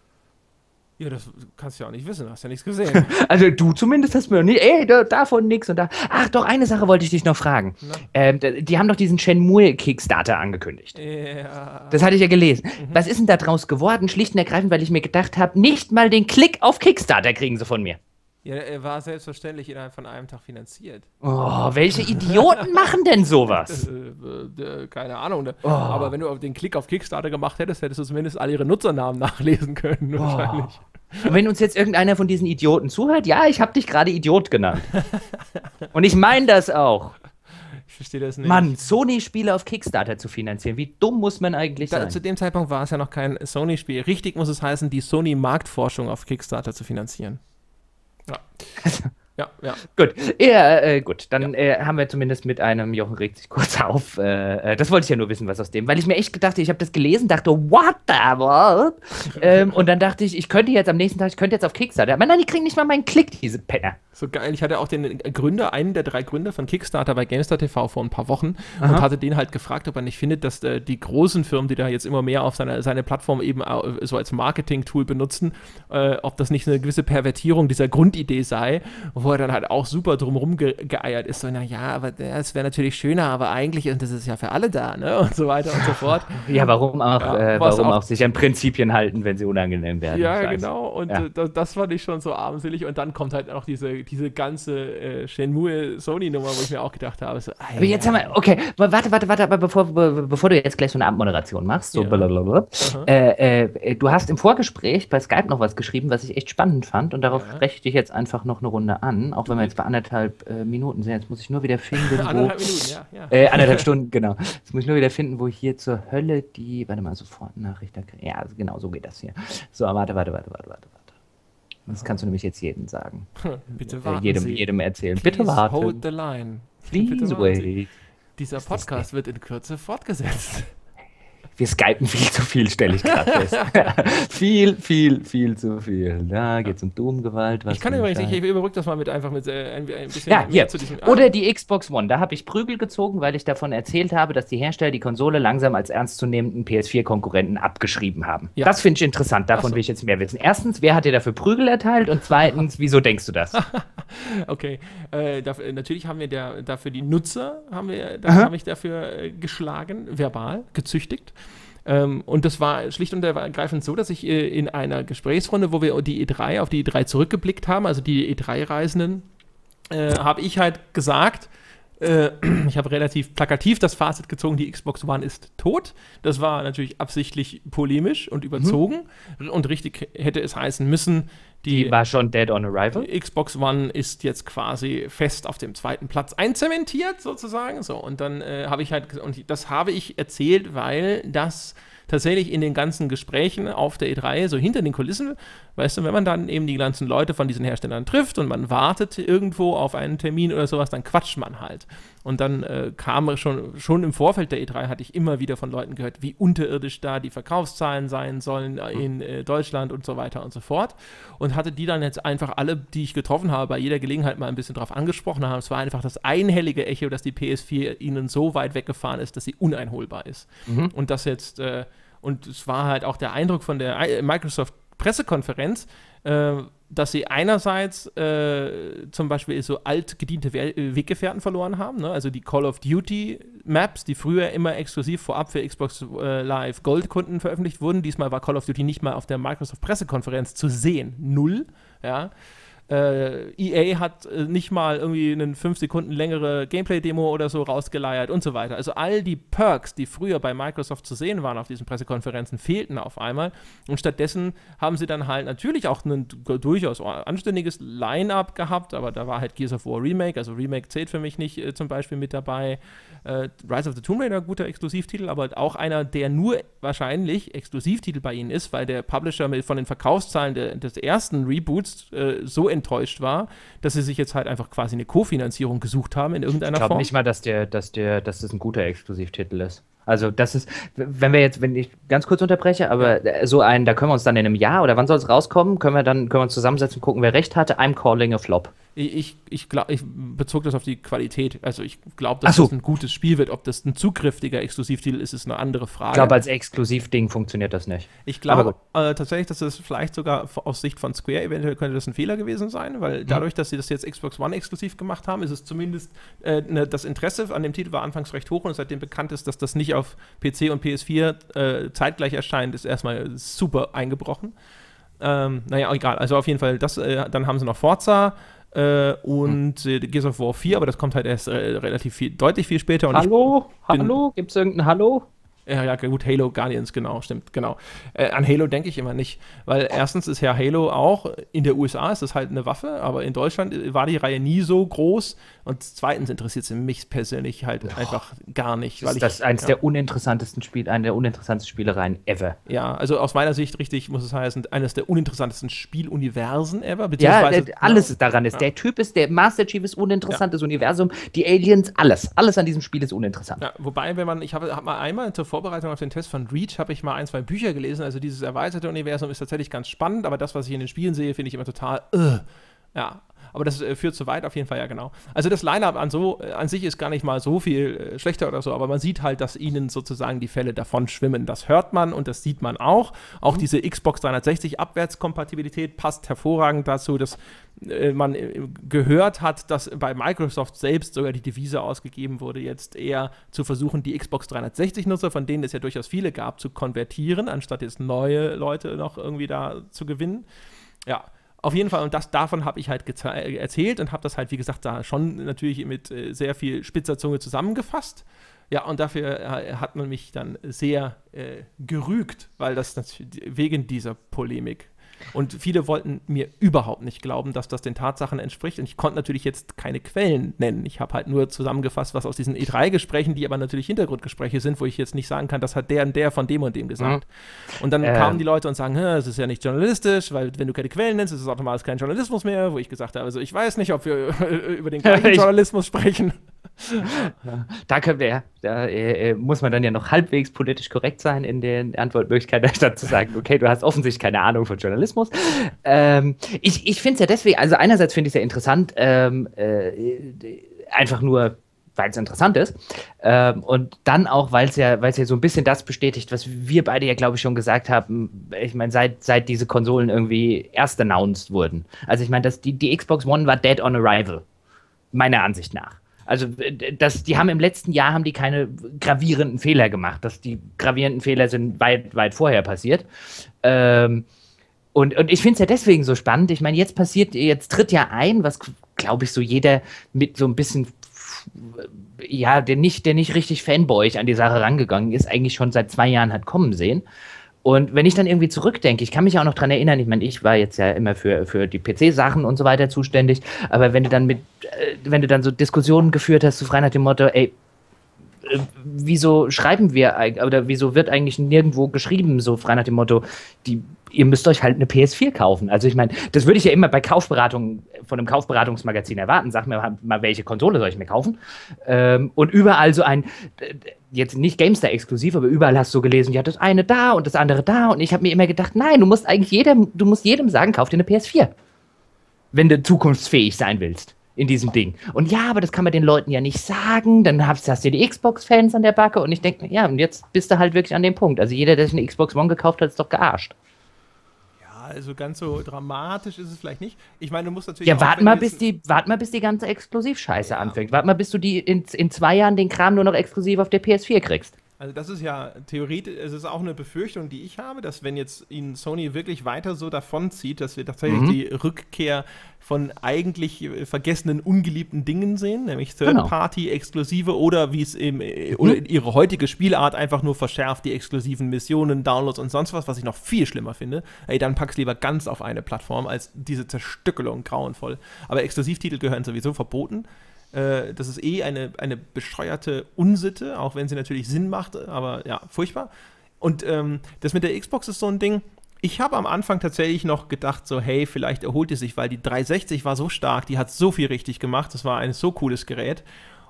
Ja, das kannst du ja auch nicht wissen, hast ja nichts gesehen. Also du zumindest hast mir noch nicht, davon nix und da. Ach doch, eine Sache wollte ich dich noch fragen. Die haben doch diesen Shenmue-Kickstarter angekündigt. Ja. Das hatte ich ja gelesen. Mhm. Was ist denn da draus geworden? Schlicht und ergreifend, weil ich mir gedacht habe, nicht mal den Klick auf Kickstarter kriegen sie von mir. Ja, er war selbstverständlich innerhalb von einem Tag finanziert. Oh, welche Idioten machen denn sowas? Keine Ahnung. Aber wenn du den Klick auf Kickstarter gemacht hättest, hättest du zumindest alle ihre Nutzernamen nachlesen können, wahrscheinlich. Und wenn uns jetzt irgendeiner von diesen Idioten zuhört, ja, ich habe dich gerade Idiot genannt. Und ich meine das auch. Ich verstehe das nicht. Mann, Sony-Spiele auf Kickstarter zu finanzieren, wie dumm muss man eigentlich sein? Zu dem Zeitpunkt war es ja noch kein Sony-Spiel. Richtig muss es heißen, die Sony-Marktforschung auf Kickstarter zu finanzieren. Ja. Ja. Gut, gut. Dann haben wir zumindest mit einem Jochen regt sich kurz auf. Das wollte ich ja nur wissen, was aus dem. Weil ich mir echt gedacht, ich habe das gelesen, dachte, what the what? Und dann dachte ich könnte jetzt am nächsten Tag, auf Kickstarter. Aber nein, die kriegen nicht mal meinen Klick, diese Penner. So geil. Ich hatte auch den Gründer, einen der 3 Gründer von Kickstarter bei GameStar TV vor ein paar Wochen und hatte den halt gefragt, ob er nicht findet, dass die großen Firmen, die da jetzt immer mehr auf seine Plattform eben so als Marketing-Tool benutzen, ob das nicht eine gewisse Pervertierung dieser Grundidee sei, wo er dann halt auch super drumherum geeiert ist. So, naja, aber das wäre natürlich schöner, aber eigentlich, und das ist ja für alle da, ne? Und so weiter und so fort. Ja, warum auch sich an Prinzipien halten, wenn sie unangenehm werden. Ja, genau. Und das fand ich schon so armselig. Und dann kommt halt auch diese ganze Shenmue-Sony-Nummer, wo ich mir auch gedacht habe, so, aber jetzt haben wir, okay, warte, aber bevor du jetzt gleich so eine Abmoderation machst, so blablabla, du hast im Vorgespräch bei Skype noch was geschrieben, was ich echt spannend fand und darauf spreche ich dich jetzt einfach noch eine Runde an, auch wenn wir jetzt bei 1,5 Minuten sind. Jetzt muss ich nur wieder finden, wo... 1,5 Minuten, ja. 1,5 Stunden, genau. Jetzt muss ich nur wieder finden, wo ich hier zur Hölle warte mal, sofort Nachricht. Ja, also genau, so geht das hier. So, warte. Das kannst du nämlich jetzt jedem sagen. Bitte warten jedem erzählen. Please bitte warten. Hold the line. Please wait. Dieser Podcast wird in Kürze fortgesetzt. Wir skypen viel zu viel, stelle ich gerade fest. viel zu viel. Da geht es um Doom-Gewalt. Ich überbrücke das mal mit ein bisschen mehr zu diesem... Oder die Xbox One. Da habe ich Prügel gezogen, weil ich davon erzählt habe, dass die Hersteller die Konsole langsam als ernstzunehmenden PS4-Konkurrenten abgeschrieben haben. Ja. Das finde ich interessant. Davon will ich jetzt mehr wissen. Erstens, wer hat dir dafür Prügel erteilt? Und zweitens, wieso denkst du das? Okay. Natürlich haben wir dafür die Nutzer, habe ich dafür geschlagen, verbal, gezüchtigt. Und das war schlicht und ergreifend so, dass ich in einer Gesprächsrunde, wo wir auf die E3 zurückgeblickt haben, also die E3-Reisenden, habe ich halt gesagt, ich habe relativ plakativ das Fazit gezogen, die Xbox One ist tot. Das war natürlich absichtlich polemisch und überzogen und richtig hätte es heißen müssen, die war schon dead on arrival. Xbox One ist jetzt quasi fest auf dem 2. Platz einzementiert, sozusagen. So, und dann habe ich erzählt, weil das tatsächlich in den ganzen Gesprächen auf der E3, so hinter den Kulissen, weißt du, wenn man dann eben die ganzen Leute von diesen Herstellern trifft und man wartet irgendwo auf einen Termin oder sowas, dann quatscht man halt. Und dann kam schon im Vorfeld der E3 hatte ich immer wieder von Leuten gehört, wie unterirdisch da die Verkaufszahlen sein sollen in Deutschland und so weiter und so fort. Und hatte die dann jetzt einfach alle, die ich getroffen habe, bei jeder Gelegenheit mal ein bisschen drauf angesprochen haben. Es war einfach das einhellige Echo, dass die PS4 ihnen so weit weggefahren ist, dass sie uneinholbar ist. Und das jetzt, und es war halt auch der Eindruck von der Microsoft-Pressekonferenz, dass sie einerseits zum Beispiel so altgediente Weggefährten verloren haben, ne? Also die Call of Duty Maps, die früher immer exklusiv vorab für Xbox Live Gold-Kunden veröffentlicht wurden. Diesmal war Call of Duty nicht mal auf der Microsoft-Pressekonferenz zu sehen. 0, ja. EA hat nicht mal irgendwie eine 5 Sekunden längere Gameplay-Demo oder so rausgeleiert und so weiter. Also all die Perks, die früher bei Microsoft zu sehen waren auf diesen Pressekonferenzen, fehlten auf einmal. Und stattdessen haben sie dann halt natürlich auch ein durchaus anständiges Line-Up gehabt, aber da war halt Gears of War Remake, also Remake zählt für mich nicht zum Beispiel mit dabei. Rise of the Tomb Raider, guter Exklusivtitel, aber auch einer, der nur wahrscheinlich Exklusivtitel bei ihnen ist, weil der Publisher von den Verkaufszahlen des ersten Reboots so enttäuscht war, dass sie sich jetzt halt einfach quasi eine Kofinanzierung gesucht haben in irgendeiner Form. Ich glaube nicht mal, dass das ein guter Exklusivtitel ist. Also das ist, wenn ich ganz kurz unterbreche, aber da können wir uns dann in einem Jahr oder wann soll es rauskommen, können wir uns zusammensetzen, gucken, wer recht hatte. I'm calling a flop. Ich bezog das auf die Qualität. Also ich glaube, dass das ein gutes Spiel wird. Ob das ein zugkräftiger Exklusivtitel ist eine andere Frage. Ich glaube, als Exklusivding funktioniert das nicht. Ich glaube tatsächlich, dass es vielleicht sogar aus Sicht von Square eventuell könnte das ein Fehler gewesen sein, weil dadurch, dass sie das jetzt Xbox One exklusiv gemacht haben, ist es zumindest das Interesse an dem Titel war anfangs recht hoch und seitdem bekannt ist, dass das nicht auf PC und PS4 zeitgleich erscheint, ist erstmal super eingebrochen. Naja, egal. Also auf jeden Fall, dann haben sie noch Forza und Gears of War 4, aber das kommt halt erst deutlich viel später. Und Hallo? Gibt's irgendein Hallo? Ja, gut, Halo Guardians, genau, stimmt, genau. An Halo denke ich immer nicht, weil erstens ist ja Halo auch, in der USA ist das halt eine Waffe, aber in Deutschland war die Reihe nie so groß und zweitens interessiert sie mich persönlich halt einfach gar nicht. Das ist eines der uninteressantesten eine der uninteressantesten Spielereien ever. Ja, also aus meiner Sicht richtig, muss es heißen, eines der uninteressantesten Spieluniversen ever, beziehungsweise alles ist daran ist. Der Typ ist, der Master Chief ist uninteressantes Universum, die Aliens, alles an diesem Spiel ist uninteressant. Ja, wobei, ich habe mal einmal zur Vorbereitung auf den Test von Reach, habe ich mal 1, 2 Bücher gelesen, also dieses erweiterte Universum ist tatsächlich ganz spannend, aber das, was ich in den Spielen sehe, finde ich immer total, ja, aber das führt zu weit auf jeden Fall, ja genau. Also das Line-Up an sich ist gar nicht mal so viel schlechter oder so, aber man sieht halt, dass ihnen sozusagen die Fälle davon schwimmen. Das hört man und das sieht man auch. Auch diese Xbox 360 Abwärtskompatibilität passt hervorragend dazu, dass man gehört hat, dass bei Microsoft selbst sogar die Devise ausgegeben wurde, jetzt eher zu versuchen, die Xbox 360-Nutzer, von denen es ja durchaus viele gab, zu konvertieren, anstatt jetzt neue Leute noch irgendwie da zu gewinnen. Ja, auf jeden Fall, und davon habe ich halt erzählt und habe das halt, wie gesagt, da schon natürlich mit sehr viel spitzer Zunge zusammengefasst. Ja, und dafür hat man mich dann sehr gerügt, weil das wegen dieser Polemik. Und viele wollten mir überhaupt nicht glauben, dass das den Tatsachen entspricht. Und ich konnte natürlich jetzt keine Quellen nennen. Ich habe halt nur zusammengefasst, was aus diesen E3-Gesprächen, die aber natürlich Hintergrundgespräche sind, wo ich jetzt nicht sagen kann, das hat der und der von dem und dem gesagt. Und dann kamen die Leute und sagen, es ist ja nicht journalistisch, weil wenn du keine Quellen nennst, ist es automatisch kein Journalismus mehr. Wo ich gesagt habe, also ich weiß nicht, ob wir über den gleichen Journalismus sprechen. Da muss man dann ja noch halbwegs politisch korrekt sein in den Antwortmöglichkeiten, statt zu sagen, okay, du hast offensichtlich keine Ahnung von Journalismus. Ich finde es ja deswegen, also einerseits finde ich es ja interessant, einfach nur, weil es interessant ist, und dann auch, weil es ja so ein bisschen das bestätigt, was wir beide ja, glaube ich, schon gesagt haben, ich meine, seit diese Konsolen irgendwie erst announced wurden. Also ich meine, die Xbox One war dead on arrival, meiner Ansicht nach. Also die haben im letzten Jahr keine gravierenden Fehler gemacht. Die gravierenden Fehler sind weit, weit vorher passiert. Und ich finde es ja deswegen so spannend. Ich meine, jetzt tritt ja ein, was, glaube ich, so jeder mit so ein bisschen, ja, der nicht richtig fanboyig an die Sache rangegangen ist, eigentlich schon seit 2 Jahren hat kommen sehen. Und wenn ich dann irgendwie zurückdenke, ich kann mich auch noch dran erinnern, ich meine, ich war jetzt ja immer für die PC-Sachen und so weiter zuständig, aber wenn du dann so Diskussionen geführt hast, so frei nach dem Motto, ey, wieso schreiben wir eigentlich, oder wieso wird eigentlich nirgendwo geschrieben, so frei nach dem Motto, ihr müsst euch halt eine PS4 kaufen. Also ich meine, das würde ich ja immer bei Kaufberatungen von einem Kaufberatungsmagazin erwarten. Sag mir mal, welche Konsole soll ich mir kaufen? Und überall so jetzt nicht GameStar exklusiv, aber überall hast du gelesen, ja, das eine da und das andere da. Und ich habe mir immer gedacht, nein, du musst jedem sagen, kauf dir eine PS4. Wenn du zukunftsfähig sein willst in diesem Ding. Und ja, aber das kann man den Leuten ja nicht sagen. Dann hast du die Xbox-Fans an der Backe und ich denke, ja, und jetzt bist du halt wirklich an dem Punkt. Also jeder, der sich eine Xbox One gekauft hat, ist doch gearscht. Also ganz so dramatisch ist es vielleicht nicht. Ich meine, du musst natürlich. Ja, warte mal, bis die ganze Exklusivscheiße anfängt. Warte mal, bis du die in 2 Jahren den Kram nur noch exklusiv auf der PS4 kriegst. Also das ist ja theoretisch, es ist auch eine Befürchtung, die ich habe, dass wenn jetzt ihn Sony wirklich weiter so davonzieht, dass wir tatsächlich die Rückkehr von eigentlich vergessenen, ungeliebten Dingen sehen, nämlich Third-Party-Exklusive oder wie es oder ihre heutige Spielart einfach nur verschärft, die exklusiven Missionen, Downloads und sonst was ich noch viel schlimmer finde. Ey, dann pack's lieber ganz auf eine Plattform als diese Zerstückelung, grauenvoll. Aber Exklusivtitel gehören sowieso verboten. Das ist eine bescheuerte Unsitte, auch wenn sie natürlich Sinn macht, aber ja, furchtbar. Und das mit der Xbox ist so ein Ding, ich habe am Anfang tatsächlich noch gedacht, so hey, vielleicht erholt es sich, weil die 360 war so stark, die hat so viel richtig gemacht, das war ein so cooles Gerät.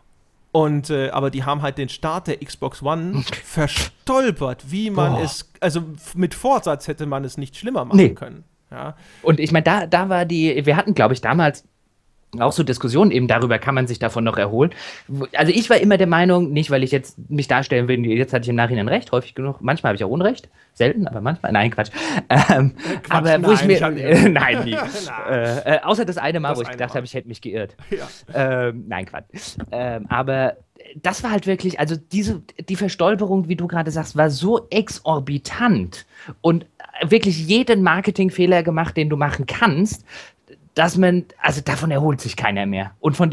Und aber die haben halt den Start der Xbox One verstolpert, wie man es, also mit Vorsatz hätte man es nicht schlimmer machen können. Ja. Und ich meine, da war wir hatten, glaube ich, damals auch so Diskussionen eben darüber, kann man sich davon noch erholen. Also ich war immer der Meinung, nicht weil ich jetzt mich darstellen will, jetzt hatte ich im Nachhinein recht, häufig genug, manchmal habe ich auch Unrecht, selten, aber manchmal, nein, Quatsch. Aber wo ich mir, nein, nie. Außer das eine Mal, wo ich gedacht habe, ich hätte mich geirrt. Ja. Nein, Quatsch. Aber das war halt wirklich, also die Verstolperung, wie du gerade sagst, war so exorbitant und wirklich jeden Marketingfehler gemacht, den du machen kannst, also davon erholt sich keiner mehr. Und von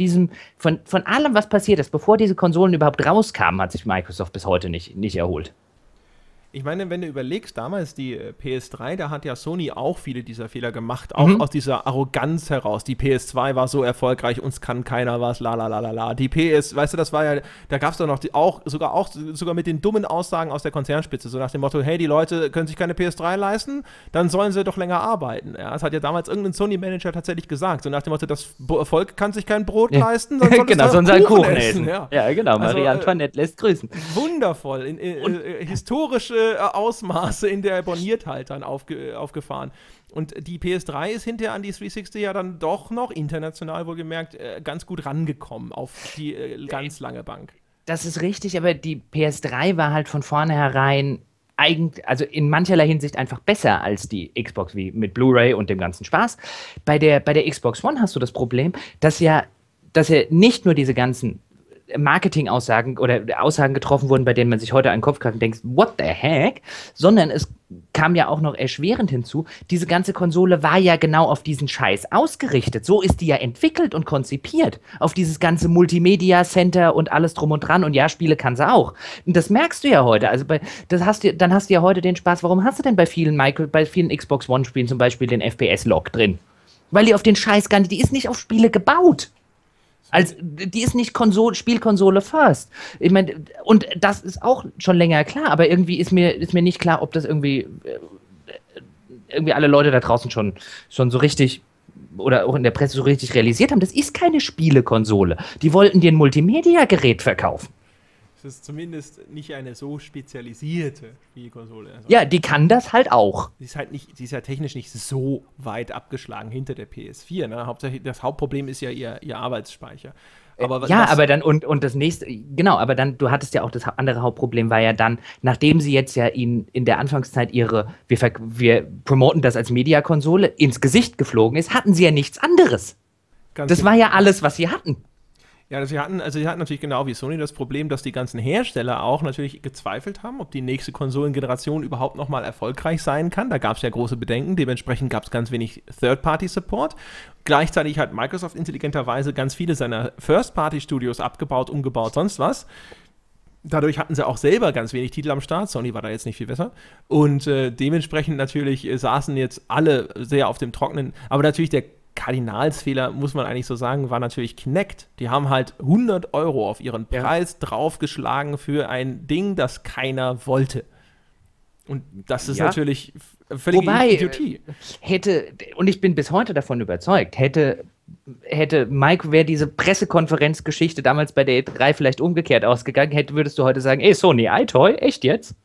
allem, was passiert ist, bevor diese Konsolen überhaupt rauskamen, hat sich Microsoft bis heute nicht erholt. Ich meine, wenn du überlegst, damals die PS3, da hat ja Sony auch viele dieser Fehler gemacht, auch aus dieser Arroganz heraus. Die PS2 war so erfolgreich, uns kann keiner was, la. Die PS, weißt du, das war ja, da gab es doch noch sogar mit den dummen Aussagen aus der Konzernspitze, so nach dem Motto, hey, die Leute können sich keine PS3 leisten, dann sollen sie doch länger arbeiten. Ja, das hat ja damals irgendein Sony-Manager tatsächlich gesagt, so nach dem Motto, das Volk kann sich kein Brot leisten, dann soll genau, es einen Kuchen essen. Ja, genau, Marie Antoinette lässt grüßen. Wundervoll, historische Ausmaße in der Borniertheit dann aufgefahren. Und die PS3 ist hinterher an die 360 ja dann doch noch international wohlgemerkt ganz gut rangekommen auf die ganz lange Bank. Das ist richtig, aber die PS3 war halt von vornherein also in mancherlei Hinsicht einfach besser als die Xbox, wie mit Blu-ray und dem ganzen Spaß. Bei der Xbox One hast du das Problem, dass ja nicht nur diese ganzen Marketing-Aussagen oder Aussagen getroffen wurden, bei denen man sich heute an den Kopf greift und denkt, what the heck? Sondern es kam ja auch noch erschwerend hinzu, diese ganze Konsole war ja genau auf diesen Scheiß ausgerichtet. So ist die ja entwickelt und konzipiert. Auf dieses ganze Multimedia-Center und alles drum und dran. Und ja, Spiele kann sie auch. Und das merkst du ja heute. Also dann hast du ja heute den Spaß. Warum hast du denn bei vielen Xbox One-Spielen zum Beispiel den FPS-Lock drin? Weil die auf den Scheiß gar nicht, die ist nicht auf Spiele gebaut. Also, die ist nicht Spielkonsole first. Ich meine, und das ist auch schon länger klar, aber irgendwie ist mir nicht klar, ob das irgendwie alle Leute da draußen schon so richtig oder auch in der Presse so richtig realisiert haben. Das ist keine Spielekonsole. Die wollten dir ein Multimedia-Gerät verkaufen. Das ist zumindest nicht eine so spezialisierte Spielkonsole. Also ja, die kann das halt auch. Sie ist ja technisch nicht so weit abgeschlagen hinter der PS4. Ne? Hauptsächlich das Hauptproblem ist ja ihr Arbeitsspeicher. Aber dann, und das nächste, genau, aber dann, du hattest ja auch das andere Hauptproblem, war ja dann, nachdem sie jetzt ja ihnen in der Anfangszeit wir promoten das als Mediakonsole, ins Gesicht geflogen ist, hatten sie ja nichts anderes. Das war ja alles, was sie hatten. Ja, sie hatten natürlich genau wie Sony das Problem, dass die ganzen Hersteller auch natürlich gezweifelt haben, ob die nächste Konsolengeneration überhaupt nochmal erfolgreich sein kann. Da gab es ja große Bedenken, dementsprechend gab es ganz wenig Third-Party-Support. Gleichzeitig hat Microsoft intelligenterweise ganz viele seiner First-Party-Studios abgebaut, umgebaut, sonst was. Dadurch hatten sie auch selber ganz wenig Titel am Start. Sony war da jetzt nicht viel besser. Und dementsprechend natürlich saßen jetzt alle sehr auf dem Trockenen. Aber natürlich der Kardinalsfehler, muss man eigentlich so sagen, war natürlich Kinect. Die haben halt 100 € auf ihren Preis draufgeschlagen für ein Ding, das keiner wollte. Und das ist natürlich völlige Idiotie. Und ich bin bis heute davon überzeugt, hätte Mike, wäre diese Pressekonferenzgeschichte damals bei der E3 vielleicht umgekehrt ausgegangen, würdest du heute sagen, ey Sony, iToy, echt jetzt?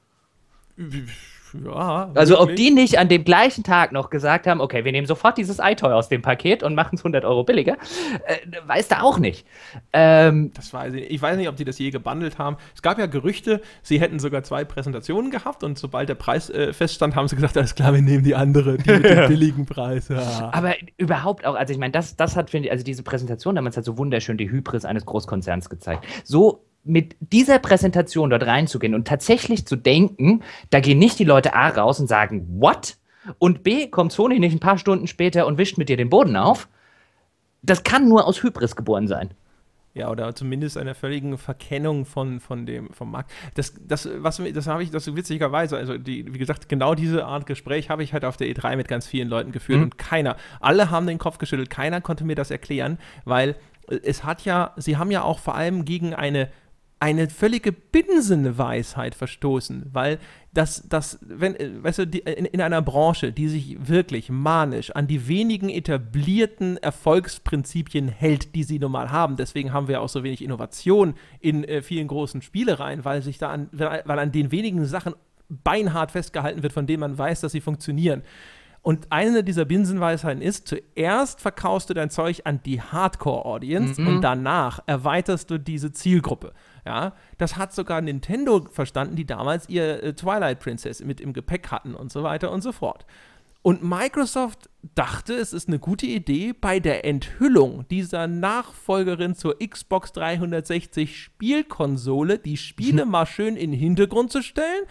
Ja, also wirklich? Ob die nicht an dem gleichen Tag noch gesagt haben, okay, wir nehmen sofort dieses iToy aus dem Paket und machen es 100 € billiger, weiß da auch nicht. Das weiß ich nicht. Ich weiß nicht, ob die das je gebundelt haben. Es gab ja Gerüchte, sie hätten sogar 2 Präsentationen gehabt und sobald der Preis feststand, haben sie gesagt, alles klar, wir nehmen die andere, die mit dem billigen Preis. Ja. Aber überhaupt auch, also ich meine, das hat, finde ich, also diese Präsentation damals hat so wunderschön die Hybris eines Großkonzerns gezeigt. So mit dieser Präsentation dort reinzugehen und tatsächlich zu denken, da gehen nicht die Leute A raus und sagen, what? Und B, kommt Sony nicht ein paar Stunden später und wischt mit dir den Boden auf. Das kann nur aus Hybris geboren sein. Ja, oder zumindest einer völligen Verkennung vom Markt. Das habe ich witzigerweise, also wie gesagt, genau diese Art Gespräch habe ich halt auf der E3 mit ganz vielen Leuten geführt und alle haben den Kopf geschüttelt, keiner konnte mir das erklären, weil sie haben ja auch vor allem gegen eine völlige Binsenweisheit verstoßen, weil weißt du, in einer Branche, die sich wirklich manisch an die wenigen etablierten Erfolgsprinzipien hält, die sie normal haben, deswegen haben wir auch so wenig Innovation in vielen großen Spielereien, weil an den wenigen Sachen beinhart festgehalten wird, von denen man weiß, dass sie funktionieren. Und eine dieser Binsenweisheiten ist, zuerst verkaufst du dein Zeug an die Hardcore-Audience und danach erweiterst du diese Zielgruppe. Ja, das hat sogar Nintendo verstanden, die damals ihr Twilight Princess mit im Gepäck hatten und so weiter und so fort. Und Microsoft dachte, es ist eine gute Idee, bei der Enthüllung dieser Nachfolgerin zur Xbox 360 Spielkonsole die Spiele mal schön in den Hintergrund zu stellen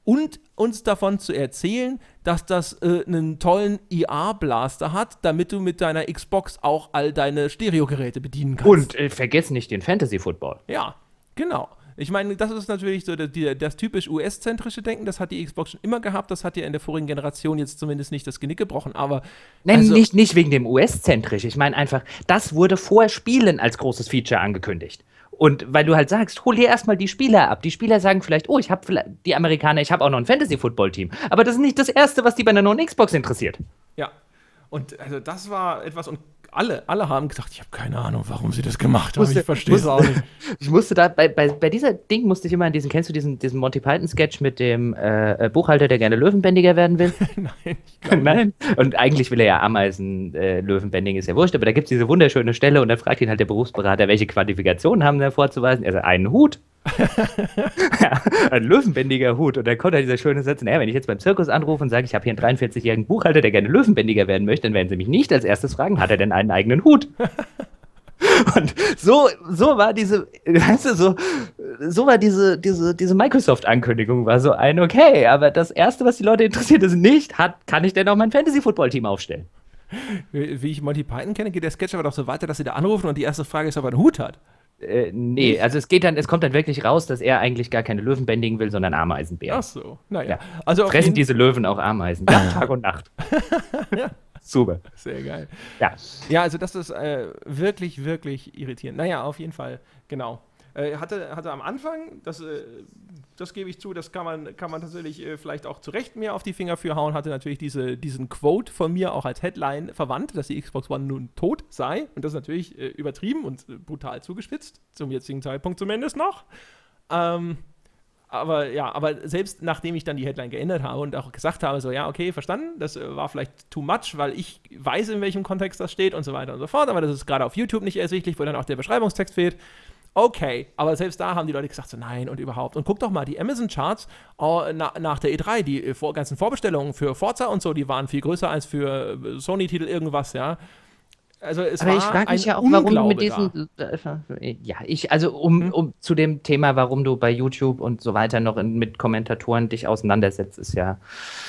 und uns davon zu erzählen, dass das einen tollen IA-Blaster hat, damit du mit deiner Xbox auch all deine Stereogeräte bedienen kannst. Und vergiss nicht den Fantasy-Football. Ja, genau. Ich meine, das ist natürlich so das typisch US-zentrische Denken, das hat die Xbox schon immer gehabt, das hat ja in der vorigen Generation jetzt zumindest nicht das Genick gebrochen, aber... Nein, also, nicht wegen dem US-zentrisch, ich meine einfach, das wurde vor Spielen als großes Feature angekündigt. Und weil du halt sagst, hol dir erstmal die Spieler ab. Die Spieler sagen vielleicht, oh, ich habe auch noch ein Fantasy-Football-Team. Aber das ist nicht das Erste, was die bei einer neuen Xbox interessiert. Ja, und also das war etwas, und alle haben gesagt, ich habe keine Ahnung, warum sie das gemacht haben. Ich verstehe es auch nicht. Ich musste da, bei dieser Ding musste ich immer an kennst du diesen Monty Python-Sketch mit dem Buchhalter, der gerne Löwenbändiger werden will? Nein. Nein. Und eigentlich will er ja Ameisen-Löwenbändigen, ist ja wurscht, aber da gibt es diese wunderschöne Stelle und dann fragt ihn halt der Berufsberater, welche Qualifikationen haben da vorzuweisen? Er sagt, einen Hut. Ja, ein löwenbändiger Hut. Und dann kommt halt dieser schöne Satz, naja, wenn ich jetzt beim Zirkus anrufe und sage, ich habe hier einen 43-jährigen Buchhalter, der gerne Löwenbändiger werden möchte, dann werden sie mich nicht als erstes fragen, hat er denn einen eigenen Hut? Und so war diese, weißt du, so war diese Microsoft-Ankündigung, war so ein, okay, aber das Erste, was die Leute interessiert, ist nicht, kann ich denn auch mein Fantasy-Football-Team aufstellen? Wie ich Monty Python kenne, geht der Sketch aber doch so weiter, dass sie da anrufen und die erste Frage ist, ob er einen Hut hat. Nee, also es kommt dann wirklich raus, dass er eigentlich gar keine Löwen bändigen will, sondern Ameisenbären. Ach so, naja. Ja. Also fressen diese Löwen auch Ameisen, ja, Tag und Nacht. Ja. Super. Sehr geil. Ja, also das ist wirklich, wirklich irritierend. Naja, auf jeden Fall, genau. Hatte am Anfang, das gebe ich zu, das kann man tatsächlich vielleicht auch zu Recht mehr auf die Finger für hauen, hatte natürlich diesen Quote von mir auch als Headline verwandt, dass die Xbox One nun tot sei. Und das ist natürlich übertrieben und brutal zugespitzt, zum jetzigen Zeitpunkt zumindest noch. Aber selbst nachdem ich dann die Headline geändert habe und auch gesagt habe, so, ja, okay, verstanden, das war vielleicht too much, weil ich weiß, in welchem Kontext das steht und so weiter und so fort, aber das ist gerade auf YouTube nicht ersichtlich, wo dann auch der Beschreibungstext fehlt. Okay, aber selbst da haben die Leute gesagt, so nein und überhaupt. Und guck doch mal, die Amazon-Charts nach der E3, die ganzen Vorbestellungen für Forza und so, die waren viel größer als für Sony-Titel irgendwas, ja. Also es aber war ich frage mich ja auch, warum du mit diesen, um zu dem Thema, warum du bei YouTube und so weiter noch mit Kommentatoren dich auseinandersetzt, ist ja,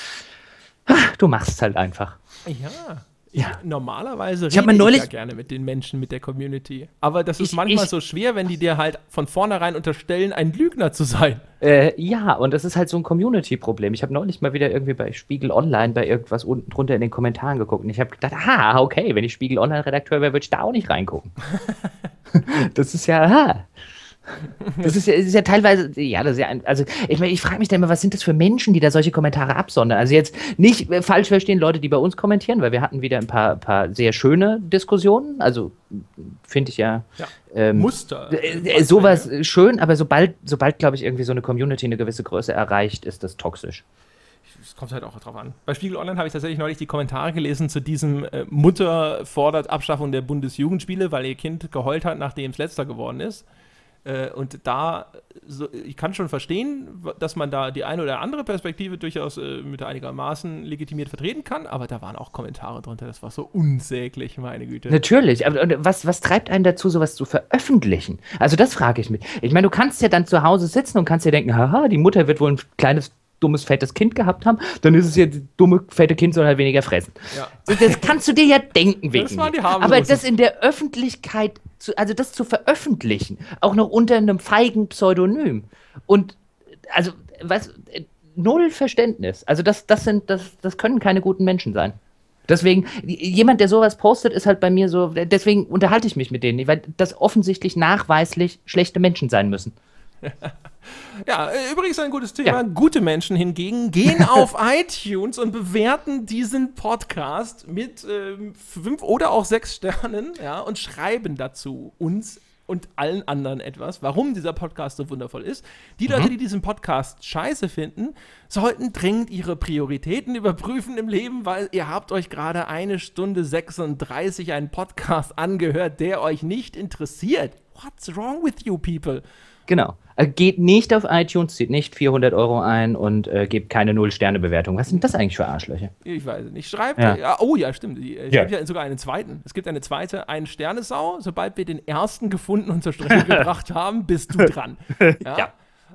du machst es halt einfach. Ja. Normalerweise rede ich ja gerne mit den Menschen, mit der Community. Aber das ist manchmal so schwer, wenn die dir halt von vornherein unterstellen, ein Lügner zu sein. Ja, und das ist halt so ein Community-Problem. Ich habe neulich mal wieder irgendwie bei Spiegel Online bei irgendwas unten drunter in den Kommentaren geguckt und ich habe gedacht, okay, wenn ich Spiegel Online-Redakteur wäre, würde ich da auch nicht reingucken. Das ist ja, das ist ja teilweise, also ich frage mich dann immer, was sind das für Menschen, die da solche Kommentare absondern? Also jetzt nicht falsch verstehen, Leute, die bei uns kommentieren, weil wir hatten wieder ein paar sehr schöne Diskussionen, also finde ich ja Muster. Sowas schön, aber sobald glaube ich, irgendwie so eine Community eine gewisse Größe erreicht, ist das toxisch. Es kommt halt auch drauf an. Bei Spiegel Online habe ich tatsächlich neulich die Kommentare gelesen zu diesem Mutter fordert Abschaffung der Bundesjugendspiele, weil ihr Kind geheult hat, nachdem es letzter geworden ist. Und ich kann schon verstehen, dass man da die eine oder andere Perspektive durchaus mit einigermaßen legitimiert vertreten kann, aber da waren auch Kommentare drunter, das war so unsäglich, meine Güte. Natürlich, aber was treibt einen dazu, sowas zu veröffentlichen? Also das frage ich mich. Ich meine, du kannst ja dann zu Hause sitzen und kannst dir denken, haha, die Mutter wird wohl ein kleines dummes, fettes Kind gehabt haben, dann ist es jetzt das dumme, fette Kind soll halt weniger fressen. Ja. Das kannst du dir ja denken wegen mir. Aber das in der Öffentlichkeit, das zu veröffentlichen, auch noch unter einem feigen Pseudonym und also null Verständnis. Also das können keine guten Menschen sein. Deswegen, jemand, der sowas postet, ist halt bei mir so, deswegen unterhalte ich mich mit denen, weil das offensichtlich nachweislich schlechte Menschen sein müssen. Ja, übrigens ein gutes Thema. Ja. Gute Menschen hingegen gehen auf iTunes und bewerten diesen Podcast mit 5 oder auch 6 Sternen, ja, und schreiben dazu uns und allen anderen etwas, warum dieser Podcast so wundervoll ist. Die Leute, die diesen Podcast scheiße finden, sollten dringend ihre Prioritäten überprüfen im Leben, weil ihr habt euch gerade 1 Stunde 36 einen Podcast angehört, der euch nicht interessiert. What's wrong with you people? Genau. Geht nicht auf iTunes, zieht nicht 400 € ein und gebt keine 0-Sterne-Bewertung. Was sind das eigentlich für Arschlöcher? Ich weiß es nicht. Schreibt, stimmt. Es gibt ja sogar einen zweiten. Es gibt eine zweite Ein-Sterne-Sau. Sobald wir den ersten gefunden und zur Strecke gebracht haben, bist du dran. Ja.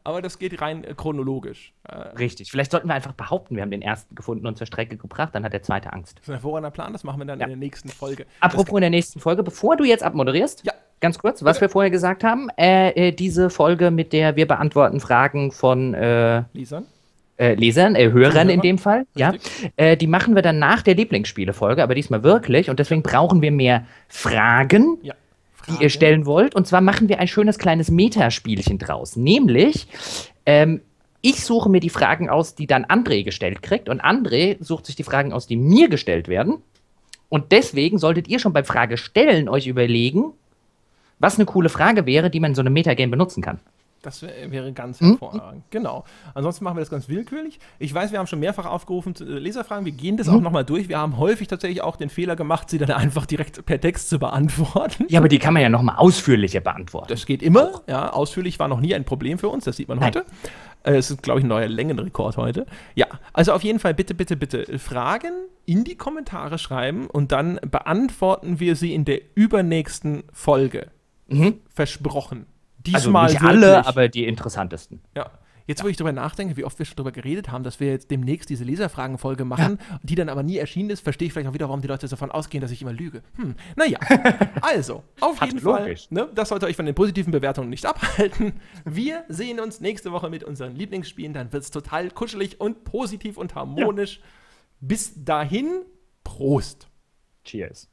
aber das geht rein chronologisch. Richtig. Vielleicht sollten wir einfach behaupten, wir haben den ersten gefunden und zur Strecke gebracht, dann hat der zweite Angst. Das ist ein hervorragender Plan, das machen wir dann in der nächsten Folge. Apropos in der nächsten Folge, bevor du jetzt abmoderierst, ganz kurz, was wir vorher gesagt haben, diese Folge, mit der wir beantworten Fragen von Lesern, Hörern in dem Fall, die machen wir dann nach der Lieblingsspiele-Folge, aber diesmal wirklich und deswegen brauchen wir mehr Fragen, die ihr stellen wollt und zwar machen wir ein schönes kleines Metaspielchen draus, nämlich ich suche mir die Fragen aus, die dann André gestellt kriegt und André sucht sich die Fragen aus, die mir gestellt werden und deswegen solltet ihr schon beim Fragestellen euch überlegen, was eine coole Frage wäre, die man in so einem Metagame benutzen kann. Das wäre ganz hervorragend. Genau. Ansonsten machen wir das ganz willkürlich. Ich weiß, wir haben schon mehrfach aufgerufen zu Leserfragen. Wir gehen das auch nochmal durch. Wir haben häufig tatsächlich auch den Fehler gemacht, sie dann einfach direkt per Text zu beantworten. Ja, aber die kann man ja nochmal ausführlicher beantworten. Das geht immer. Ja, ausführlich war noch nie ein Problem für uns. Das sieht man heute. Es ist, glaube ich, ein neuer Längenrekord heute. Ja, also auf jeden Fall bitte, bitte, bitte Fragen in die Kommentare schreiben und dann beantworten wir sie in der übernächsten Folge. Versprochen. Diesmal also nicht alle, aber die interessantesten. Ja. Jetzt, wo ich drüber nachdenke, wie oft wir schon drüber geredet haben, dass wir jetzt demnächst diese Leserfragen-Folge machen, die dann aber nie erschienen ist, verstehe ich vielleicht auch wieder, warum die Leute davon ausgehen, dass ich immer lüge. Naja, also, auf jeden Fall, ne, das sollte euch von den positiven Bewertungen nicht abhalten. Wir sehen uns nächste Woche mit unseren Lieblingsspielen, dann wird es total kuschelig und positiv und harmonisch. Bis dahin, Prost. Cheers.